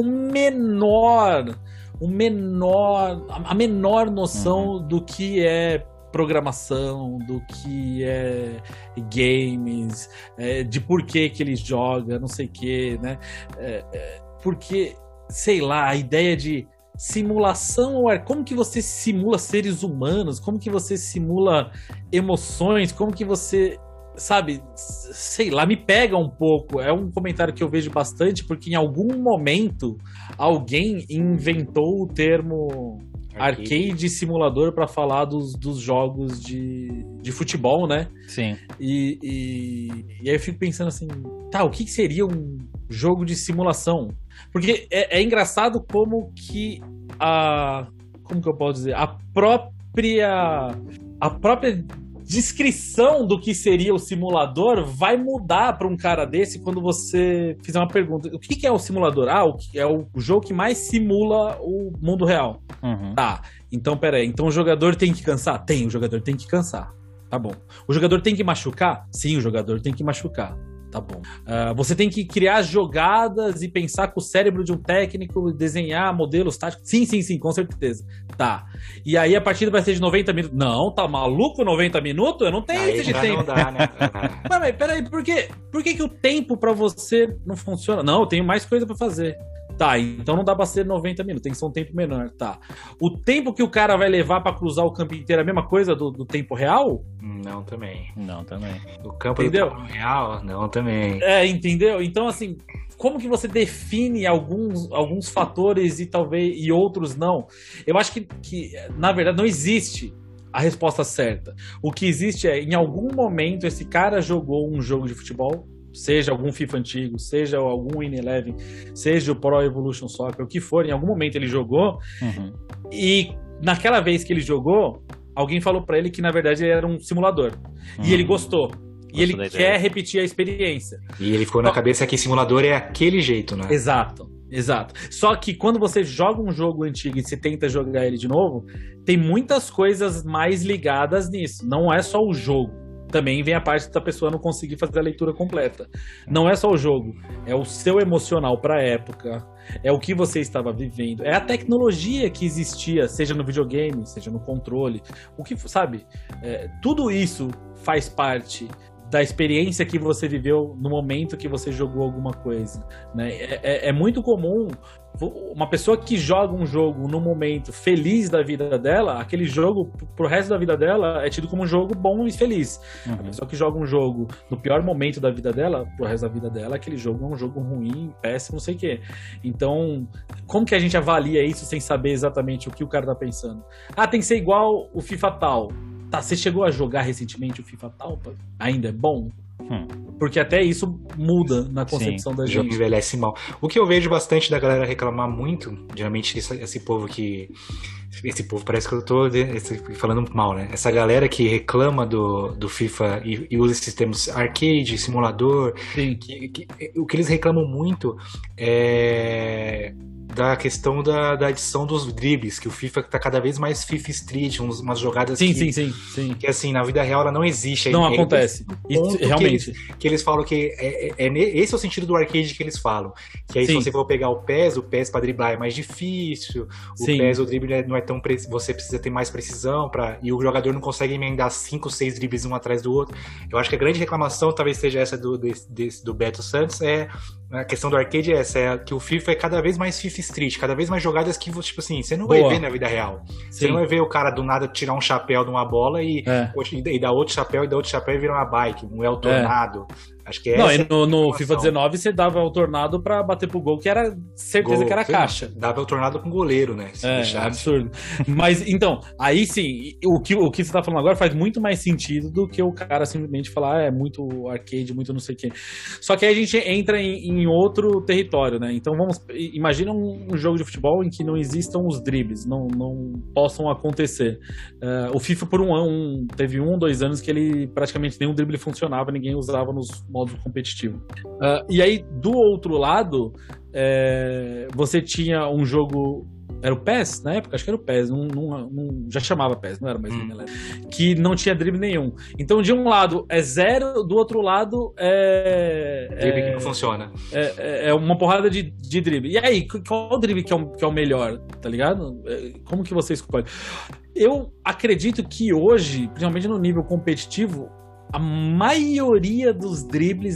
[SPEAKER 3] a menor noção do que é programação, do que é games, de por que ele joga, não sei o que, né? Porque, sei lá, a ideia de simulação, como que você simula seres humanos, como que você simula emoções, como que você, sabe, sei lá, me pega um pouco. É um comentário que eu vejo bastante, porque em algum momento alguém inventou o termo arcade simulador para falar dos jogos de futebol, né?
[SPEAKER 1] Sim.
[SPEAKER 3] E aí eu fico pensando assim, o que seria um jogo de simulação? Porque é engraçado como que como que eu posso dizer? A própria descrição do que seria o simulador vai mudar para um cara desse quando você fizer uma pergunta. O que é o simulador? É o jogo que mais simula o mundo real. Tá, então peraí. Então o jogador tem que cansar? Tem, o jogador tem que cansar. Tá bom. O jogador tem que machucar? Sim, o jogador tem que machucar. Tá bom. Você tem que criar jogadas e pensar com o cérebro de um técnico, desenhar modelos táticos? Sim, com certeza. Tá. E aí a partida vai ser de 90 minutos? Não, tá maluco 90 minutos? Eu não tenho
[SPEAKER 2] aí
[SPEAKER 3] esse de tempo.
[SPEAKER 2] Não dá, né?
[SPEAKER 3] Mas peraí, por que o tempo pra você não funciona? Não, eu tenho mais coisa pra fazer. Tá, então não dá pra ser 90 minutos, tem que ser um tempo menor, tá. O tempo que o cara vai levar pra cruzar o campo inteiro é a mesma coisa do tempo real?
[SPEAKER 2] Não, também.
[SPEAKER 1] Não, também.
[SPEAKER 2] O campo
[SPEAKER 3] Entendeu?
[SPEAKER 2] do real? Não, também.
[SPEAKER 3] Entendeu? Então, assim, como que você define alguns fatores e outros não? Eu acho que, na verdade, não existe a resposta certa. O que existe é, em algum momento, esse cara jogou um jogo de futebol, seja algum FIFA antigo, seja algum Win-Eleven, seja o Pro Evolution Soccer, o que for, em algum momento ele jogou, e naquela vez que ele jogou, alguém falou pra ele que, na verdade, ele era um simulador. E ele gostou. E ele quer repetir a experiência.
[SPEAKER 2] E ele ficou na cabeça que simulador é aquele jeito, né?
[SPEAKER 3] Exato. Só que quando você joga um jogo antigo e você tenta jogar ele de novo, tem muitas coisas mais ligadas nisso. Não é só o jogo. Também vem a parte da pessoa não conseguir fazer a leitura completa. Não é só o jogo. É o seu emocional pra época. É o que você estava vivendo. É a tecnologia que existia, seja no videogame, seja no controle. O que, sabe? Tudo isso faz parte da experiência que você viveu no momento que você jogou alguma coisa, né? É muito comum uma pessoa que joga um jogo no momento feliz da vida dela, aquele jogo pro resto da vida dela é tido como um jogo bom e feliz. A pessoa que joga um jogo no pior momento da vida dela, pro resto da vida dela, aquele jogo é um jogo ruim, péssimo, não sei o quê. Então, como que a gente avalia isso sem saber exatamente o que o cara tá pensando? Tem que ser igual o FIFA tal. Tá, você chegou a jogar recentemente o FIFA tal? Ainda é bom? Porque até isso muda na concepção da gente.
[SPEAKER 2] O jogo envelhece mal. O que eu vejo bastante da galera reclamar muito, geralmente esse povo que... Esse povo parece que eu tô falando mal, né? Essa galera que reclama do FIFA e usa esses termos arcade, simulador.
[SPEAKER 3] Sim.
[SPEAKER 2] O que eles reclamam muito é da questão da adição dos dribles, que o FIFA tá cada vez mais FIFA Street, umas jogadas
[SPEAKER 3] sim.
[SPEAKER 2] que assim, na vida real ela não existe.
[SPEAKER 3] Não acontece. Isso, realmente.
[SPEAKER 2] Que eles falam que esse é o sentido do arcade que eles falam. Que aí se você for pegar o PES pra driblar é mais difícil, o PES, o drible não é tão você precisa ter mais precisão, e o jogador não consegue emendar 5, 6 dribles um atrás do outro. Eu acho que a grande reclamação, talvez seja essa do Beto Santos, a questão do arcade é que o FIFA é cada vez mais FIFA Street, cada vez mais jogadas que, tipo assim, você não vai ver na vida real. Você não vai ver o cara do nada tirar um chapéu de uma bola e dar outro chapéu e virar uma bike, um El Tornado. Acho que
[SPEAKER 3] no FIFA 19 você dava o tornado pra bater pro gol, que era certeza que era caixa.
[SPEAKER 2] Dava o tornado com goleiro, né?
[SPEAKER 3] Absurdo. Mas, então, aí sim, o que você tá falando agora faz muito mais sentido do que o cara simplesmente falar, é muito arcade, muito não sei o quê. Só que aí a gente entra em outro território, né? Então imagina um jogo de futebol em que não existam os dribles, não possam acontecer. O FIFA por teve 2 anos que ele praticamente nenhum drible funcionava, ninguém usava nos modo competitivo. E aí, do outro lado, você tinha um jogo... Era o PES, na época? Acho que era o PES. Já chamava PES, não era mais que não tinha drible nenhum. Então, de um lado é 0, do outro lado
[SPEAKER 2] drible que não funciona.
[SPEAKER 3] É uma porrada de drible. E aí, qual o drible que é o melhor? Tá ligado? Como que você escolhe? Eu acredito que hoje, principalmente no nível competitivo, a maioria dos dribles,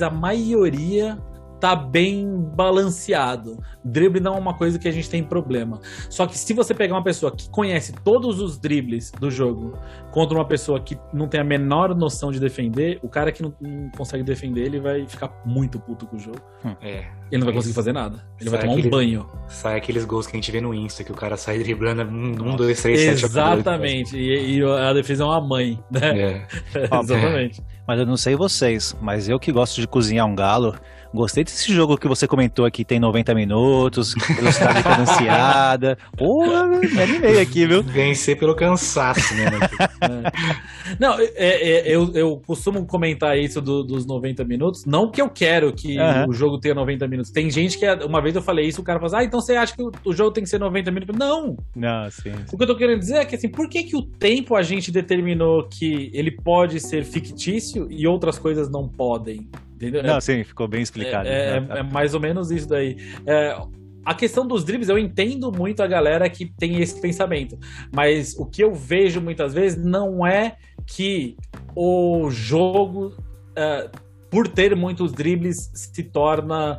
[SPEAKER 3] tá bem balanceado. Drible não é uma coisa que a gente tem problema. Só que se você pegar uma pessoa que conhece todos os dribles do jogo contra uma pessoa que não tem a menor noção de defender, o cara que não consegue defender, ele vai ficar muito puto com o jogo. Ele não vai conseguir fazer nada. Ele vai tomar um banho.
[SPEAKER 2] Sai aqueles gols que a gente vê no Insta, que o cara sai driblando 1, 2, 3, 7...
[SPEAKER 3] Exatamente. E a defesa é uma mãe, né? Exatamente.
[SPEAKER 1] Mas eu não sei vocês, mas eu que gosto de cozinhar um galo, gostei desse jogo que você comentou aqui, tem 90 minutos, velocidade cadenciada. Porra, me animei aqui, viu?
[SPEAKER 2] Vencer pelo cansaço, né?
[SPEAKER 3] Não, eu costumo comentar isso dos 90 minutos, não que eu quero que o jogo tenha 90 minutos. Tem gente que, uma vez eu falei isso, o cara fala, então você acha que o jogo tem que ser 90 minutos? Não! Sim. O que eu tô querendo dizer é que, assim, por que o tempo a gente determinou que ele pode ser fictício e outras coisas não podem? Entendeu?
[SPEAKER 1] Não, sim, ficou bem explicado.
[SPEAKER 3] É mais ou menos isso daí. A questão dos dribles, eu entendo muito a galera que tem esse pensamento, mas o que eu vejo muitas vezes não é que o jogo, por ter muitos dribles, se torna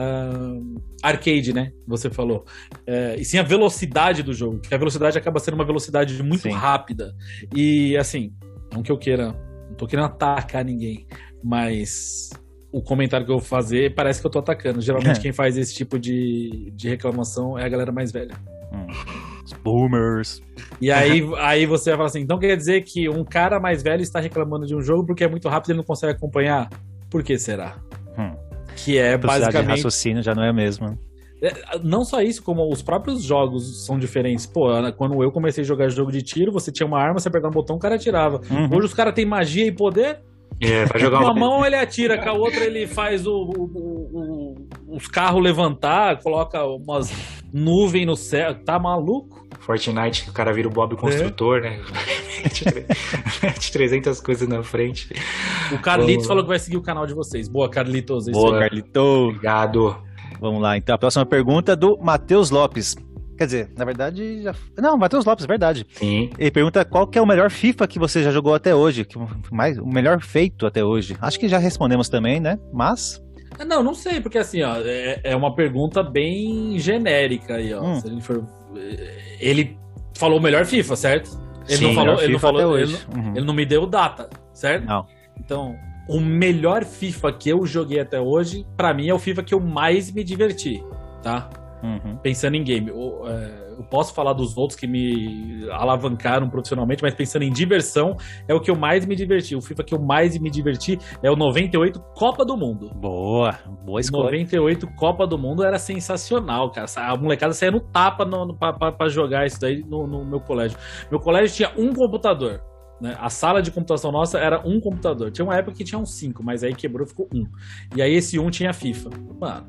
[SPEAKER 3] arcade, né? Você falou. E sim a velocidade do jogo, que a velocidade acaba sendo uma velocidade muito rápida. E assim, não que eu queira tô querendo atacar ninguém, mas o comentário que eu vou fazer parece que eu tô atacando. Geralmente quem faz esse tipo de reclamação é a galera mais velha.
[SPEAKER 1] Os boomers.
[SPEAKER 3] E aí você vai falar assim, então quer dizer que um cara mais velho está reclamando de um jogo porque é muito rápido e ele não consegue acompanhar? Por que será? Que é
[SPEAKER 1] A velocidade de
[SPEAKER 3] basicamente...
[SPEAKER 1] raciocínio já não é a mesma.
[SPEAKER 3] Não só isso, como os próprios jogos são diferentes. Pô, quando eu comecei a jogar jogo de tiro, você tinha uma arma, você apertava um botão, o cara atirava. Hoje os caras têm magia e poder.
[SPEAKER 2] Vai jogar
[SPEAKER 3] Com uma mão ele atira, com a outra ele faz os carros levantar, coloca umas nuvens no céu. Tá maluco?
[SPEAKER 2] Fortnite, que o cara vira o Bob Construtor, né? Mete 300 coisas na frente.
[SPEAKER 3] O Carlitos falou que vai seguir o canal de vocês. Boa, Carlitos.
[SPEAKER 1] Boa, Carlitos.
[SPEAKER 2] Obrigado.
[SPEAKER 1] Vamos lá, então a próxima pergunta é do Matheus Lopes. Quer dizer, na verdade, não, Matheus Lopes, verdade.
[SPEAKER 2] Sim.
[SPEAKER 1] Ele pergunta qual que é o melhor FIFA que você já jogou até hoje, o melhor feito até hoje. Acho que já respondemos também, né? Mas...
[SPEAKER 3] Não sei, porque assim, ó, é uma pergunta bem genérica aí, ó. Se a gente for... Ele falou o melhor FIFA, certo? Ele não falou, ele não me deu data, certo?
[SPEAKER 1] Não.
[SPEAKER 3] Então, o melhor FIFA que eu joguei até hoje, pra mim, é o FIFA que eu mais me diverti, tá? Pensando em game. Eu posso falar dos outros que me alavancaram profissionalmente, mas pensando em diversão, é o que eu mais me diverti. O FIFA que eu mais me diverti é o 98 Copa do Mundo.
[SPEAKER 1] Boa escolha. 98
[SPEAKER 3] Copa do Mundo era sensacional, cara. A molecada saía no tapa pra jogar isso daí no meu colégio. Meu colégio tinha um computador. Né? A sala de computação nossa era um computador. Tinha uma época que tinha uns 5, mas aí quebrou, ficou 1. E aí esse 1 tinha FIFA. Mano,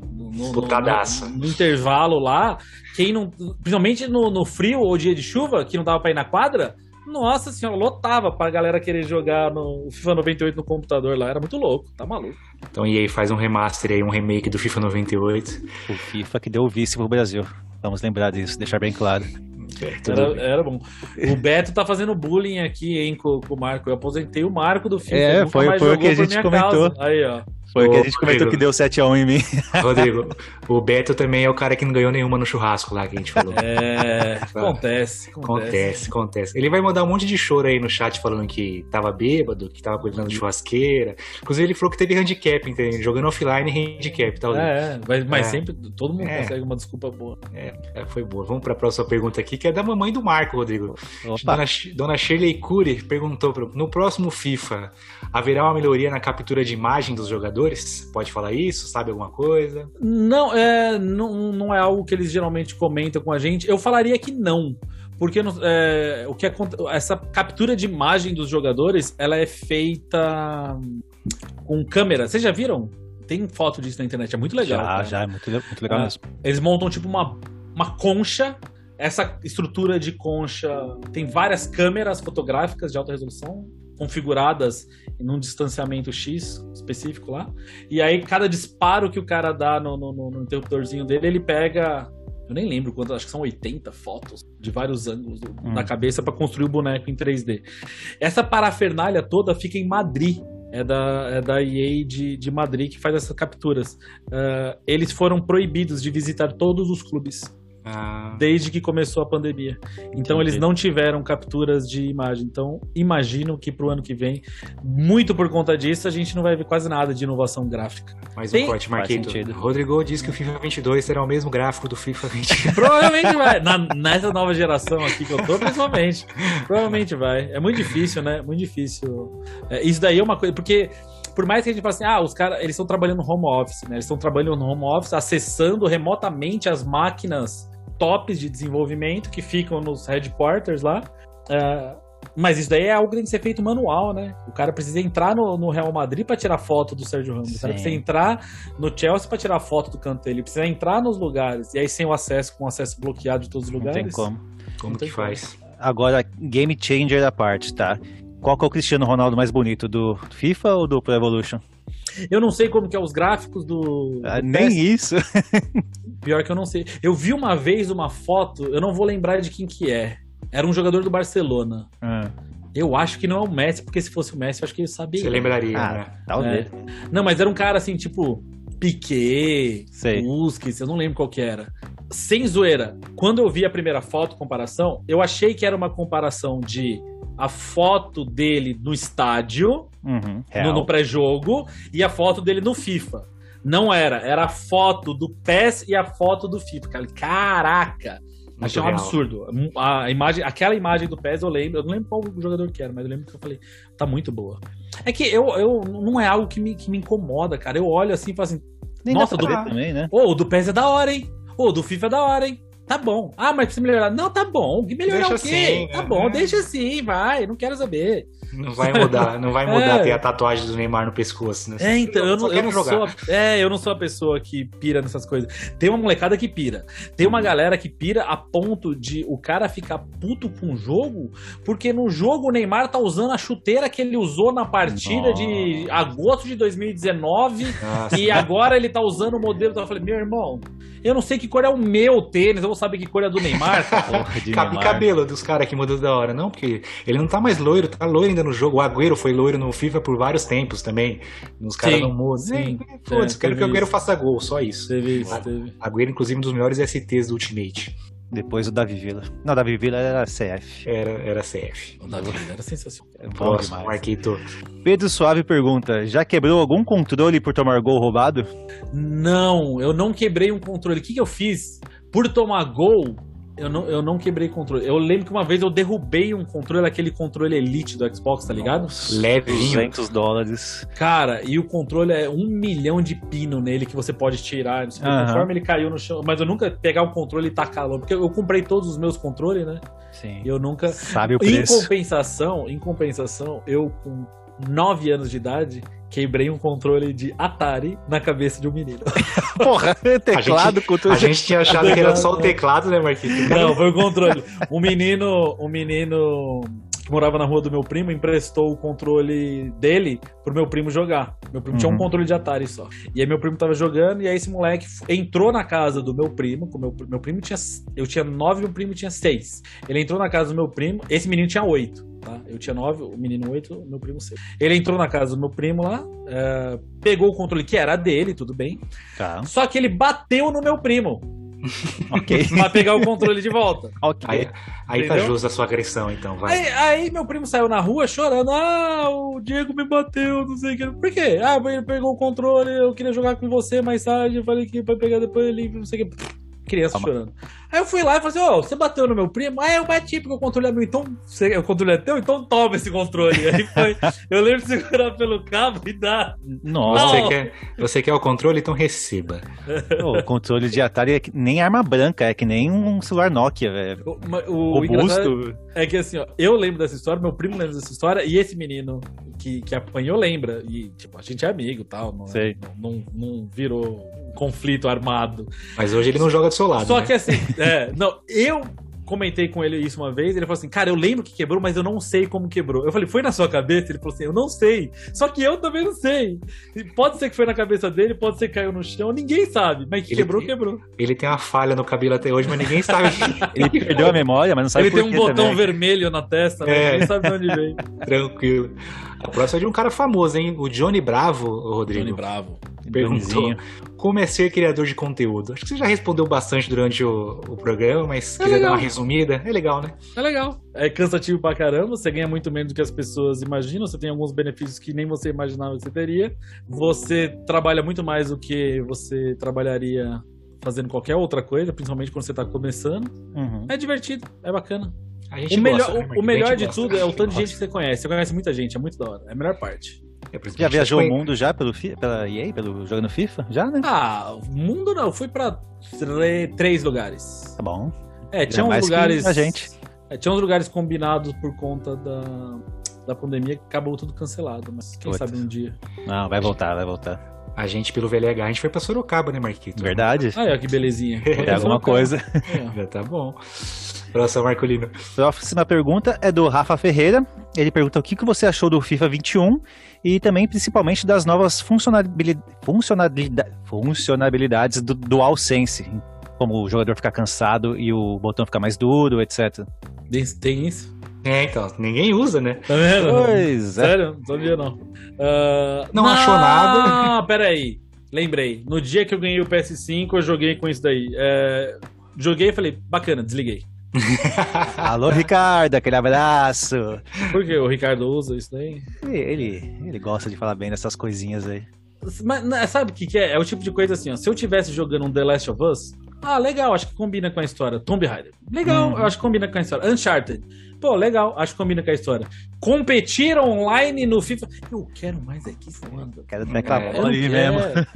[SPEAKER 3] no intervalo lá, quem não, principalmente no frio ou dia de chuva, que não dava pra ir na quadra, nossa senhora, lotava pra galera querer jogar no FIFA 98 no computador lá. Era muito louco, tá maluco.
[SPEAKER 2] Então e aí faz um remaster aí, um remake do FIFA 98.
[SPEAKER 1] O FIFA que deu o vice pro Brasil. Vamos lembrar disso, deixar bem claro.
[SPEAKER 3] Era bom. O Beto tá fazendo bullying aqui, hein, com o Marco. Eu aposentei o Marco do FIFA.
[SPEAKER 1] Foi o que a gente comentou.
[SPEAKER 3] Aí, ó.
[SPEAKER 1] Foi o que a gente comentou que deu 7-1 em mim.
[SPEAKER 2] Rodrigo, o Beto também é o cara que não ganhou nenhuma no churrasco lá que a gente falou. Acontece. Ele vai mandar um monte de choro aí no chat falando que tava bêbado, que tava cuidando de churrasqueira. Inclusive ele falou que teve handicap, entendeu? Jogando offline handicap. Tá,
[SPEAKER 3] mas sempre todo mundo consegue uma desculpa boa.
[SPEAKER 2] Foi boa. Vamos pra próxima pergunta aqui, que é da mamãe do Marco, Rodrigo.
[SPEAKER 1] Opa.
[SPEAKER 2] Dona Shirley Cury perguntou, no próximo FIFA, haverá uma melhoria na captura de imagem dos jogadores? Pode falar isso? Sabe alguma coisa?
[SPEAKER 3] Não é algo que eles geralmente comentam com a gente. Eu falaria que não. Porque essa captura de imagem dos jogadores, ela é feita com câmera. Vocês já viram? Tem foto disso na internet, é muito legal.
[SPEAKER 1] Já, é muito legal mesmo.
[SPEAKER 3] Eles montam tipo uma concha. Essa estrutura de concha tem várias câmeras fotográficas de alta resolução configuradas num distanciamento X específico lá. E aí cada disparo que o cara dá no interruptorzinho dele, ele pega... Eu nem lembro quanto, acho que são 80 fotos de vários ângulos da cabeça para construir o boneco em 3D. Essa parafernália toda fica em Madrid. É da EA de Madrid que faz essas capturas. Eles foram proibidos de visitar todos os clubes. Desde que começou a pandemia. Então eles não tiveram capturas de imagem. Então imagino que pro ano que vem, muito por conta disso, a gente não vai ver quase nada de inovação gráfica.
[SPEAKER 2] Mais um corte, Marquito. Rodrigo diz que o FIFA 22 será o mesmo gráfico do FIFA 20.
[SPEAKER 3] Provavelmente vai. Nessa nova geração aqui que eu tô, principalmente. Provavelmente vai. É muito difícil, né? Muito difícil. Isso daí é uma coisa... Porque... Por mais que a gente fale assim, os caras, eles estão trabalhando no home office, né? Eles estão trabalhando no home office, acessando remotamente as máquinas tops de desenvolvimento que ficam nos headquarters lá. Mas isso daí é algo que tem que ser feito manual, né? O cara precisa entrar no Real Madrid para tirar foto do Sérgio Ramos. O cara precisa entrar no Chelsea para tirar foto do canto dele. Ele precisa entrar nos lugares. E aí sem o acesso, com o acesso bloqueado de todos os lugares.
[SPEAKER 1] Não tem como.
[SPEAKER 2] Como que faz?
[SPEAKER 1] Agora, game changer da parte, tá? Qual que é o Cristiano Ronaldo mais bonito, do FIFA ou do Pro Evolution?
[SPEAKER 3] Eu não sei como que é os gráficos do
[SPEAKER 1] nem PES. Isso.
[SPEAKER 3] Pior que eu não sei. Eu vi uma vez uma foto, eu não vou lembrar de quem que é. Era um jogador do Barcelona. Eu acho que não é o Messi, porque se fosse o Messi, eu acho que ele sabia.
[SPEAKER 2] Você lembraria, né?
[SPEAKER 1] Talvez.
[SPEAKER 3] Não, mas era um cara assim, tipo Piquet, Busquets, eu não lembro qual que era. sem zoeira, quando eu vi a primeira foto, comparação, eu achei que era uma comparação de a foto dele no estádio, no pré-jogo, e a foto dele no FIFA. Não era a foto do PES e a foto do FIFA. Caraca! Achei um absurdo. Aquela imagem do PES eu não lembro qual jogador que era, mas eu lembro que eu falei, tá muito boa. É que eu não é algo que me incomoda, cara. Eu olho assim e falo assim,
[SPEAKER 1] nem
[SPEAKER 3] nossa,
[SPEAKER 1] também, né?
[SPEAKER 3] O do PES é da hora, hein? O do FIFA é da hora, hein? Tá bom. Ah, mas precisa melhorar. Não, tá bom. Melhorar
[SPEAKER 2] deixa
[SPEAKER 3] o quê?
[SPEAKER 2] assim,
[SPEAKER 3] tá bom, deixa assim, vai. Não quero saber.
[SPEAKER 2] Não vai mudar ter a tatuagem do Neymar no pescoço, né?
[SPEAKER 3] Então, eu não sou a pessoa que pira nessas coisas. Tem uma molecada que pira. Tem uma galera que pira a ponto de o cara ficar puto com o jogo, porque no jogo o Neymar tá usando a chuteira que ele usou na partida de agosto de 2019 e agora ele tá usando o modelo. Eu falei, meu irmão, eu não sei que cor é o meu tênis, eu vou saber que cor é do Neymar.
[SPEAKER 2] Cabelo dos caras que mudou da hora. Não, porque ele não tá mais loiro, tá loiro ainda no jogo. O Agüero foi loiro no FIFA por vários tempos também. Os caras não mudam. Foda-se, quero que o Agüero faça gol, só isso.
[SPEAKER 3] Teve.
[SPEAKER 2] Agüero, inclusive, um dos melhores STs do Ultimate.
[SPEAKER 1] Depois o Davi Villa. Não, o Davi Villa era CF.
[SPEAKER 2] Era CF.
[SPEAKER 3] O Davi Villa era sensacional.
[SPEAKER 2] Próximo, Marquito.
[SPEAKER 1] Pedro Suave pergunta, já quebrou algum controle por tomar gol roubado?
[SPEAKER 3] Não, eu não quebrei um controle. O que eu fiz? Por tomar gol, eu não quebrei controle. Eu lembro que uma vez eu derrubei um controle, aquele controle Elite do Xbox, tá ligado?
[SPEAKER 2] Levinho.
[SPEAKER 1] $200.
[SPEAKER 3] Cara, e o controle é 1 milhão de pino nele que você pode tirar. Não sei, conforme ele caiu no chão. Mas eu nunca pegar o controle e tacar lá. Porque eu comprei todos os meus controles, né?
[SPEAKER 1] Sim.
[SPEAKER 3] E eu nunca...
[SPEAKER 1] Sabe o preço.
[SPEAKER 3] Em compensação, eu com 9 anos de idade... quebrei um controle de Atari na cabeça de um menino.
[SPEAKER 1] Porra, teclado, controle.
[SPEAKER 2] A gente tinha achado que era só o teclado, né, Marquinhos?
[SPEAKER 3] Não, foi o controle. Um menino que morava na rua do meu primo emprestou o controle dele pro meu primo jogar. Meu primo tinha um controle de Atari só. E aí meu primo tava jogando e aí esse moleque entrou na casa do meu primo. Meu primo tinha... Eu tinha 9 e meu primo tinha 6. Ele entrou na casa do meu primo. Esse menino tinha 8. Tá? Eu tinha 9, o menino 8, o meu primo 6. Ele entrou na casa do meu primo lá, pegou o controle que era dele, tudo bem.
[SPEAKER 1] Tá.
[SPEAKER 3] Só que ele bateu no meu primo.
[SPEAKER 1] Ok.
[SPEAKER 3] Pra pegar o controle de volta.
[SPEAKER 2] Ok. Aí tá justa a sua agressão, então, vai.
[SPEAKER 3] Aí meu primo saiu na rua chorando. O Diego me bateu, não sei o que. Por quê? Ele pegou o controle, eu queria jogar com você mais tarde, eu falei que pra pegar depois ele, não sei o que. Criança chorando. Aí eu fui lá e falei assim, você bateu no meu primo? Eu bati porque o controle é meu. Então, o controle é teu? Então toma esse controle. Aí foi, eu lembro de segurar pelo cabo e dar.
[SPEAKER 1] Nossa.
[SPEAKER 2] Você quer o controle? Então receba.
[SPEAKER 1] O controle de Atari é nem arma branca, é que nem um celular Nokia, velho.
[SPEAKER 3] O robusto. É que assim, eu lembro dessa história, meu primo lembra dessa história, e esse menino que apanhou lembra. E, tipo, a gente é amigo e tal. Não virou um conflito armado.
[SPEAKER 2] Mas hoje ele não joga do seu lado.
[SPEAKER 3] Só que assim, eu comentei com ele isso uma vez, ele falou assim, cara, eu lembro que quebrou, mas eu não sei como quebrou. Eu falei, foi na sua cabeça? Ele falou assim, eu não sei. Só que eu também não sei. Pode ser que foi na cabeça dele, pode ser que caiu no chão, ninguém sabe. Mas que quebrou.
[SPEAKER 2] Ele tem uma falha no cabelo até hoje, mas ninguém sabe.
[SPEAKER 1] Ele perdeu a memória, mas não sabe
[SPEAKER 3] por quê. Ele tem um botão
[SPEAKER 1] também.
[SPEAKER 3] vermelho na testa, mas ninguém sabe de onde veio.
[SPEAKER 2] Tranquilo. A próxima é de um cara famoso, hein? O Johnny Bravo, Rodrigo.
[SPEAKER 3] Johnny Bravo.
[SPEAKER 2] Perguntou como é ser criador de conteúdo. Acho que você já respondeu bastante durante o programa, mas queria dar uma resumida. É legal, né?
[SPEAKER 3] É legal. É cansativo pra caramba, você ganha muito menos do que as pessoas imaginam, você tem alguns benefícios que nem você imaginava que você teria. Você trabalha muito mais do que você trabalharia fazendo qualquer outra coisa, principalmente quando você tá começando. É divertido, é bacana. O melhor de tudo é o tanto de gente que você conhece. Você conhece muita gente, é muito da hora. É a melhor parte.
[SPEAKER 1] Já viajou o mundo já pela EA, jogando FIFA? Já, né?
[SPEAKER 3] O mundo não, eu fui pra 3 lugares.
[SPEAKER 1] Tá bom.
[SPEAKER 3] Tinha uns lugares.
[SPEAKER 1] A gente.
[SPEAKER 3] Tinha uns lugares combinados por conta da pandemia que acabou tudo cancelado. Mas quem sabe um dia.
[SPEAKER 1] Não, vai voltar.
[SPEAKER 2] A gente, pelo VLH, a gente foi pra Sorocaba, né, Marquito?
[SPEAKER 1] Verdade.
[SPEAKER 3] Olha que belezinha.
[SPEAKER 1] É alguma coisa.
[SPEAKER 2] Já tá bom. Próximo, Marcolino.
[SPEAKER 1] Próxima pergunta é do Rafa Ferreira. Ele pergunta o que você achou do FIFA 21 e também, principalmente, das novas funcionalidades do DualSense, como o jogador ficar cansado e o botão ficar mais duro, etc.
[SPEAKER 3] Tem isso?
[SPEAKER 2] Então, ninguém usa, né?
[SPEAKER 3] Tá vendo?
[SPEAKER 1] Pois é.
[SPEAKER 3] Sério? Não sabia, não.
[SPEAKER 2] Não achou nada.
[SPEAKER 3] Pera aí. Lembrei. No dia que eu ganhei o PS5, eu joguei com isso daí. joguei e falei, bacana, desliguei.
[SPEAKER 1] Alô, Ricardo, aquele abraço.
[SPEAKER 3] Por que o Ricardo usa isso daí?
[SPEAKER 1] Ele gosta de falar bem dessas coisinhas aí.
[SPEAKER 3] Mas sabe o que é? É o tipo de coisa assim, ó. Se eu tivesse jogando um The Last of Us, legal, acho que combina com a história. Tomb Raider, legal, eu acho que combina com a história. Uncharted, pô, legal, acho que combina com a história. Competir online no FIFA, eu quero mais é que isso, mano.
[SPEAKER 1] Quero aquela bola ali mesmo.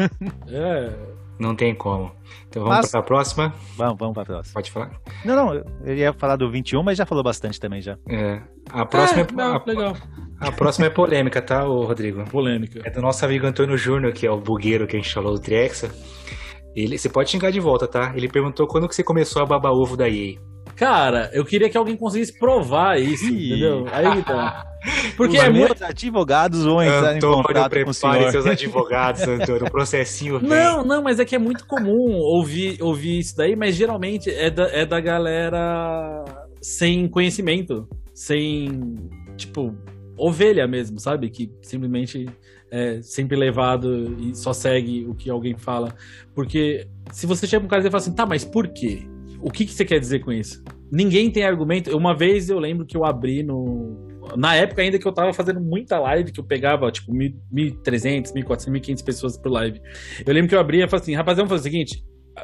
[SPEAKER 2] Não tem como. Então vamos pra próxima?
[SPEAKER 1] Vamos pra próxima.
[SPEAKER 2] Pode falar?
[SPEAKER 1] Não, eu ia falar do 21, mas já falou bastante também já.
[SPEAKER 2] A próxima
[SPEAKER 3] legal.
[SPEAKER 2] A próxima é polêmica, tá, ô Rodrigo?
[SPEAKER 3] Polêmica.
[SPEAKER 2] É do nosso amigo Antônio Júnior, que é o bugueiro que a gente falou do Triexa. Você pode xingar de volta, tá? Ele perguntou quando que você começou a babar ovo da EA.
[SPEAKER 3] Cara, eu queria que alguém conseguisse provar isso, entendeu? Aí tá. Porque
[SPEAKER 1] os meus advogados vão entrar em contato com o senhor.
[SPEAKER 2] Prepare seus advogados, Antônio, o processinho vem.
[SPEAKER 3] Não, mas é que é muito comum ouvir isso daí, mas geralmente é da galera sem conhecimento, sem, tipo, ovelha mesmo, sabe? Que simplesmente é sempre levado e só segue o que alguém fala. Porque se você chega pra um cara e fala assim, tá, mas por quê? O que você quer dizer com isso? Ninguém tem argumento. Uma vez eu lembro que eu abri na época ainda que eu tava fazendo muita live, que eu pegava, tipo, 1.300, 1.400, 1.500 pessoas por live. Eu lembro que eu abria e falei assim, rapaz, vamos fazer o seguinte,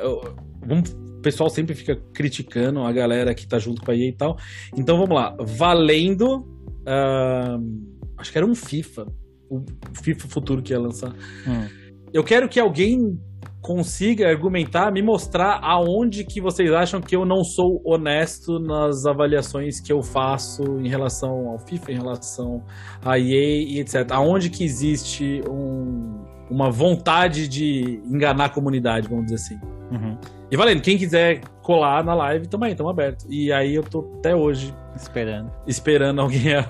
[SPEAKER 3] o pessoal sempre fica criticando a galera que tá junto com a EA e tal. Então vamos lá, valendo, acho que era um FIFA, o FIFA futuro que ia lançar. Eu quero que alguém consiga argumentar, me mostrar aonde que vocês acham que eu não sou honesto nas avaliações que eu faço em relação ao FIFA, em relação à EA e etc. Aonde que existe uma vontade de enganar a comunidade, vamos dizer assim. E valendo, quem quiser colar na live, também, estamos abertos. E aí eu tô até hoje esperando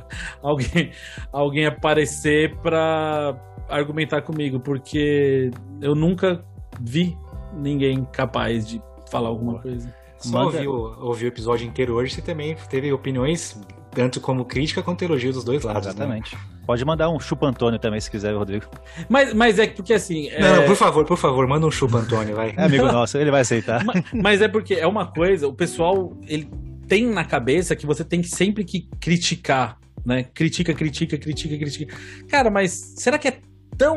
[SPEAKER 3] alguém aparecer pra argumentar comigo, porque eu nunca vi ninguém capaz de falar alguma coisa.
[SPEAKER 2] Só ouviu o episódio inteiro hoje, você também teve opiniões, tanto como crítica quanto elogio dos dois lados.
[SPEAKER 1] Exatamente.
[SPEAKER 2] Né?
[SPEAKER 1] Pode mandar um chupa Antônio também, se quiser, Rodrigo.
[SPEAKER 3] Mas é porque assim...
[SPEAKER 2] Não, por favor, manda um chupa Antônio, vai.
[SPEAKER 1] É amigo nosso, ele vai aceitar.
[SPEAKER 3] Mas é porque é uma coisa, o pessoal, ele tem na cabeça que você tem que sempre que criticar, né? Critica. Cara, mas será que é tão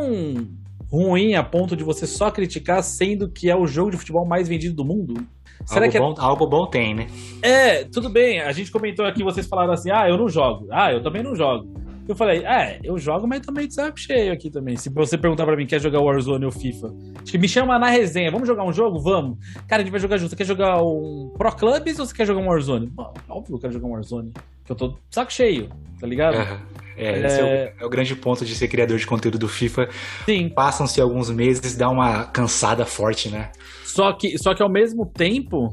[SPEAKER 3] ruim a ponto de você só criticar, sendo que é o jogo de futebol mais vendido do mundo? Será que
[SPEAKER 2] algo bom tem, né?
[SPEAKER 3] Tudo bem, a gente comentou aqui, vocês falaram assim, eu não jogo, eu também não jogo. Eu falei, eu jogo, mas também de saco cheio aqui também. Se você perguntar pra mim, quer jogar Warzone ou FIFA? Acho que me chama na resenha, vamos jogar um jogo? Vamos. Cara, a gente vai jogar junto. Você quer jogar um Pro Clubs ou você quer jogar um Warzone? Óbvio que eu quero jogar um Warzone, que eu tô de saco cheio, tá ligado?
[SPEAKER 2] Esse é o grande ponto de ser criador de conteúdo do FIFA.
[SPEAKER 3] Sim.
[SPEAKER 2] Passam-se alguns meses, dá uma cansada forte, né?
[SPEAKER 3] Só que ao mesmo tempo,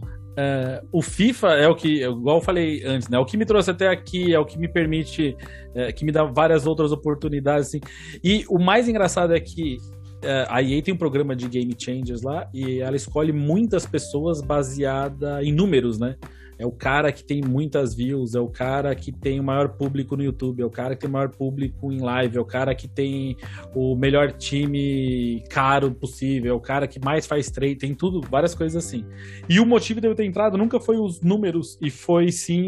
[SPEAKER 3] o FIFA é o que, igual eu falei antes, né? O que me trouxe até aqui, é o que me permite, que me dá várias outras oportunidades, assim. E o mais engraçado é que a EA tem um programa de Game Changers lá e ela escolhe muitas pessoas baseada em números, né? É o cara que tem muitas views, é o cara que tem o maior público no YouTube, é o cara que tem o maior público em live, é o cara que tem o melhor time caro possível, é o cara que mais faz trade, tem tudo, várias coisas assim. E o motivo de eu ter entrado nunca foi os números, e foi sim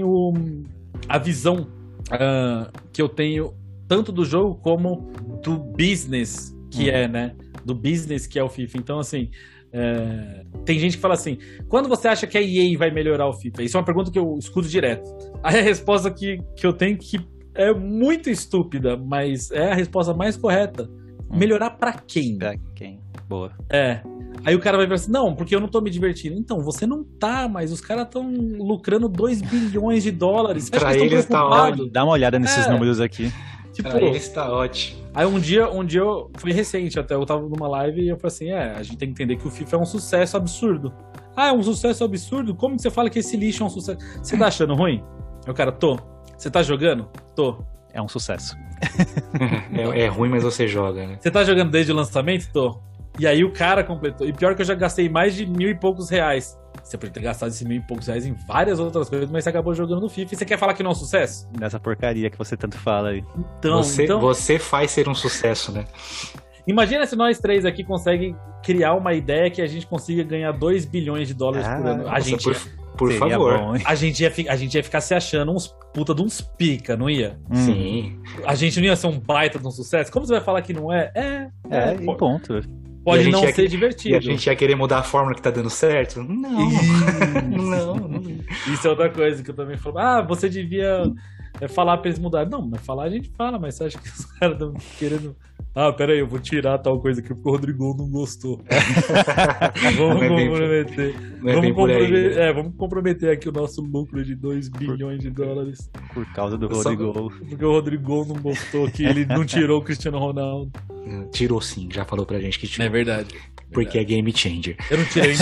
[SPEAKER 3] a visão que eu tenho, tanto do jogo como do business que né? Do business que é o FIFA. Então, assim... tem gente que fala assim, quando você acha que a EA vai melhorar o FIFA? Isso é uma pergunta que eu escuto direto. Aí a resposta que eu tenho, que é muito estúpida, mas é a resposta mais correta. Melhorar pra quem?
[SPEAKER 1] Pra quem? Boa.
[SPEAKER 3] Aí o cara vai falar assim, não, porque eu não tô me divertindo. Então, você não tá, mas os caras estão lucrando 2 bilhões de dólares.
[SPEAKER 2] Pra eles tá ótimo.
[SPEAKER 1] Dá uma olhada nesses números aqui.
[SPEAKER 2] Tipo, pra eles tá ótimo.
[SPEAKER 3] Aí um dia foi recente até, eu tava numa live e eu falei assim, a gente tem que entender que o FIFA é um sucesso absurdo. É um sucesso absurdo? Como que você fala que esse lixo é um sucesso? Você tá achando ruim? Aí o cara, tô. Você tá jogando? Tô.
[SPEAKER 1] É um sucesso.
[SPEAKER 2] É ruim, mas você joga, né?
[SPEAKER 3] Você tá jogando desde o lançamento? Tô. E aí o cara completou. E pior que eu já gastei mais de 1.000 e poucos reais. Você pode ter gastado esses 1.000 e poucos reais em várias outras coisas, mas você acabou jogando no FIFA e você quer falar que não é um sucesso?
[SPEAKER 1] Nessa porcaria que você tanto fala aí.
[SPEAKER 3] Então...
[SPEAKER 2] Você faz ser um sucesso, né?
[SPEAKER 3] Imagina se nós três aqui conseguem criar uma ideia que a gente consiga ganhar 2 bilhões de dólares por ano. A gente,
[SPEAKER 2] por favor.
[SPEAKER 1] Bom,
[SPEAKER 3] a gente ia ficar se achando uns puta de uns pica, não ia?
[SPEAKER 2] Sim.
[SPEAKER 3] A gente não ia ser um baita de um sucesso? Como você vai falar que não é?
[SPEAKER 1] E ponto.
[SPEAKER 3] Pode não ser divertido.
[SPEAKER 2] E a gente ia querer mudar a fórmula que tá dando certo? Não. Não.
[SPEAKER 3] Isso é outra coisa que eu também falo. Você devia falar pra eles mudarem. Não, mas falar a gente fala, mas você acha que os caras estão querendo... peraí, eu vou tirar tal coisa aqui porque o Rodrigo não gostou. Vamos comprometer. Vamos comprometer aqui o nosso lucro de 2 bilhões de dólares.
[SPEAKER 1] Por causa do Rodrigo.
[SPEAKER 3] Porque o Rodrigo não gostou que ele não tirou o Cristiano Ronaldo.
[SPEAKER 2] Tirou sim, já falou pra gente que tirou.
[SPEAKER 3] É verdade.
[SPEAKER 2] Porque é game changer.
[SPEAKER 3] Eu não tirei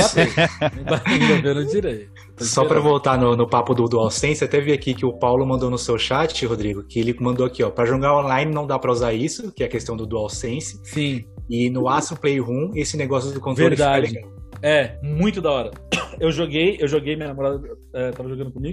[SPEAKER 3] ainda. Eu não tirei.
[SPEAKER 2] Só pra voltar no papo do DualSense, até vi aqui que o Paulo mandou no seu chat, Rodrigo, que ele mandou aqui, ó, pra jogar online não dá pra usar isso, que é a questão do DualSense.
[SPEAKER 3] Sim.
[SPEAKER 2] E no Astro Playroom, esse negócio do controle fica legal.
[SPEAKER 3] Muito da hora. Eu joguei, minha namorada tava jogando comigo,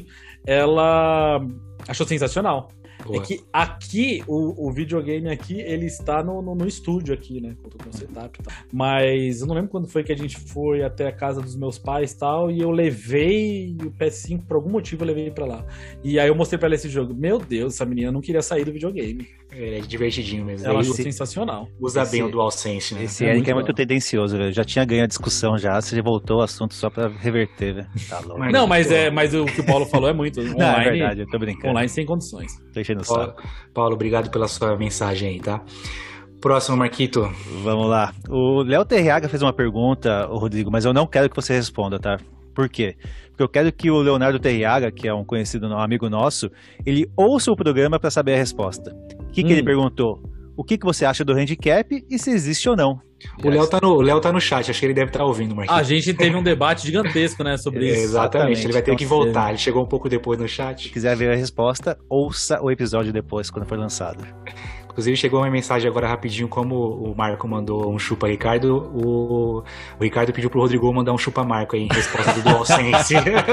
[SPEAKER 3] ela achou sensacional. Boa. É que aqui, o videogame aqui, ele está no estúdio aqui, né? Com o setup e tal. Mas eu não lembro quando foi que a gente foi até a casa dos meus pais e tal, e eu levei o PS5, por algum motivo eu levei pra lá. E aí eu mostrei pra ela esse jogo. Meu Deus, essa menina não queria sair do videogame.
[SPEAKER 2] Ele é divertidinho mesmo.
[SPEAKER 3] Ela achou sensacional.
[SPEAKER 2] Usa bem o DualSense, né?
[SPEAKER 1] Esse Eric é muito tendencioso, velho. Já tinha ganho a discussão já, você já voltou ao assunto só pra reverter, velho. Tá louco.
[SPEAKER 3] Mas o que o Paulo falou é muito. Online,
[SPEAKER 1] não, é verdade, eu tô brincando.
[SPEAKER 3] Online sem condições.
[SPEAKER 1] Tô enchendo o saco.
[SPEAKER 2] Paulo, obrigado pela sua mensagem aí, tá? Próximo, Marquito.
[SPEAKER 1] Vamos lá. O Léo Terriaga fez uma pergunta, Rodrigo, mas eu não quero que você responda, tá? Por quê? Porque eu quero que o Leonardo Terriaga, que é um conhecido amigo nosso, ele ouça o programa para saber a resposta. O que ele perguntou? O que você acha do handicap e se existe ou não?
[SPEAKER 2] O Léo tá no chat, acho que ele deve estar ouvindo, Marquinhos.
[SPEAKER 3] A gente teve um debate gigantesco, né, sobre isso.
[SPEAKER 2] Exatamente, ele vai ter que voltar. Ele chegou um pouco depois no chat.
[SPEAKER 1] Se quiser ver a resposta, ouça o episódio depois, quando for lançado.
[SPEAKER 2] Inclusive, chegou uma mensagem agora rapidinho, como o Marco mandou um chupa Ricardo, o Ricardo pediu pro Rodrigo mandar um chupa Marco aí, em resposta do DualSense.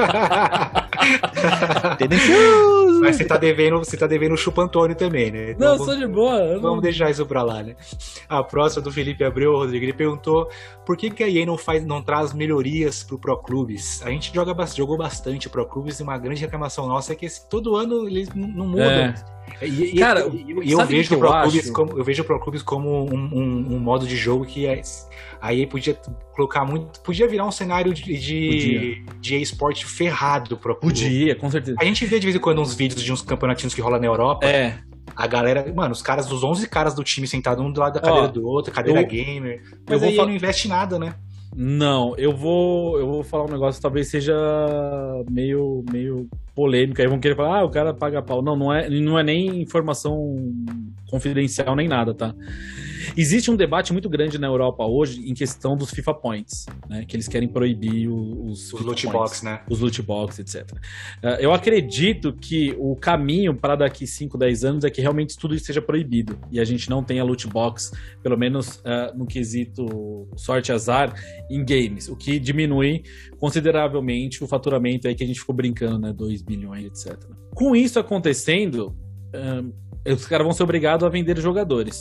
[SPEAKER 2] Mas você tá devendo o chupa Antônio também, né? Então,
[SPEAKER 3] não, sou de boa.
[SPEAKER 2] Vamos deixar isso pra lá, né? A próxima do Felipe Abreu, Rodrigo, ele perguntou por que a EA não traz melhorias pro Pro Clubes. A gente jogou bastante Pro Clubes e uma grande reclamação nossa é que todo ano eles não mudam.
[SPEAKER 3] Cara,
[SPEAKER 2] eu vejo o Pro Clubes como um modo de jogo que a EA podia colocar muito. Podia virar um cenário de eSport ferrado pro Clubes.
[SPEAKER 3] Podia, com certeza.
[SPEAKER 2] A gente vê de vez em quando uns vídeos de uns campeonatinhos que rola na Europa. A galera, mano, os 11 caras do time sentados um do lado da cadeira do outro, cadeira gamer. Mas aí não investe nada, né?
[SPEAKER 3] Não, eu vou falar um negócio que talvez seja meio polêmico. Aí vão querer falar, o cara paga pau. Não é nem informação confidencial nem nada, tá? Existe um debate muito grande na Europa hoje em questão dos FIFA Points, né? Que eles querem proibir os
[SPEAKER 2] loot box, né?
[SPEAKER 3] Os loot box, etc. Eu acredito que o caminho para daqui 5, 10 anos é que realmente tudo isso seja proibido e a gente não tenha loot box, pelo menos no quesito sorte azar, em games, o que diminui consideravelmente o faturamento aí que a gente ficou brincando, né? 2 bilhões, etc. Com isso acontecendo, os caras vão ser obrigados a vender jogadores.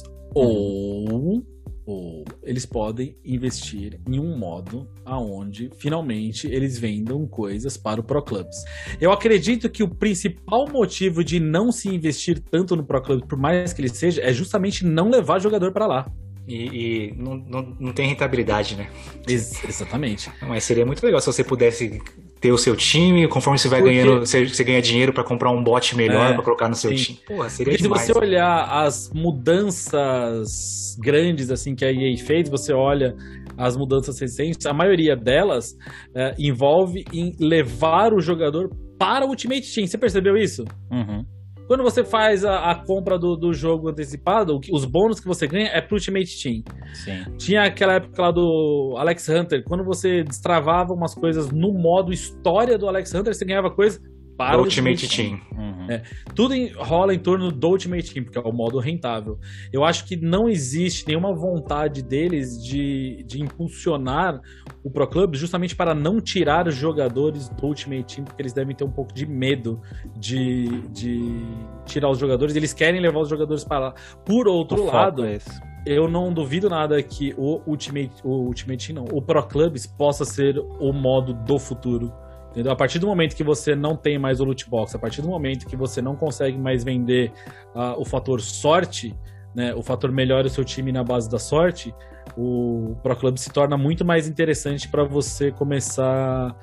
[SPEAKER 3] Ou eles podem investir em um modo aonde finalmente eles vendam coisas para o Pro Clubs. Eu acredito que o principal motivo de não se investir tanto no Pro Clubs, por mais que ele seja, é justamente não levar jogador para lá.
[SPEAKER 2] E não tem rentabilidade, né?
[SPEAKER 3] Exatamente.
[SPEAKER 2] Mas seria muito legal se você pudesse ter o seu time, conforme você vai ganhando, você ganha dinheiro pra comprar um bot melhor pra colocar no seu time. Porra, seria
[SPEAKER 3] porque
[SPEAKER 2] demais.
[SPEAKER 3] Se você olhar as mudanças grandes assim que a EA fez, você olha as mudanças recentes, a maioria delas envolve em levar o jogador para o Ultimate Team. Você percebeu isso?
[SPEAKER 1] Uhum.
[SPEAKER 3] Quando você faz a compra do jogo antecipado, os bônus que você ganha é pro Ultimate Team.
[SPEAKER 1] Sim.
[SPEAKER 3] Tinha aquela época lá do Alex Hunter, quando você destravava umas coisas no modo história do Alex Hunter, você ganhava coisa para o Ultimate Team.
[SPEAKER 1] Uhum.
[SPEAKER 3] Tudo rola em torno do Ultimate Team, porque é o modo rentável. Eu acho que não existe nenhuma vontade deles de impulsionar o Pro Clubs justamente para não tirar os jogadores do Ultimate Team, porque eles devem ter um pouco de medo de tirar os jogadores. Eles querem levar os jogadores para lá. Por outro lado, eu não duvido nada que o Ultimate não, o Pro Clubs possa ser o modo do futuro. Entendeu? A partir do momento que você não tem mais o loot box, a partir do momento que você não consegue mais vender o fator sorte, né, o fator melhora o seu time na base da sorte, o Pro Club se torna muito mais interessante para você começar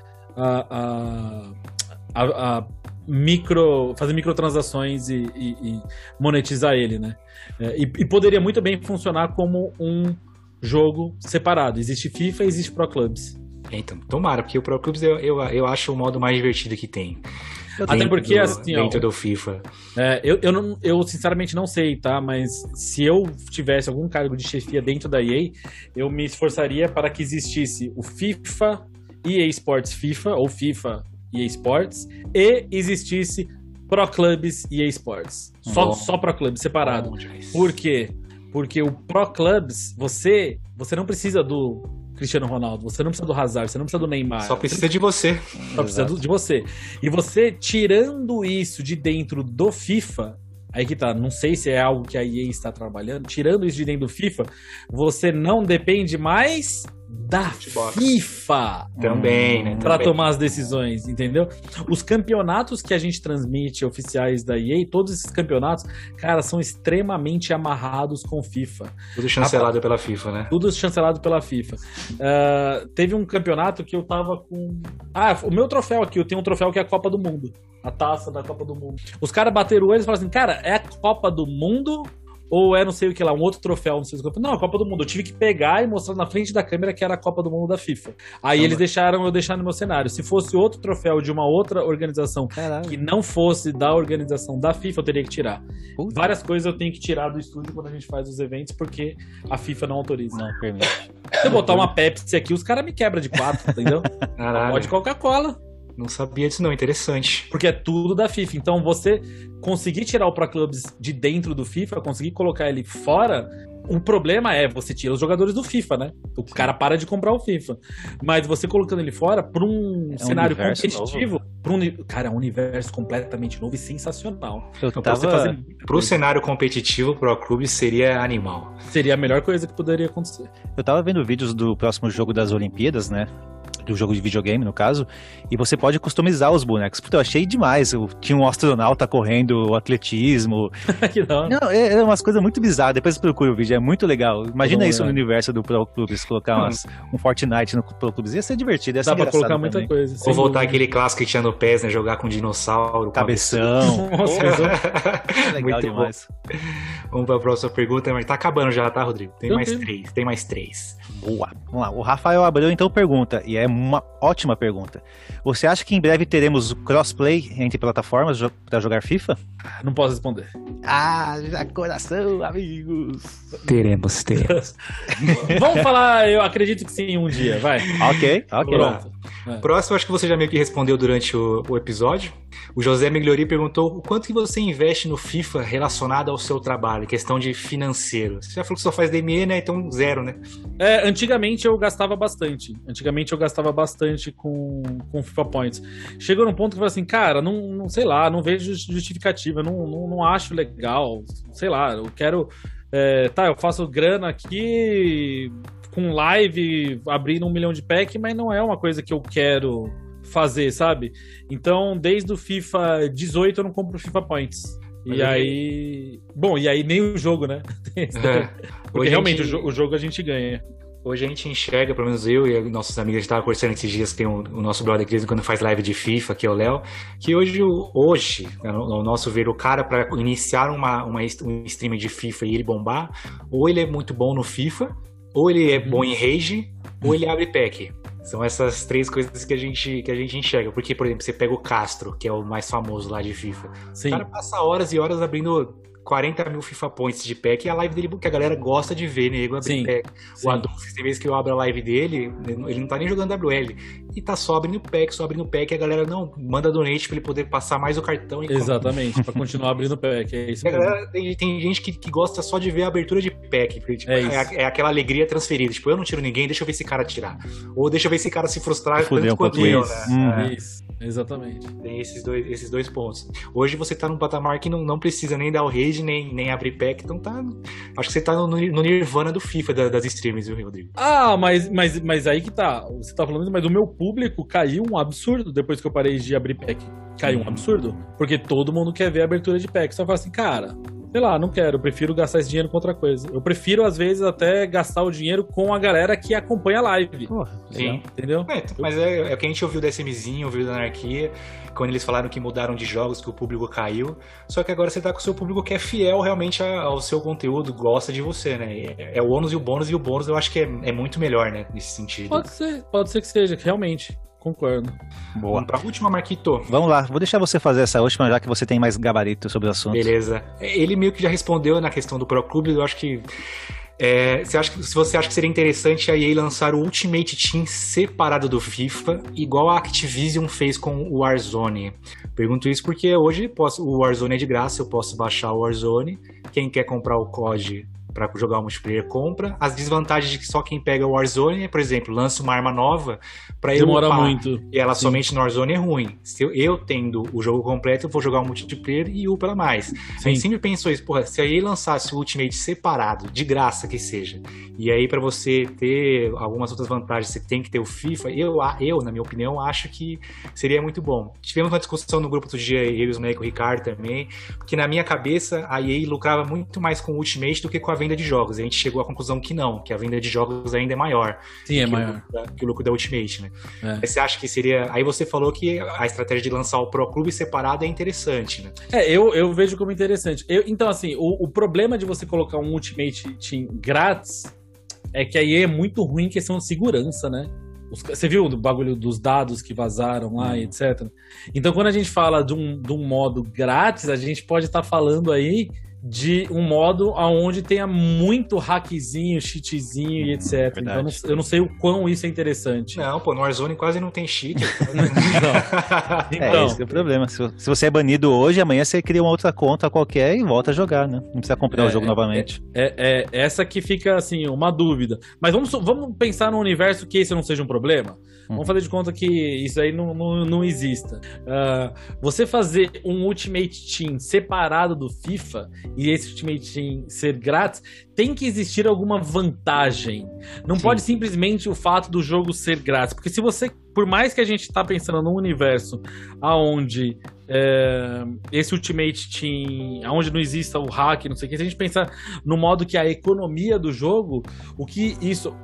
[SPEAKER 3] a fazer microtransações e monetizar ele, né? E poderia muito bem funcionar como um jogo separado. Existe FIFA e existe Pro Clubs.
[SPEAKER 2] Então, tomara, porque o Pro Clubs eu acho o modo mais divertido que tem.
[SPEAKER 3] Até porque, assim,
[SPEAKER 2] dentro do FIFA.
[SPEAKER 3] Eu sinceramente não sei, tá? Mas se eu tivesse algum cargo de chefia dentro da EA, eu me esforçaria para que existisse o FIFA, EA Sports FIFA, ou FIFA EA Sports, e existisse Pro Clubs EA Sports. Só Pro Clubs, separado. Por quê? Porque o Pro Clubs, você não precisa do Cristiano Ronaldo, você não precisa do Hazard, você não precisa do Neymar.
[SPEAKER 2] Só precisa de você.
[SPEAKER 3] Só precisa de você. E você, tirando isso de dentro do FIFA, aí que tá, não sei se é algo que a EA está trabalhando, tirando isso de dentro do FIFA, você não depende mais da FIFA
[SPEAKER 2] também, né?
[SPEAKER 3] Pra tomar as decisões, entendeu? Os campeonatos que a gente transmite oficiais da EA, todos esses campeonatos, cara, são extremamente amarrados com FIFA.
[SPEAKER 2] Tudo chancelado pela FIFA, né?
[SPEAKER 3] Tudo chancelado pela FIFA. Teve um campeonato que eu tava com... o meu troféu aqui, eu tenho um troféu que é a Copa do Mundo. A taça da Copa do Mundo. Os caras bateram o olho e falaram assim, cara, é a Copa do Mundo... ou não sei o que lá, um outro troféu, não sei o que. Não, a Copa do Mundo. Eu tive que pegar e mostrar na frente da câmera que era a Copa do Mundo da FIFA. Aí eles deixaram eu deixar no meu cenário. Se fosse outro troféu de uma outra organização que não fosse da organização da FIFA, eu teria que tirar. Várias coisas eu tenho que tirar do estúdio quando a gente faz os eventos, porque a FIFA não autoriza.
[SPEAKER 1] Não permite.
[SPEAKER 3] Se eu botar uma Pepsi aqui, os caras me quebram de 4, entendeu? Pode Coca-Cola.
[SPEAKER 2] Não sabia disso não, interessante.
[SPEAKER 3] Porque é tudo da FIFA. Então você conseguir tirar o Pro Clubs de dentro do FIFA, conseguir colocar ele fora, o problema é você tira os jogadores do FIFA, né? O cara para de comprar o FIFA. Mas você colocando ele fora, para um cenário competitivo, cara, é um universo completamente novo e sensacional.
[SPEAKER 2] Pro cenário competitivo, o Pro Clubs seria animal.
[SPEAKER 3] Seria a melhor coisa que poderia acontecer.
[SPEAKER 1] Eu tava vendo vídeos do próximo jogo das Olimpíadas, né? Do jogo de videogame, no caso, e você pode customizar os bonecos. Puta, eu achei demais. Tinha um astronauta correndo, o atletismo.
[SPEAKER 3] Que da hora.
[SPEAKER 1] Não, é umas coisas muito bizarras. Depois procura o vídeo, é muito legal. Imagina isso no universo do Pro Clubs, colocar um Fortnite no Pro Clubs. Ia ser divertido, ia ser
[SPEAKER 3] engraçado. Dá pra colocar
[SPEAKER 1] também.
[SPEAKER 3] Muita coisa.
[SPEAKER 2] Ou voltar aquele clássico que tinha no PES, né? Jogar com dinossauro.
[SPEAKER 1] Cabeção.
[SPEAKER 3] Nossa,
[SPEAKER 1] legal demais.
[SPEAKER 2] Vamos pra próxima pergunta, mas tá acabando já, tá, Rodrigo? Tem mais três.
[SPEAKER 1] Boa. Vamos lá. O Rafael Abreu então pergunta, e é uma ótima pergunta. Você acha que em breve teremos crossplay entre plataformas para jogar FIFA?
[SPEAKER 3] Não posso responder.
[SPEAKER 1] Já coração, amigos.
[SPEAKER 2] Teremos.
[SPEAKER 3] Vamos falar, eu acredito que sim, um dia, vai.
[SPEAKER 1] Ok.
[SPEAKER 3] Pronto.
[SPEAKER 2] Próximo, acho que você já meio que respondeu durante o episódio. O José Migliori perguntou o quanto que você investe no FIFA relacionado ao seu trabalho, questão de financeiro. Você já falou que só faz DME, né? Então 0, né?
[SPEAKER 3] Antigamente eu gastava bastante. Com FIFA Points. Chegou num ponto que eu falei assim, cara, não sei lá, não vejo justificativa, não acho legal, sei lá, eu quero... eu faço grana aqui com live, abrindo 1 milhão de pack, mas não é uma coisa que eu quero fazer, sabe? Então, desde o FIFA 18 eu não compro FIFA Points. E aí nem o jogo, né? Porque realmente o jogo a gente ganha.
[SPEAKER 2] Hoje a gente enxerga, pelo menos eu e nossos amigos, a gente estava conversando esses dias, tem o nosso brother que quando faz live de FIFA, que é o Léo, que hoje no nosso ver, o cara para iniciar um stream de FIFA e ele bombar, ou ele é muito bom no FIFA, ou ele é bom em Rage, ou ele abre pack. São essas três coisas que a gente enxerga. Porque, por exemplo, você pega o Castro, que é o mais famoso lá de FIFA.
[SPEAKER 3] Sim.
[SPEAKER 2] O cara passa horas e horas abrindo 40 mil FIFA Points de pack e a live dele, que a galera gosta de ver, nego abrir pack. O Adolfo, tem vezes que eu abro a live dele, ele não tá nem jogando WL. E tá só abrindo pack, e a galera não manda donate pra ele poder passar mais o cartão.
[SPEAKER 3] Exatamente, pra continuar abrindo pack, é isso mesmo.
[SPEAKER 2] Galera, tem gente que gosta só de ver a abertura de pack, porque, tipo, é aquela alegria transferida. Tipo, eu não tiro ninguém, deixa eu ver esse cara tirar. Ou deixa eu ver esse cara se frustrar tanto quanto eu, né?
[SPEAKER 3] Isso, exatamente.
[SPEAKER 2] Tem esses dois pontos. Hoje você tá num patamar que não precisa nem dar o rage trade, nem abrir pack, então acho que você tá no nirvana do FIFA das streams, viu, Rodrigo?
[SPEAKER 3] Mas aí que tá, você tá falando, mas o meu público caiu um absurdo depois que eu parei de abrir pack. Caiu um absurdo, porque todo mundo quer ver a abertura de pack. Só fala assim, cara, sei lá, não quero, eu prefiro gastar esse dinheiro com outra coisa. Eu prefiro, às vezes, até gastar o dinheiro com a galera que acompanha a live.
[SPEAKER 1] Porra,
[SPEAKER 2] sim.
[SPEAKER 3] Entendeu?
[SPEAKER 2] Mas é o que a gente ouviu da SMzinho, ouviu da Anarquia, quando eles falaram que mudaram de jogos, que o público caiu. Só que agora você tá com o seu público que é fiel realmente ao seu conteúdo, gosta de você, né? É o ônus e o bônus eu acho que é muito melhor, né? Nesse sentido.
[SPEAKER 3] Pode ser que seja, realmente. Concordo.
[SPEAKER 1] Boa.
[SPEAKER 2] Vamos pra última, Marquito.
[SPEAKER 1] Vamos lá, vou deixar você fazer essa última, já que você tem mais gabarito sobre o assunto.
[SPEAKER 2] Beleza. Ele meio que já respondeu na questão do Pro Clube, eu acho que... se você acha que seria interessante a EA lançar o Ultimate Team separado do FIFA, igual a Activision fez com o Warzone. Pergunto isso porque hoje o Warzone é de graça, eu posso baixar o Warzone. Quem quer comprar o COD para jogar o multiplayer compra. As desvantagens de que só quem pega o Warzone, por exemplo, lança uma arma nova para eu
[SPEAKER 3] demora
[SPEAKER 2] upar,
[SPEAKER 3] muito.
[SPEAKER 2] E ela somente no Warzone é ruim. Se eu tendo o jogo completo, eu vou jogar o multiplayer e upa ela mais. Sim. A gente sempre pensou isso, porra, se a EA lançasse o Ultimate separado, de graça que seja, e aí para você ter algumas outras vantagens, você tem que ter o FIFA, eu na minha opinião, acho que seria muito bom. Tivemos uma discussão no grupo do dia, eu e os moleques, o Ricardo também, que na minha cabeça a EA lucrava muito mais com o Ultimate do que com a venda de jogos. A gente chegou à conclusão que não, que a venda de jogos ainda é maior.
[SPEAKER 3] Sim, é maior.
[SPEAKER 2] Que o lucro da Ultimate, né? Aí você acha que seria... Aí você falou que a estratégia de lançar o Pro Clube separado é interessante, né?
[SPEAKER 3] Eu vejo como interessante. Então, assim, o problema de você colocar um Ultimate Team grátis é que aí é muito ruim em questão de segurança, né? Você viu o bagulho dos dados que vazaram lá e etc. Então, quando a gente fala de um modo grátis, a gente pode estar falando aí de um modo onde tenha muito hackzinho, cheatzinho e etc. Então eu não sei o quão isso é interessante.
[SPEAKER 2] Não, pô, no Warzone quase não tem cheat.
[SPEAKER 1] Então, esse é o problema. Se você é banido hoje, amanhã você cria uma outra conta qualquer e volta a jogar, né? Não precisa comprar o jogo novamente.
[SPEAKER 3] Essa que fica, assim, uma dúvida. Mas vamos pensar num universo que esse não seja um problema? Vamos fazer de conta que isso aí não exista. Você fazer um Ultimate Team separado do FIFA e esse Ultimate Team ser grátis, tem que existir alguma vantagem. Não pode simplesmente o fato do jogo ser grátis. Porque se você, por mais que a gente tá pensando num universo onde esse Ultimate Team, onde não exista o hack, não sei o que, se a gente pensar no modo que a economia do jogo, o que isso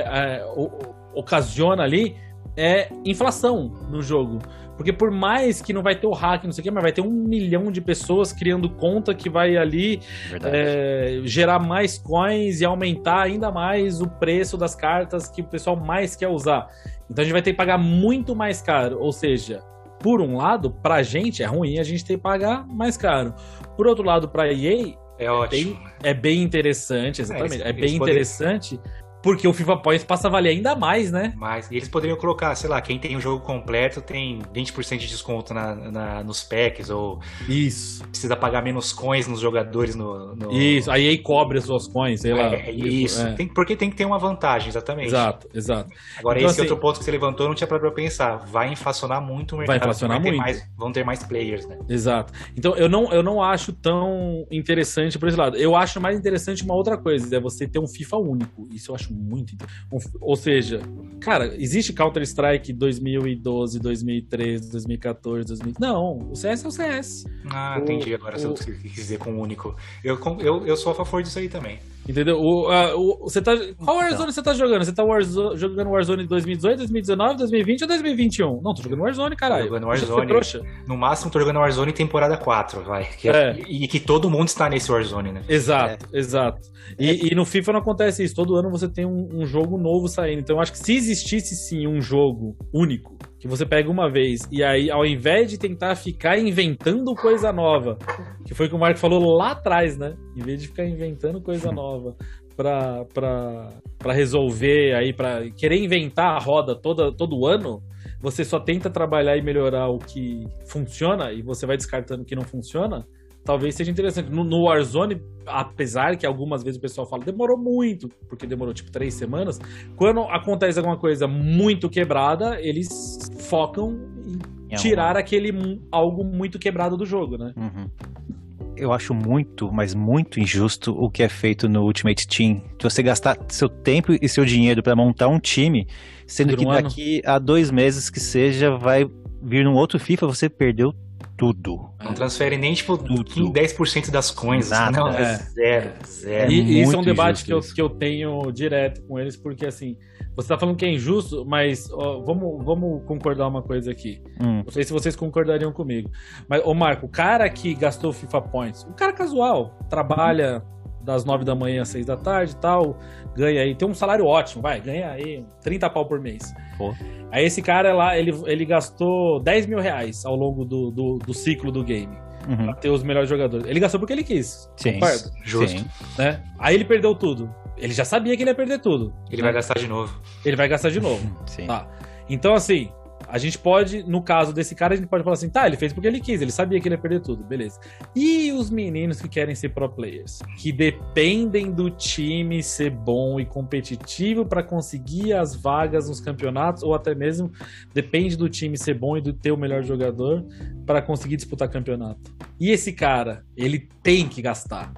[SPEAKER 3] ocasiona ali é inflação no jogo. Porque por mais que não vai ter o hack, não sei o que, mas vai ter 1 milhão de pessoas criando conta que vai ali gerar mais coins e aumentar ainda mais o preço das cartas que o pessoal mais quer usar. Então a gente vai ter que pagar muito mais caro. Ou seja, por um lado, pra gente é ruim a gente ter que pagar mais caro. Por outro lado, pra EA
[SPEAKER 2] é ótimo.
[SPEAKER 3] É bem interessante, exatamente. É bem interessante. Porque o FIFA Points passa a valer ainda mais, né?
[SPEAKER 2] E eles poderiam colocar, sei lá, quem tem o jogo completo tem 20% de desconto nos packs, ou
[SPEAKER 3] isso,
[SPEAKER 2] precisa pagar menos coins nos jogadores
[SPEAKER 3] Isso, aí cobre as suas coins, sei lá.
[SPEAKER 2] Isso, porque tem que ter uma vantagem, exatamente.
[SPEAKER 3] Exato.
[SPEAKER 2] Agora, então, esse outro ponto que você levantou, não tinha pra pensar. Vai inflacionar muito o mercado.
[SPEAKER 3] Vai inflacionar muito.
[SPEAKER 2] Vão ter mais players, né?
[SPEAKER 3] Exato. Então, eu não acho tão interessante por esse lado. Eu acho mais interessante uma outra coisa, é você ter um FIFA único. Isso eu acho muito interessante. Ou seja, cara, existe Counter-Strike 2012, 2013, 2014, 2000... Não, o CS é o CS.
[SPEAKER 2] Entendi agora o que você quis dizer com único. Eu sou a favor disso aí também.
[SPEAKER 3] Entendeu? Você tá... Qual Warzone você tá jogando? Você tá jogando Warzone 2018, 2019, 2020 ou 2021? Não, tô jogando Warzone, caralho.
[SPEAKER 2] Tô jogando Warzone. No máximo, tô jogando Warzone temporada 4, vai. E que todo mundo está nesse Warzone, né?
[SPEAKER 3] Exato. E no FIFA não acontece isso. Todo ano você tem um jogo novo saindo. Então eu acho que se existisse sim um jogo único, que você pega uma vez, e aí ao invés de tentar ficar inventando coisa nova, que foi o que o Marco falou lá atrás, né? Em vez de ficar inventando coisa nova pra resolver aí, pra querer inventar a roda todo ano, você só tenta trabalhar e melhorar o que funciona e você vai descartando o que não funciona. Talvez seja interessante. No Warzone, apesar que algumas vezes o pessoal fala demorou muito, porque demorou tipo 3 semanas, quando acontece alguma coisa muito quebrada, eles focam em tirar algo muito quebrado do jogo, né?
[SPEAKER 1] eu acho muito, mas muito injusto o que é feito no Ultimate Team. De você gastar seu tempo e seu dinheiro pra montar um time, sendo que daqui a 2 meses que seja, vai vir num outro FIFA, você perdeu tudo.
[SPEAKER 2] Não transfere nem, tipo,
[SPEAKER 1] Tudo.
[SPEAKER 2] 10% das coins.
[SPEAKER 1] Nada.
[SPEAKER 2] Não, zero.
[SPEAKER 3] E isso é um
[SPEAKER 1] muito
[SPEAKER 3] debate
[SPEAKER 1] injusto
[SPEAKER 3] que eu tenho direto com eles, porque assim, você tá falando que é injusto, mas ó, vamos concordar uma coisa aqui. Não sei se vocês concordariam comigo. Mas, ô Marco, o cara que gastou FIFA Points, um cara casual, trabalha das 9 da manhã às 6 da tarde e tal, ganha aí, tem um salário ótimo, ganha aí 30 pau por mês.
[SPEAKER 1] Pô.
[SPEAKER 3] Aí esse cara lá, ele gastou 10 mil reais ao longo do ciclo do game. Pra ter os melhores jogadores. Ele gastou porque ele quis.
[SPEAKER 1] Sim,
[SPEAKER 3] concorda?
[SPEAKER 2] Justo.
[SPEAKER 1] Sim.
[SPEAKER 3] Né? Aí ele perdeu tudo. Ele já sabia que ele ia perder tudo.
[SPEAKER 2] Ele vai gastar de novo.
[SPEAKER 3] Ele vai gastar de novo.
[SPEAKER 1] Sim.
[SPEAKER 3] Tá. Então, assim, a gente pode, no caso desse cara, a gente pode falar assim, tá, ele fez porque ele quis, ele sabia que ele ia perder tudo, beleza. E os meninos que querem ser pro players? Que dependem do time ser bom e competitivo pra conseguir as vagas nos campeonatos, ou até mesmo depende do time ser bom e do ter o melhor jogador pra conseguir disputar campeonato. E esse cara, ele tem que gastar.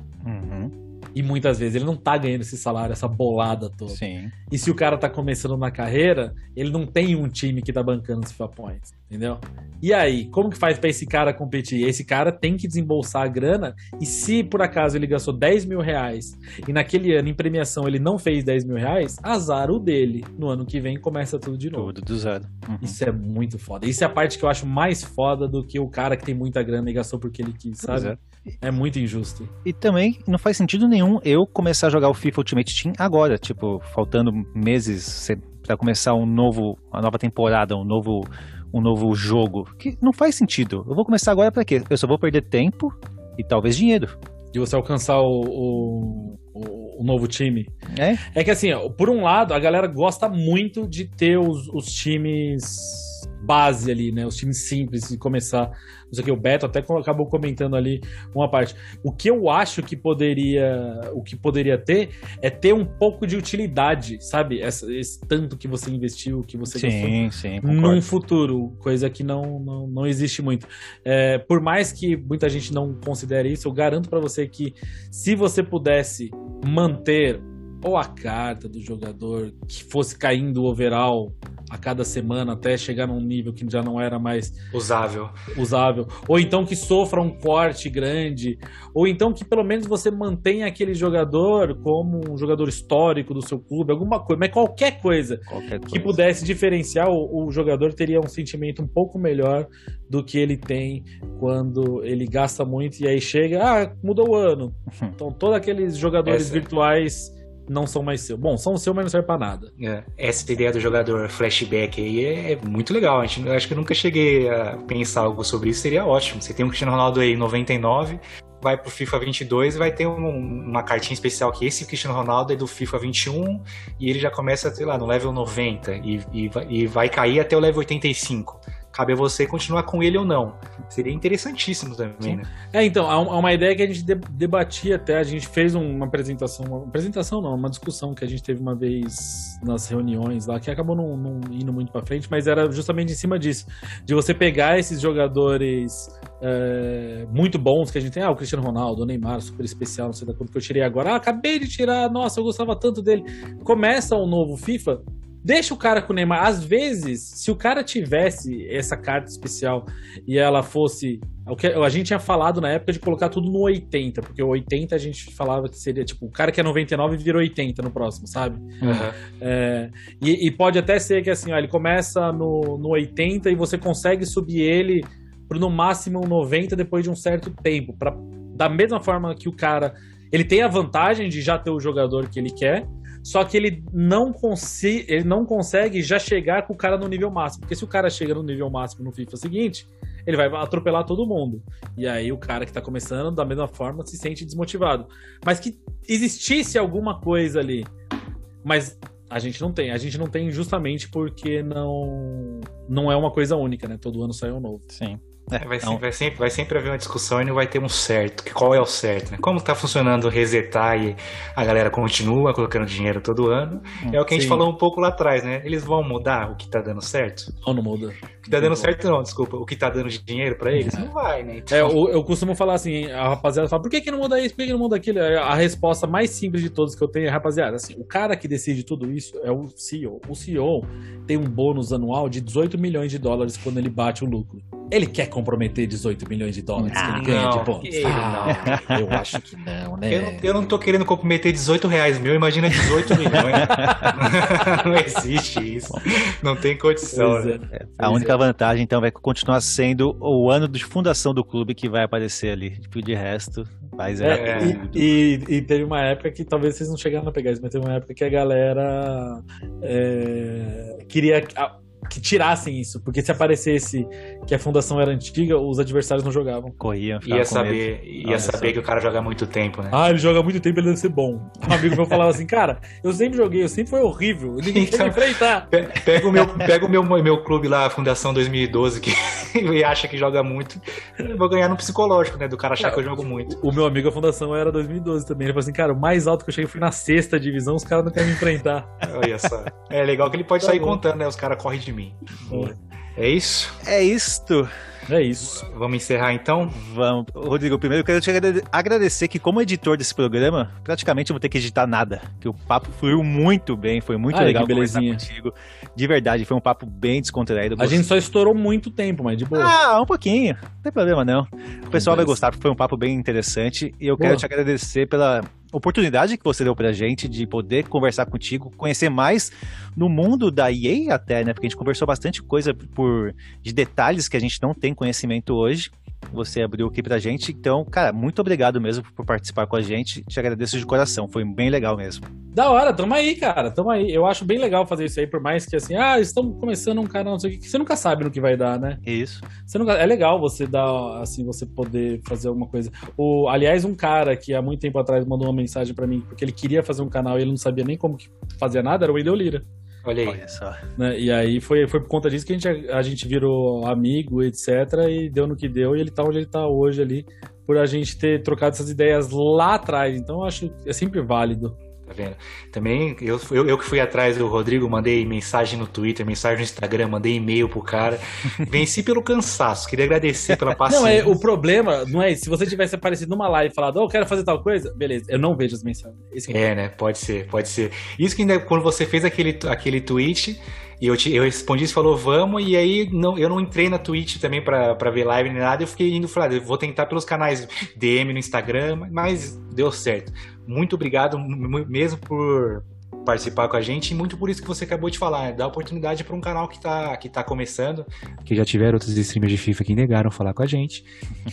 [SPEAKER 3] E muitas vezes ele não tá ganhando esse salário, essa bolada toda.
[SPEAKER 1] Sim.
[SPEAKER 3] E se o cara tá começando na carreira, ele não tem um time que tá bancando os FIFA Points, entendeu? E aí, como que faz pra esse cara competir? Esse cara tem que desembolsar a grana, e se por acaso ele gastou 10 mil reais e naquele ano em premiação ele não fez 10 mil reais, azar o dele. No ano que vem começa tudo de novo.
[SPEAKER 1] Tudo do zero.
[SPEAKER 3] Isso é muito foda. Isso é a parte que eu acho mais foda do que o cara que tem muita grana e gastou porque ele quis, sabe? É muito injusto.
[SPEAKER 1] E também não faz sentido nenhum eu começar a jogar o FIFA Ultimate Team agora, tipo, faltando meses pra começar uma nova temporada, um novo jogo. Que não faz sentido. Eu vou começar agora pra quê? Eu só vou perder tempo e talvez dinheiro.
[SPEAKER 3] De você alcançar o novo time. É que assim, ó, por um lado, a galera gosta muito de ter os times base ali, né? Os times simples de começar. Não sei o que, o Beto até acabou comentando ali uma parte. O que eu acho que poderia ter é ter um pouco de utilidade, sabe? Esse tanto que você investiu, que você gastou
[SPEAKER 1] Sim,
[SPEAKER 3] num futuro, coisa que não existe muito. Por mais que muita gente não considere isso, eu garanto pra você que se você pudesse manter ou a carta do jogador que fosse caindo o overall a cada semana até chegar num nível que já não era mais
[SPEAKER 2] usável,
[SPEAKER 3] ou então que sofra um corte grande, ou então que pelo menos você mantenha aquele jogador como um jogador histórico do seu clube, alguma coisa, mas qualquer coisa que pudesse diferenciar o jogador teria um sentimento um pouco melhor do que ele tem quando ele gasta muito e aí chega, mudou o ano. Então todos aqueles jogadores virtuais não são mais seu. Bom, são seu, mas não serve pra nada.
[SPEAKER 2] Essa ideia do jogador flashback aí é muito legal. Eu acho que eu nunca cheguei a pensar algo sobre isso. Seria ótimo. Você tem um Cristiano Ronaldo aí em 99, vai pro FIFA 22 e vai ter uma cartinha especial que esse Cristiano Ronaldo é do FIFA 21 e ele já começa, sei lá, no level 90 e vai cair até o level 85. Cabe a você continuar com ele ou não. Seria interessantíssimo também, né?
[SPEAKER 3] Então, é uma ideia que a gente debatia até, a gente fez uma discussão que a gente teve uma vez nas reuniões lá, que acabou não indo muito pra frente, mas era justamente em cima disso, de você pegar esses jogadores muito bons que a gente tem, o Cristiano Ronaldo, o Neymar, super especial, não sei da quanto que eu tirei agora, acabei de tirar, nossa, eu gostava tanto dele. Começa um novo FIFA, deixa o cara com o Neymar. Às vezes, se o cara tivesse essa carta especial e ela fosse... O que a gente tinha falado na época de colocar tudo no 80, porque o 80 a gente falava que seria, tipo, o cara que é 99 vira 80 no próximo, sabe? E pode até ser que, assim, ó, ele começa no 80 e você consegue subir ele pro no máximo 90 depois de um certo tempo. Da mesma forma que o cara... Ele tem a vantagem de já ter o jogador que ele quer, só que ele não consegue já chegar com o cara no nível máximo. Porque se o cara chega no nível máximo no FIFA seguinte, ele vai atropelar todo mundo. E aí o cara que tá começando, da mesma forma, se sente desmotivado. Mas que existisse alguma coisa ali. Mas a gente não tem. A gente não tem justamente porque não é uma coisa única, né? Todo ano sai um novo.
[SPEAKER 1] Sim.
[SPEAKER 2] Vai sempre haver uma discussão e não vai ter um certo. Qual é o certo, né? Como tá funcionando resetar e a galera continua colocando dinheiro todo ano. É o que a gente falou um pouco lá atrás, né? Eles vão mudar o que tá dando certo?
[SPEAKER 3] Ou não muda?
[SPEAKER 2] O que tá dando certo não, desculpa. O que tá dando dinheiro pra eles? Não vai, né? Então...
[SPEAKER 3] eu costumo falar assim, a rapaziada fala, por que não muda isso? Por que não muda aquilo? A resposta mais simples de todas que eu tenho é, rapaziada, assim, o cara que decide tudo isso é o CEO. O CEO tem um bônus anual de 18 milhões de dólares quando ele bate o lucro. Ele quer comprometer 18 milhões de dólares que ele ganha de bônus? Eu acho que não, né?
[SPEAKER 2] Eu não tô querendo comprometer 18 reais meu, imagina 18 milhões. Não existe isso. Não tem condição. Né?
[SPEAKER 1] A única vantagem, então, vai continuar sendo o ano de fundação do clube que vai aparecer ali. Tipo, de resto, vai zerar.
[SPEAKER 3] E teve uma época que talvez vocês não chegaram a pegar isso, mas teve uma época que a galera queria que tirassem isso, porque se aparecesse que a fundação era antiga, os adversários não jogavam.
[SPEAKER 1] Corriam,
[SPEAKER 2] ia saber que o cara joga há muito tempo, né?
[SPEAKER 3] Ele joga há muito tempo, ele deve ser bom. Um amigo meu falava assim, cara, eu sempre joguei, eu sempre foi horrível, ninguém quer me enfrentar.
[SPEAKER 2] Pega o meu clube lá, a Fundação 2012, que ele acha que joga muito, eu vou ganhar no psicológico, né, do cara achar que eu jogo muito.
[SPEAKER 3] O meu amigo, a Fundação era 2012 também, ele falou assim, cara, o mais alto que eu cheguei foi na 6ª divisão, os caras não querem me enfrentar.
[SPEAKER 2] Olha só. É legal que ele pode sair contando, né, os caras correm de mim. É isso?
[SPEAKER 1] É isto.
[SPEAKER 3] É isso.
[SPEAKER 2] Vamos encerrar então?
[SPEAKER 1] Vamos. Rodrigo, primeiro eu quero te agradecer que como editor desse programa, praticamente eu vou ter que editar nada, que o papo fluiu muito bem, foi muito legal conversar contigo. De verdade, foi um papo bem descontraído.
[SPEAKER 3] A gente só estourou muito tempo, mas de boa.
[SPEAKER 1] Um pouquinho. Não tem problema não. O pessoal vai gostar, porque foi um papo bem interessante e eu quero te agradecer pela oportunidade que você deu pra gente de poder conversar contigo, conhecer mais no mundo da EA até, né? Porque a gente conversou bastante coisa de detalhes que a gente não tem conhecimento hoje. Você abriu aqui pra gente, então, cara, muito obrigado mesmo por participar com a gente, te agradeço de coração, foi bem legal mesmo.
[SPEAKER 3] Da hora, tamo aí, cara, tamo aí, eu acho bem legal fazer isso aí, por mais que assim, estamos começando um canal, não sei o que, você nunca sabe no que vai dar, né?
[SPEAKER 1] Isso.
[SPEAKER 3] É legal você dar, assim, você poder fazer alguma coisa. Aliás, um cara que há muito tempo atrás mandou uma mensagem pra mim, porque ele queria fazer um canal e ele não sabia nem como que fazia nada, era o Wendel Lira.
[SPEAKER 2] Olha aí.
[SPEAKER 1] Olha só.
[SPEAKER 3] Né? E aí foi por conta disso que a gente virou amigo, etc. E deu no que deu. E ele tá onde ele tá hoje ali, por a gente ter trocado essas ideias lá atrás. Então eu acho que é sempre válido.
[SPEAKER 2] Tá vendo? Também, eu que fui atrás do Rodrigo, mandei mensagem no Twitter, mensagem no Instagram, mandei e-mail pro cara. Venci pelo cansaço, queria agradecer pela paciência.
[SPEAKER 3] Não, o problema não é isso. Se você tivesse aparecido numa live e falado, eu quero fazer tal coisa, beleza, eu não vejo as mensagens.
[SPEAKER 2] Né? Pode ser. Isso que ainda, quando você fez aquele tweet, e eu respondi, você falou, vamos, e aí eu não entrei na Twitch também pra ver live nem nada, eu fiquei indo, falei, vou tentar pelos canais DM no Instagram, mas deu certo. Muito obrigado mesmo por participar com a gente e muito por isso que você acabou de falar, né? Dá oportunidade para um canal que tá começando, que já tiveram outros streamers de FIFA que negaram falar com a gente.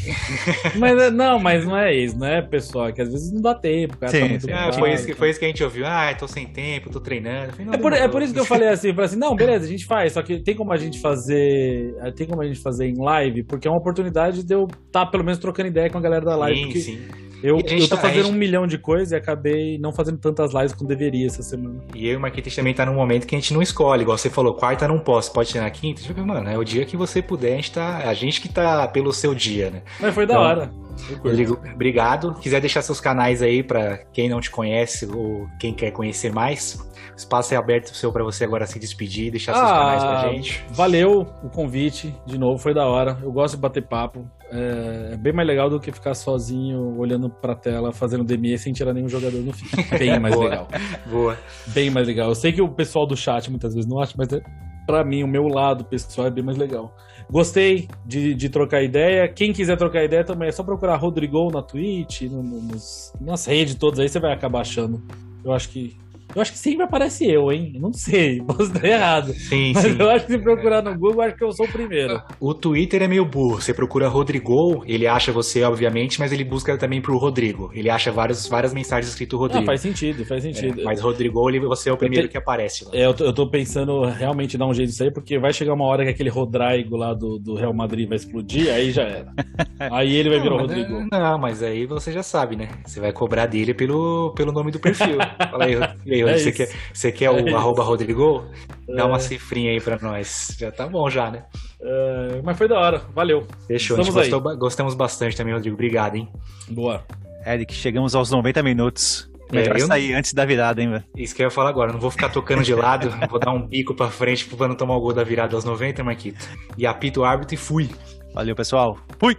[SPEAKER 3] Mas não é isso, né, pessoal? Que às vezes não dá tempo, cara.
[SPEAKER 1] Sim,
[SPEAKER 3] tá
[SPEAKER 2] foi isso que a gente ouviu. Tô sem tempo, tô treinando. Falei,
[SPEAKER 3] é por isso que eu falei assim, não, beleza, a gente faz, só que tem como a gente fazer em live, porque é uma oportunidade de eu estar pelo menos trocando ideia com a galera da live.
[SPEAKER 2] Sim.
[SPEAKER 3] Eu tô fazendo 1 milhão de coisas e acabei não fazendo tantas lives como deveria essa semana.
[SPEAKER 2] E eu e o Marquinhos também tá num momento que a gente não escolhe, igual você falou, quarta não posso, pode ser na quinta. Mano, é o dia que você puder, a gente que tá pelo seu dia, né?
[SPEAKER 3] Mas foi da hora.
[SPEAKER 2] Rodrigo, obrigado. Quiser deixar seus canais aí pra quem não te conhece ou quem quer conhecer mais, o espaço é aberto pra você agora se despedir, deixar seus canais pra gente.
[SPEAKER 3] Valeu o convite, de novo, foi da hora. Eu gosto de bater papo. É bem mais legal do que ficar sozinho, olhando pra tela, fazendo DME sem tirar nenhum jogador no fim. Bem mais legal.
[SPEAKER 2] Boa.
[SPEAKER 3] Bem mais legal. Eu sei que o pessoal do chat muitas vezes não acha, mas pra mim, o meu lado pessoal é bem mais legal. Gostei de trocar ideia. Quem quiser trocar ideia também é só procurar Rodrigo na Twitch, nas redes todas aí, você vai acabar achando. Eu acho que sempre aparece eu, hein? Não sei, posso estar errado.
[SPEAKER 2] Sim.
[SPEAKER 3] Eu acho que se procurar no Google, acho que eu sou o primeiro.
[SPEAKER 2] O Twitter é meio burro. Você procura Rodrigo, ele acha você, obviamente, mas ele busca também pro Rodrigo. Ele acha várias mensagens escrito Rodrigo.
[SPEAKER 3] Faz sentido.
[SPEAKER 2] Mas Rodrigo, você é o primeiro que aparece lá.
[SPEAKER 3] Eu tô pensando realmente em dar um jeito disso aí, porque vai chegar uma hora que aquele Rodrigo lá do Real Madrid vai explodir, aí já era. Aí ele vai virar o Rodrigo.
[SPEAKER 2] Não, mas aí você já sabe, né? Você vai cobrar dele pelo nome do perfil. Fala aí, E aí,
[SPEAKER 3] É
[SPEAKER 2] você
[SPEAKER 3] isso.
[SPEAKER 2] quer o
[SPEAKER 3] É
[SPEAKER 2] arroba
[SPEAKER 3] isso.
[SPEAKER 2] Rodrigo? Dá uma cifrinha aí pra nós. Já tá bom já, né?
[SPEAKER 3] Mas foi da hora, valeu.
[SPEAKER 2] Fechou. A gente
[SPEAKER 3] Estamos aí.
[SPEAKER 2] gostamos bastante também, Rodrigo. Obrigado, hein?
[SPEAKER 3] Boa.
[SPEAKER 1] Eric, chegamos aos 90 minutos. Melhor
[SPEAKER 2] eu não-
[SPEAKER 1] sair antes da virada, hein, velho?
[SPEAKER 2] Isso que eu ia falar agora. Não vou ficar tocando de lado. Vou dar um bico pra frente pra não tomar o gol da virada aos 90, Marquito. E apito o árbitro e fui.
[SPEAKER 1] Valeu, pessoal. Fui!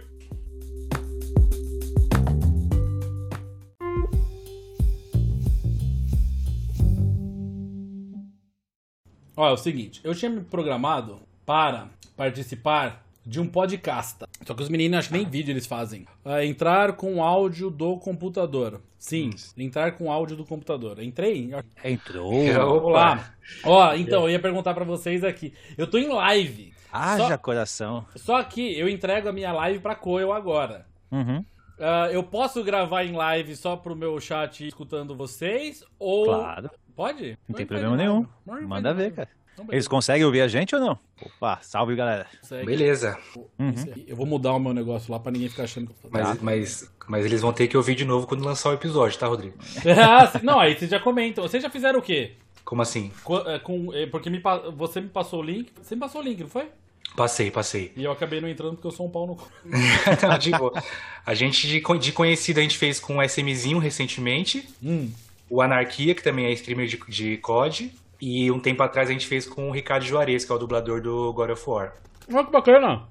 [SPEAKER 3] Ó, é o seguinte, eu tinha me programado para participar de um podcast. Só que os meninos, acho que nem vídeo eles fazem. Entrar com áudio do computador. Sim, entrar com áudio do computador. Entrei?
[SPEAKER 1] Entrou.
[SPEAKER 3] Vamos lá. Ó, então, eu ia perguntar pra vocês aqui. Eu tô em live.
[SPEAKER 1] Haja coração.
[SPEAKER 3] Só que eu entrego a minha live pra Coel agora.
[SPEAKER 1] Uhum.
[SPEAKER 3] Eu posso gravar em live só pro meu chat escutando vocês? Ou...
[SPEAKER 1] Claro.
[SPEAKER 3] Pode?
[SPEAKER 1] Não tem problema nenhum. Manda ver, cara.
[SPEAKER 3] Então,
[SPEAKER 1] Eles conseguem ouvir a gente ou não? Opa, salve, galera.
[SPEAKER 3] Consegue.
[SPEAKER 2] Beleza.
[SPEAKER 1] Uhum.
[SPEAKER 3] Eu vou mudar o meu negócio lá pra ninguém ficar achando que eu tô fazendo.
[SPEAKER 2] Mas eles vão ter que ouvir de novo quando lançar o episódio, tá, Rodrigo?
[SPEAKER 3] Não, aí vocês já comentam. Vocês já fizeram o quê?
[SPEAKER 2] Como assim?
[SPEAKER 3] Porque você me passou o link. Você me passou o link, não foi?
[SPEAKER 2] Passei.
[SPEAKER 3] E eu acabei não entrando porque eu sou um pau no cu.
[SPEAKER 2] Não, de boa. A gente, de conhecido, a gente fez com o SMzinho recentemente. O Anarquia, que também é streamer de COD. E um tempo atrás a gente fez com o Ricardo Juarez, que é o dublador do God of War.
[SPEAKER 3] Olha que bacana.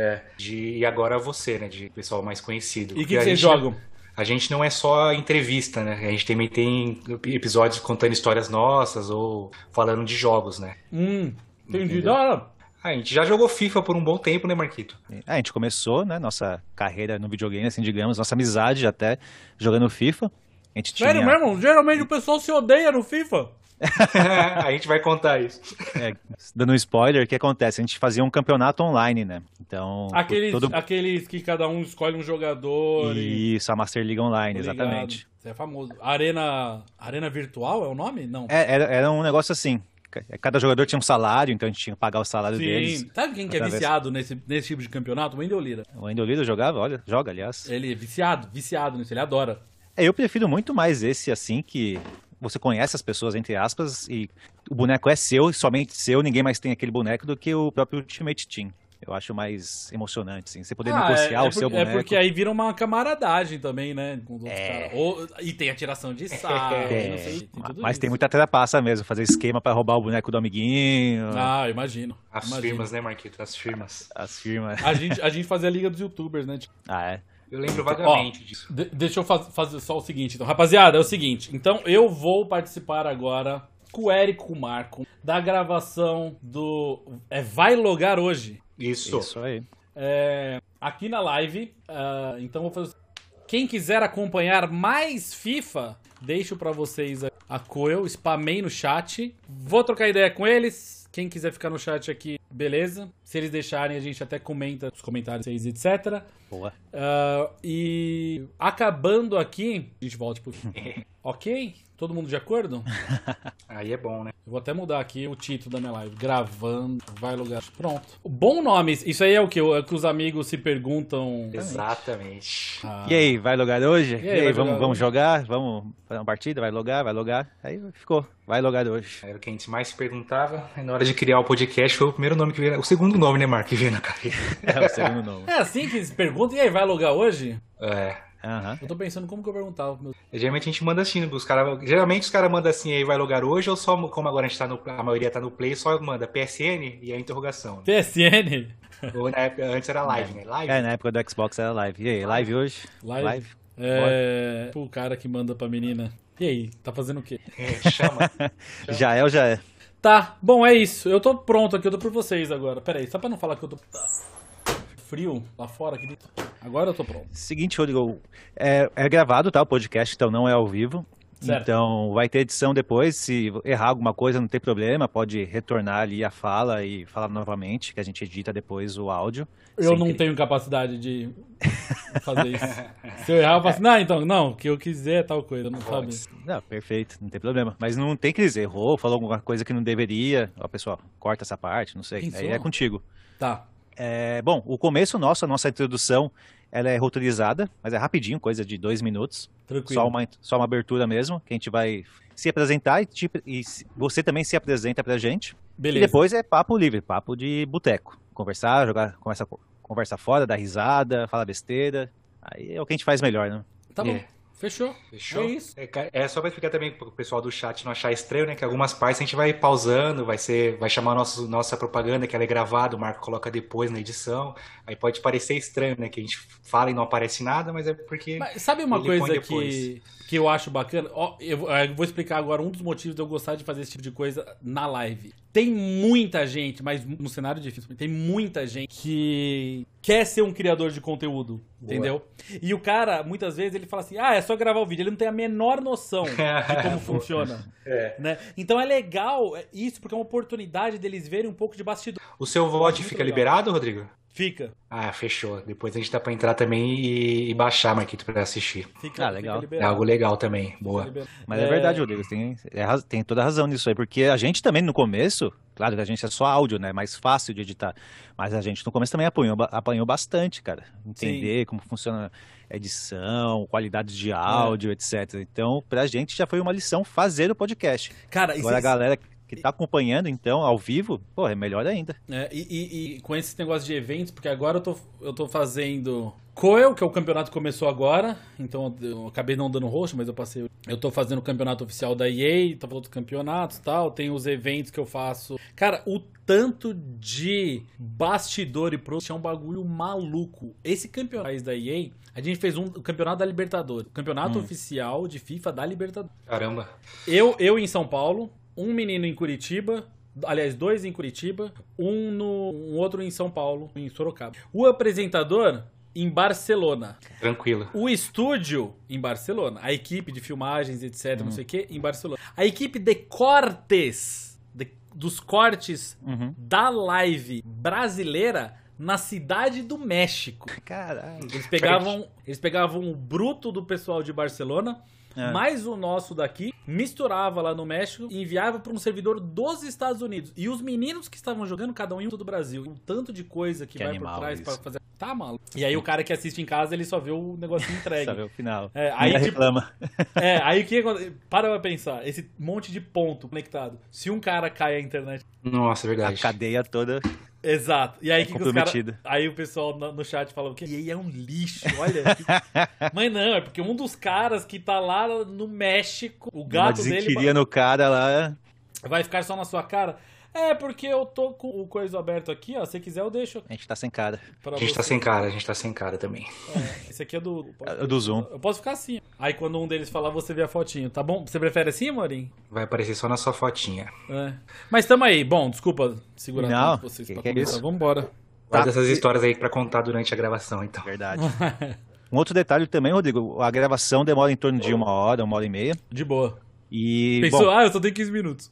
[SPEAKER 2] E agora você, né? De pessoal mais conhecido.
[SPEAKER 3] E o
[SPEAKER 2] Porque
[SPEAKER 3] que vocês jogam?
[SPEAKER 2] A gente não é só entrevista, né? A gente também tem episódios contando histórias nossas ou falando de jogos, né?
[SPEAKER 3] Entendi. Da hora.
[SPEAKER 2] A gente já jogou FIFA por um bom tempo, né, Marquito?
[SPEAKER 1] A gente começou, né, nossa carreira no videogame, assim, digamos, nossa amizade até jogando FIFA. A gente tinha...
[SPEAKER 3] Sério mesmo? Geralmente o pessoal se odeia no FIFA.
[SPEAKER 2] A gente vai contar isso.
[SPEAKER 1] Dando um spoiler, o que acontece? A gente fazia um campeonato online, né? Então...
[SPEAKER 3] Aqueles que cada um escolhe um jogador
[SPEAKER 1] Isso, a Master League Online,
[SPEAKER 3] Obrigado.
[SPEAKER 1] exatamente.
[SPEAKER 3] Isso é famoso. Arena Virtual é o nome? Não.
[SPEAKER 1] Era um negócio assim. Cada jogador tinha um salário, então a gente tinha que pagar o salário deles.
[SPEAKER 3] Sim. Sabe quem que é
[SPEAKER 1] Através-
[SPEAKER 3] viciado nesse tipo de campeonato? O Wendel Lira.
[SPEAKER 1] O Wendel Lira jogava, olha, joga, aliás.
[SPEAKER 3] Ele é viciado nisso, ele adora.
[SPEAKER 1] Eu prefiro muito mais esse, assim, que você conhece as pessoas, entre aspas, e o boneco é seu, somente seu, ninguém mais tem aquele boneco do que o próprio Ultimate Team. Eu acho mais emocionante, assim, você poder negociar o seu boneco.
[SPEAKER 3] É porque aí vira uma camaradagem também, né? Com os outros caras. E tem a tiração de sarro, não sei, tem tudo
[SPEAKER 1] Mas
[SPEAKER 3] isso.
[SPEAKER 1] tem muita trapaça mesmo, fazer esquema pra roubar o boneco do amiguinho,
[SPEAKER 3] Imagino.
[SPEAKER 2] As firmas, né, Marquito? As firmas.
[SPEAKER 1] as firmas.
[SPEAKER 3] A gente fazia a liga dos youtubers, né? Tipo,
[SPEAKER 2] Eu lembro vagamente disso.
[SPEAKER 3] deixa eu fazer só o seguinte, então. Rapaziada, é o seguinte. Então, eu vou participar agora com o Eric e com o Marco da gravação do... Vai Logar Hoje.
[SPEAKER 2] Isso.
[SPEAKER 1] aí.
[SPEAKER 3] Aqui na live. Então, vou fazer... Quem quiser acompanhar mais FIFA, deixo pra vocês a Coel. Spamei no chat. Vou trocar ideia com eles. Quem quiser ficar no chat aqui, beleza. Se eles deixarem, a gente até comenta os comentários, etc.
[SPEAKER 1] Boa.
[SPEAKER 3] E acabando aqui, a gente volta pro... Ok? Todo mundo de acordo?
[SPEAKER 2] Aí é bom, né?
[SPEAKER 3] Eu vou até mudar aqui o título da minha live. Gravando, vai lugar. Pronto. Bom nome. Isso aí é o quê? É que os amigos se perguntam...
[SPEAKER 2] Exatamente.
[SPEAKER 1] E aí, vai logar hoje?
[SPEAKER 3] E aí, vai jogar
[SPEAKER 1] vamos
[SPEAKER 3] hoje?
[SPEAKER 1] jogar? Vamos fazer uma partida? Vai logar? Aí ficou, vai logar hoje.
[SPEAKER 2] Era o que a gente mais se perguntava. E na hora de criar o podcast foi o primeiro nome que veio. O segundo nome, né, Marco, que veio na cabeça.
[SPEAKER 1] É o segundo nome.
[SPEAKER 3] É assim que eles perguntam. E aí, vai logar hoje?
[SPEAKER 1] Aham.
[SPEAKER 3] Eu tô pensando como que eu perguntava.
[SPEAKER 2] Geralmente a gente manda assim, geralmente os caras mandam assim, aí vai logar hoje, ou só, como agora a gente a maioria tá no Play, só manda PSN e a interrogação.
[SPEAKER 3] PSN?
[SPEAKER 2] Ou na época, antes era live, né? Live.
[SPEAKER 1] Na época do Xbox era live. E aí, live hoje?
[SPEAKER 3] Live? O cara que manda pra menina. E aí, tá fazendo o quê?
[SPEAKER 2] Chama.
[SPEAKER 1] Já é ou já é?
[SPEAKER 3] Tá, bom, é isso. Eu tô pronto aqui, eu tô por vocês agora. Pera aí, só pra não falar que eu tô... Frio lá fora aqui dentro. Agora eu tô pronto.
[SPEAKER 1] Seguinte, Rodrigo, é gravado, tá? O podcast, então não é ao vivo.
[SPEAKER 3] Certo.
[SPEAKER 1] Então vai ter edição depois. Se errar alguma coisa, não tem problema. Pode retornar ali a fala e falar novamente, que a gente edita depois o áudio.
[SPEAKER 3] Eu não tenho capacidade de fazer isso. Se eu errar, eu faço, o que eu quiser é tal coisa, não sabe?
[SPEAKER 1] Não, perfeito, não tem problema. Mas não tem que dizer, errou, falou alguma coisa que não deveria. Ó, pessoal, corta essa parte, não sei.
[SPEAKER 3] Pensou?
[SPEAKER 1] Aí é contigo.
[SPEAKER 3] Tá.
[SPEAKER 1] Bom, o começo nosso, a nossa introdução Ela é roteirizada, mas é rapidinho, coisa de 2 minutos.
[SPEAKER 3] Tranquilo.
[SPEAKER 1] Só uma abertura mesmo, que a gente vai se apresentar e você também se apresenta pra gente.
[SPEAKER 3] Beleza.
[SPEAKER 1] E depois é papo livre, papo de boteco. Conversar, jogar, conversa fora, dar risada, falar besteira. Aí é o que a gente faz melhor, né?
[SPEAKER 3] Tá bom.
[SPEAKER 2] É.
[SPEAKER 3] Fechou?
[SPEAKER 2] Fechou?
[SPEAKER 3] É isso.
[SPEAKER 2] É só pra explicar também pro pessoal do chat não achar estranho, né? Que algumas partes a gente vai pausando, vai chamar nossa propaganda, que ela é gravada, o Marco coloca depois na edição. Aí pode parecer estranho, né? Que a gente fala e não aparece nada, mas é porque.
[SPEAKER 3] Mas sabe uma
[SPEAKER 2] ele
[SPEAKER 3] coisa
[SPEAKER 2] põe depois.
[SPEAKER 3] que eu acho bacana? Ó, eu vou explicar agora um dos motivos de eu gostar de fazer esse tipo de coisa na live. Tem muita gente, mas no cenário difícil, tem muita gente que quer ser um criador de conteúdo, entendeu? E o cara, muitas vezes, ele fala assim, é só gravar o vídeo. Ele não tem a menor noção de como funciona. Né? Então é legal isso, porque é uma oportunidade deles verem um pouco de bastidor.
[SPEAKER 2] O seu VOD fica liberado, Rodrigo?
[SPEAKER 3] Fica.
[SPEAKER 2] Ah, fechou. Depois a gente dá pra entrar também e baixar, Marquito, pra assistir.
[SPEAKER 1] Legal.
[SPEAKER 3] Fica
[SPEAKER 2] É algo legal também. Boa.
[SPEAKER 1] Mas é verdade, Rodrigo, tem toda a razão nisso aí, porque a gente também no começo, claro que a gente é só áudio, né, mais fácil de editar, mas a gente no começo também apanhou bastante, cara, entender como funciona a edição, qualidade de áudio, etc. Então, pra gente já foi uma lição fazer o podcast.
[SPEAKER 3] Cara,
[SPEAKER 1] agora a galera que tá acompanhando, então, ao vivo, pô, é melhor ainda.
[SPEAKER 3] E com esse negócio de eventos, porque agora eu tô fazendo Coel, que é o campeonato que começou agora, então eu acabei não dando host, mas eu tô fazendo o campeonato oficial da EA, tô falando dos campeonatos e tal, tem os eventos que eu faço. Cara, o tanto de bastidor e produção é um bagulho maluco. Esse campeonato da EA, a gente fez o campeonato da Libertadores, o campeonato oficial de FIFA da Libertadores.
[SPEAKER 2] Caramba.
[SPEAKER 3] Eu em São Paulo, um menino em Curitiba, aliás, 2 em Curitiba, um outro em São Paulo, em Sorocaba. O apresentador em Barcelona.
[SPEAKER 2] Tranquilo.
[SPEAKER 3] O estúdio em Barcelona. A equipe de filmagens, etc, não sei o que, em Barcelona. A equipe de cortes, dos cortes da live brasileira na cidade do México.
[SPEAKER 1] Caralho.
[SPEAKER 3] Eles pegavam o bruto do pessoal de Barcelona, mais o nosso daqui, misturava lá no México e enviava para um servidor dos Estados Unidos. E os meninos que estavam jogando, cada um em um do Brasil. Um tanto de coisa que vai por trás para fazer. Tá maluco. E aí o cara que assiste em casa, ele só vê o negócio entregue.
[SPEAKER 1] Só vê o final.
[SPEAKER 3] Aí
[SPEAKER 1] reclama.
[SPEAKER 3] Aí o que acontece? Para pra pensar, esse monte de ponto conectado. Se um cara cai a internet.
[SPEAKER 2] Nossa, é verdade.
[SPEAKER 1] A cadeia toda.
[SPEAKER 3] Exato. E aí que os caras. Aí o pessoal no chat fala o quê? E aí é um lixo, olha. Mas não, é porque um dos caras que tá lá no México, o gato dele.
[SPEAKER 1] Queria no cara lá.
[SPEAKER 3] Vai ficar só na sua cara? É, porque eu tô com o coisa aberto aqui, ó. Se quiser, eu deixo.
[SPEAKER 1] A gente tá sem cara.
[SPEAKER 2] A gente tá sem cara também.
[SPEAKER 3] Esse aqui é do
[SPEAKER 1] Zoom.
[SPEAKER 3] Eu posso ficar assim. Aí quando um deles falar, você vê a fotinho. Tá bom? Você prefere assim, Morim?
[SPEAKER 2] Vai aparecer só na sua fotinha.
[SPEAKER 3] Mas tamo aí. Bom, desculpa segurar
[SPEAKER 1] não,
[SPEAKER 3] vocês
[SPEAKER 1] que
[SPEAKER 3] pra
[SPEAKER 1] é
[SPEAKER 3] começar.
[SPEAKER 1] isso?
[SPEAKER 3] Vambora.
[SPEAKER 2] Guarda essas histórias aí pra contar durante a gravação, então.
[SPEAKER 1] Verdade. Um outro detalhe também, Rodrigo, a gravação demora em torno de 1h30.
[SPEAKER 3] De boa.
[SPEAKER 1] E,
[SPEAKER 3] pensou, eu só tenho 15 minutos.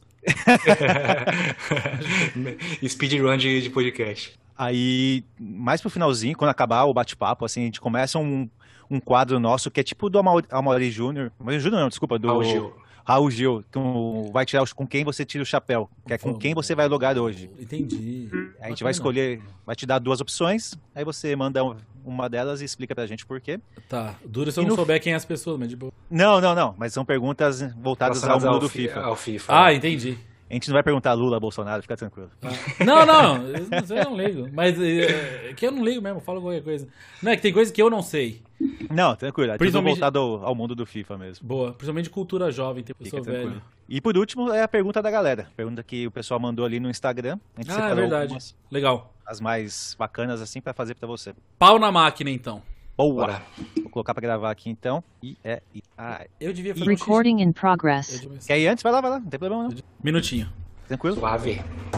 [SPEAKER 1] Speedrun de podcast. Aí, mais pro finalzinho, quando acabar o bate-papo, assim, a gente começa um quadro nosso que é tipo do Amaury Júnior. Amaury Júnior não, desculpa, do Raul Gil, vai tirar com quem você tira o chapéu, que é com quem você vai logar hoje.
[SPEAKER 3] Entendi.
[SPEAKER 1] A gente vai escolher, vai te dar 2 opções, aí você manda uma delas e explica pra gente por quê.
[SPEAKER 3] Tá, dura se eu não souber quem é as pessoas, mas de boa.
[SPEAKER 1] Não, mas são perguntas voltadas ao mundo do FIFA.
[SPEAKER 2] Ao FIFA.
[SPEAKER 3] Ah, entendi.
[SPEAKER 1] A gente não vai perguntar Lula, Bolsonaro, fica tranquilo.
[SPEAKER 3] Não, eu não ligo. Mas é que eu não ligo mesmo, falo qualquer coisa. Não, é que tem coisa que eu não sei.
[SPEAKER 1] Não, tranquilo. É tudo voltado ao mundo do FIFA mesmo.
[SPEAKER 3] Boa, principalmente cultura jovem, tem pessoa velha.
[SPEAKER 1] E por último é a pergunta da galera. Pergunta que o pessoal mandou ali no Instagram. A gente
[SPEAKER 3] é verdade. Legal.
[SPEAKER 1] As mais bacanas assim pra fazer pra você.
[SPEAKER 3] Pau na máquina, então.
[SPEAKER 1] Boa. Bora. Vou colocar pra gravar aqui então.
[SPEAKER 3] Eu devia fazer
[SPEAKER 5] Recording in progress.
[SPEAKER 1] Quer ir antes? Vai lá, não tem problema não.
[SPEAKER 3] Minutinho.
[SPEAKER 1] Tranquilo?
[SPEAKER 2] Suave.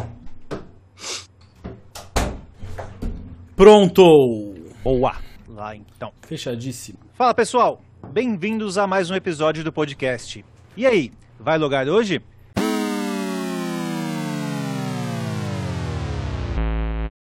[SPEAKER 3] Pronto!
[SPEAKER 1] Boa! Lá então.
[SPEAKER 3] Fechadíssimo.
[SPEAKER 1] Fala pessoal, bem-vindos a mais um episódio do podcast. E aí, vai logar hoje?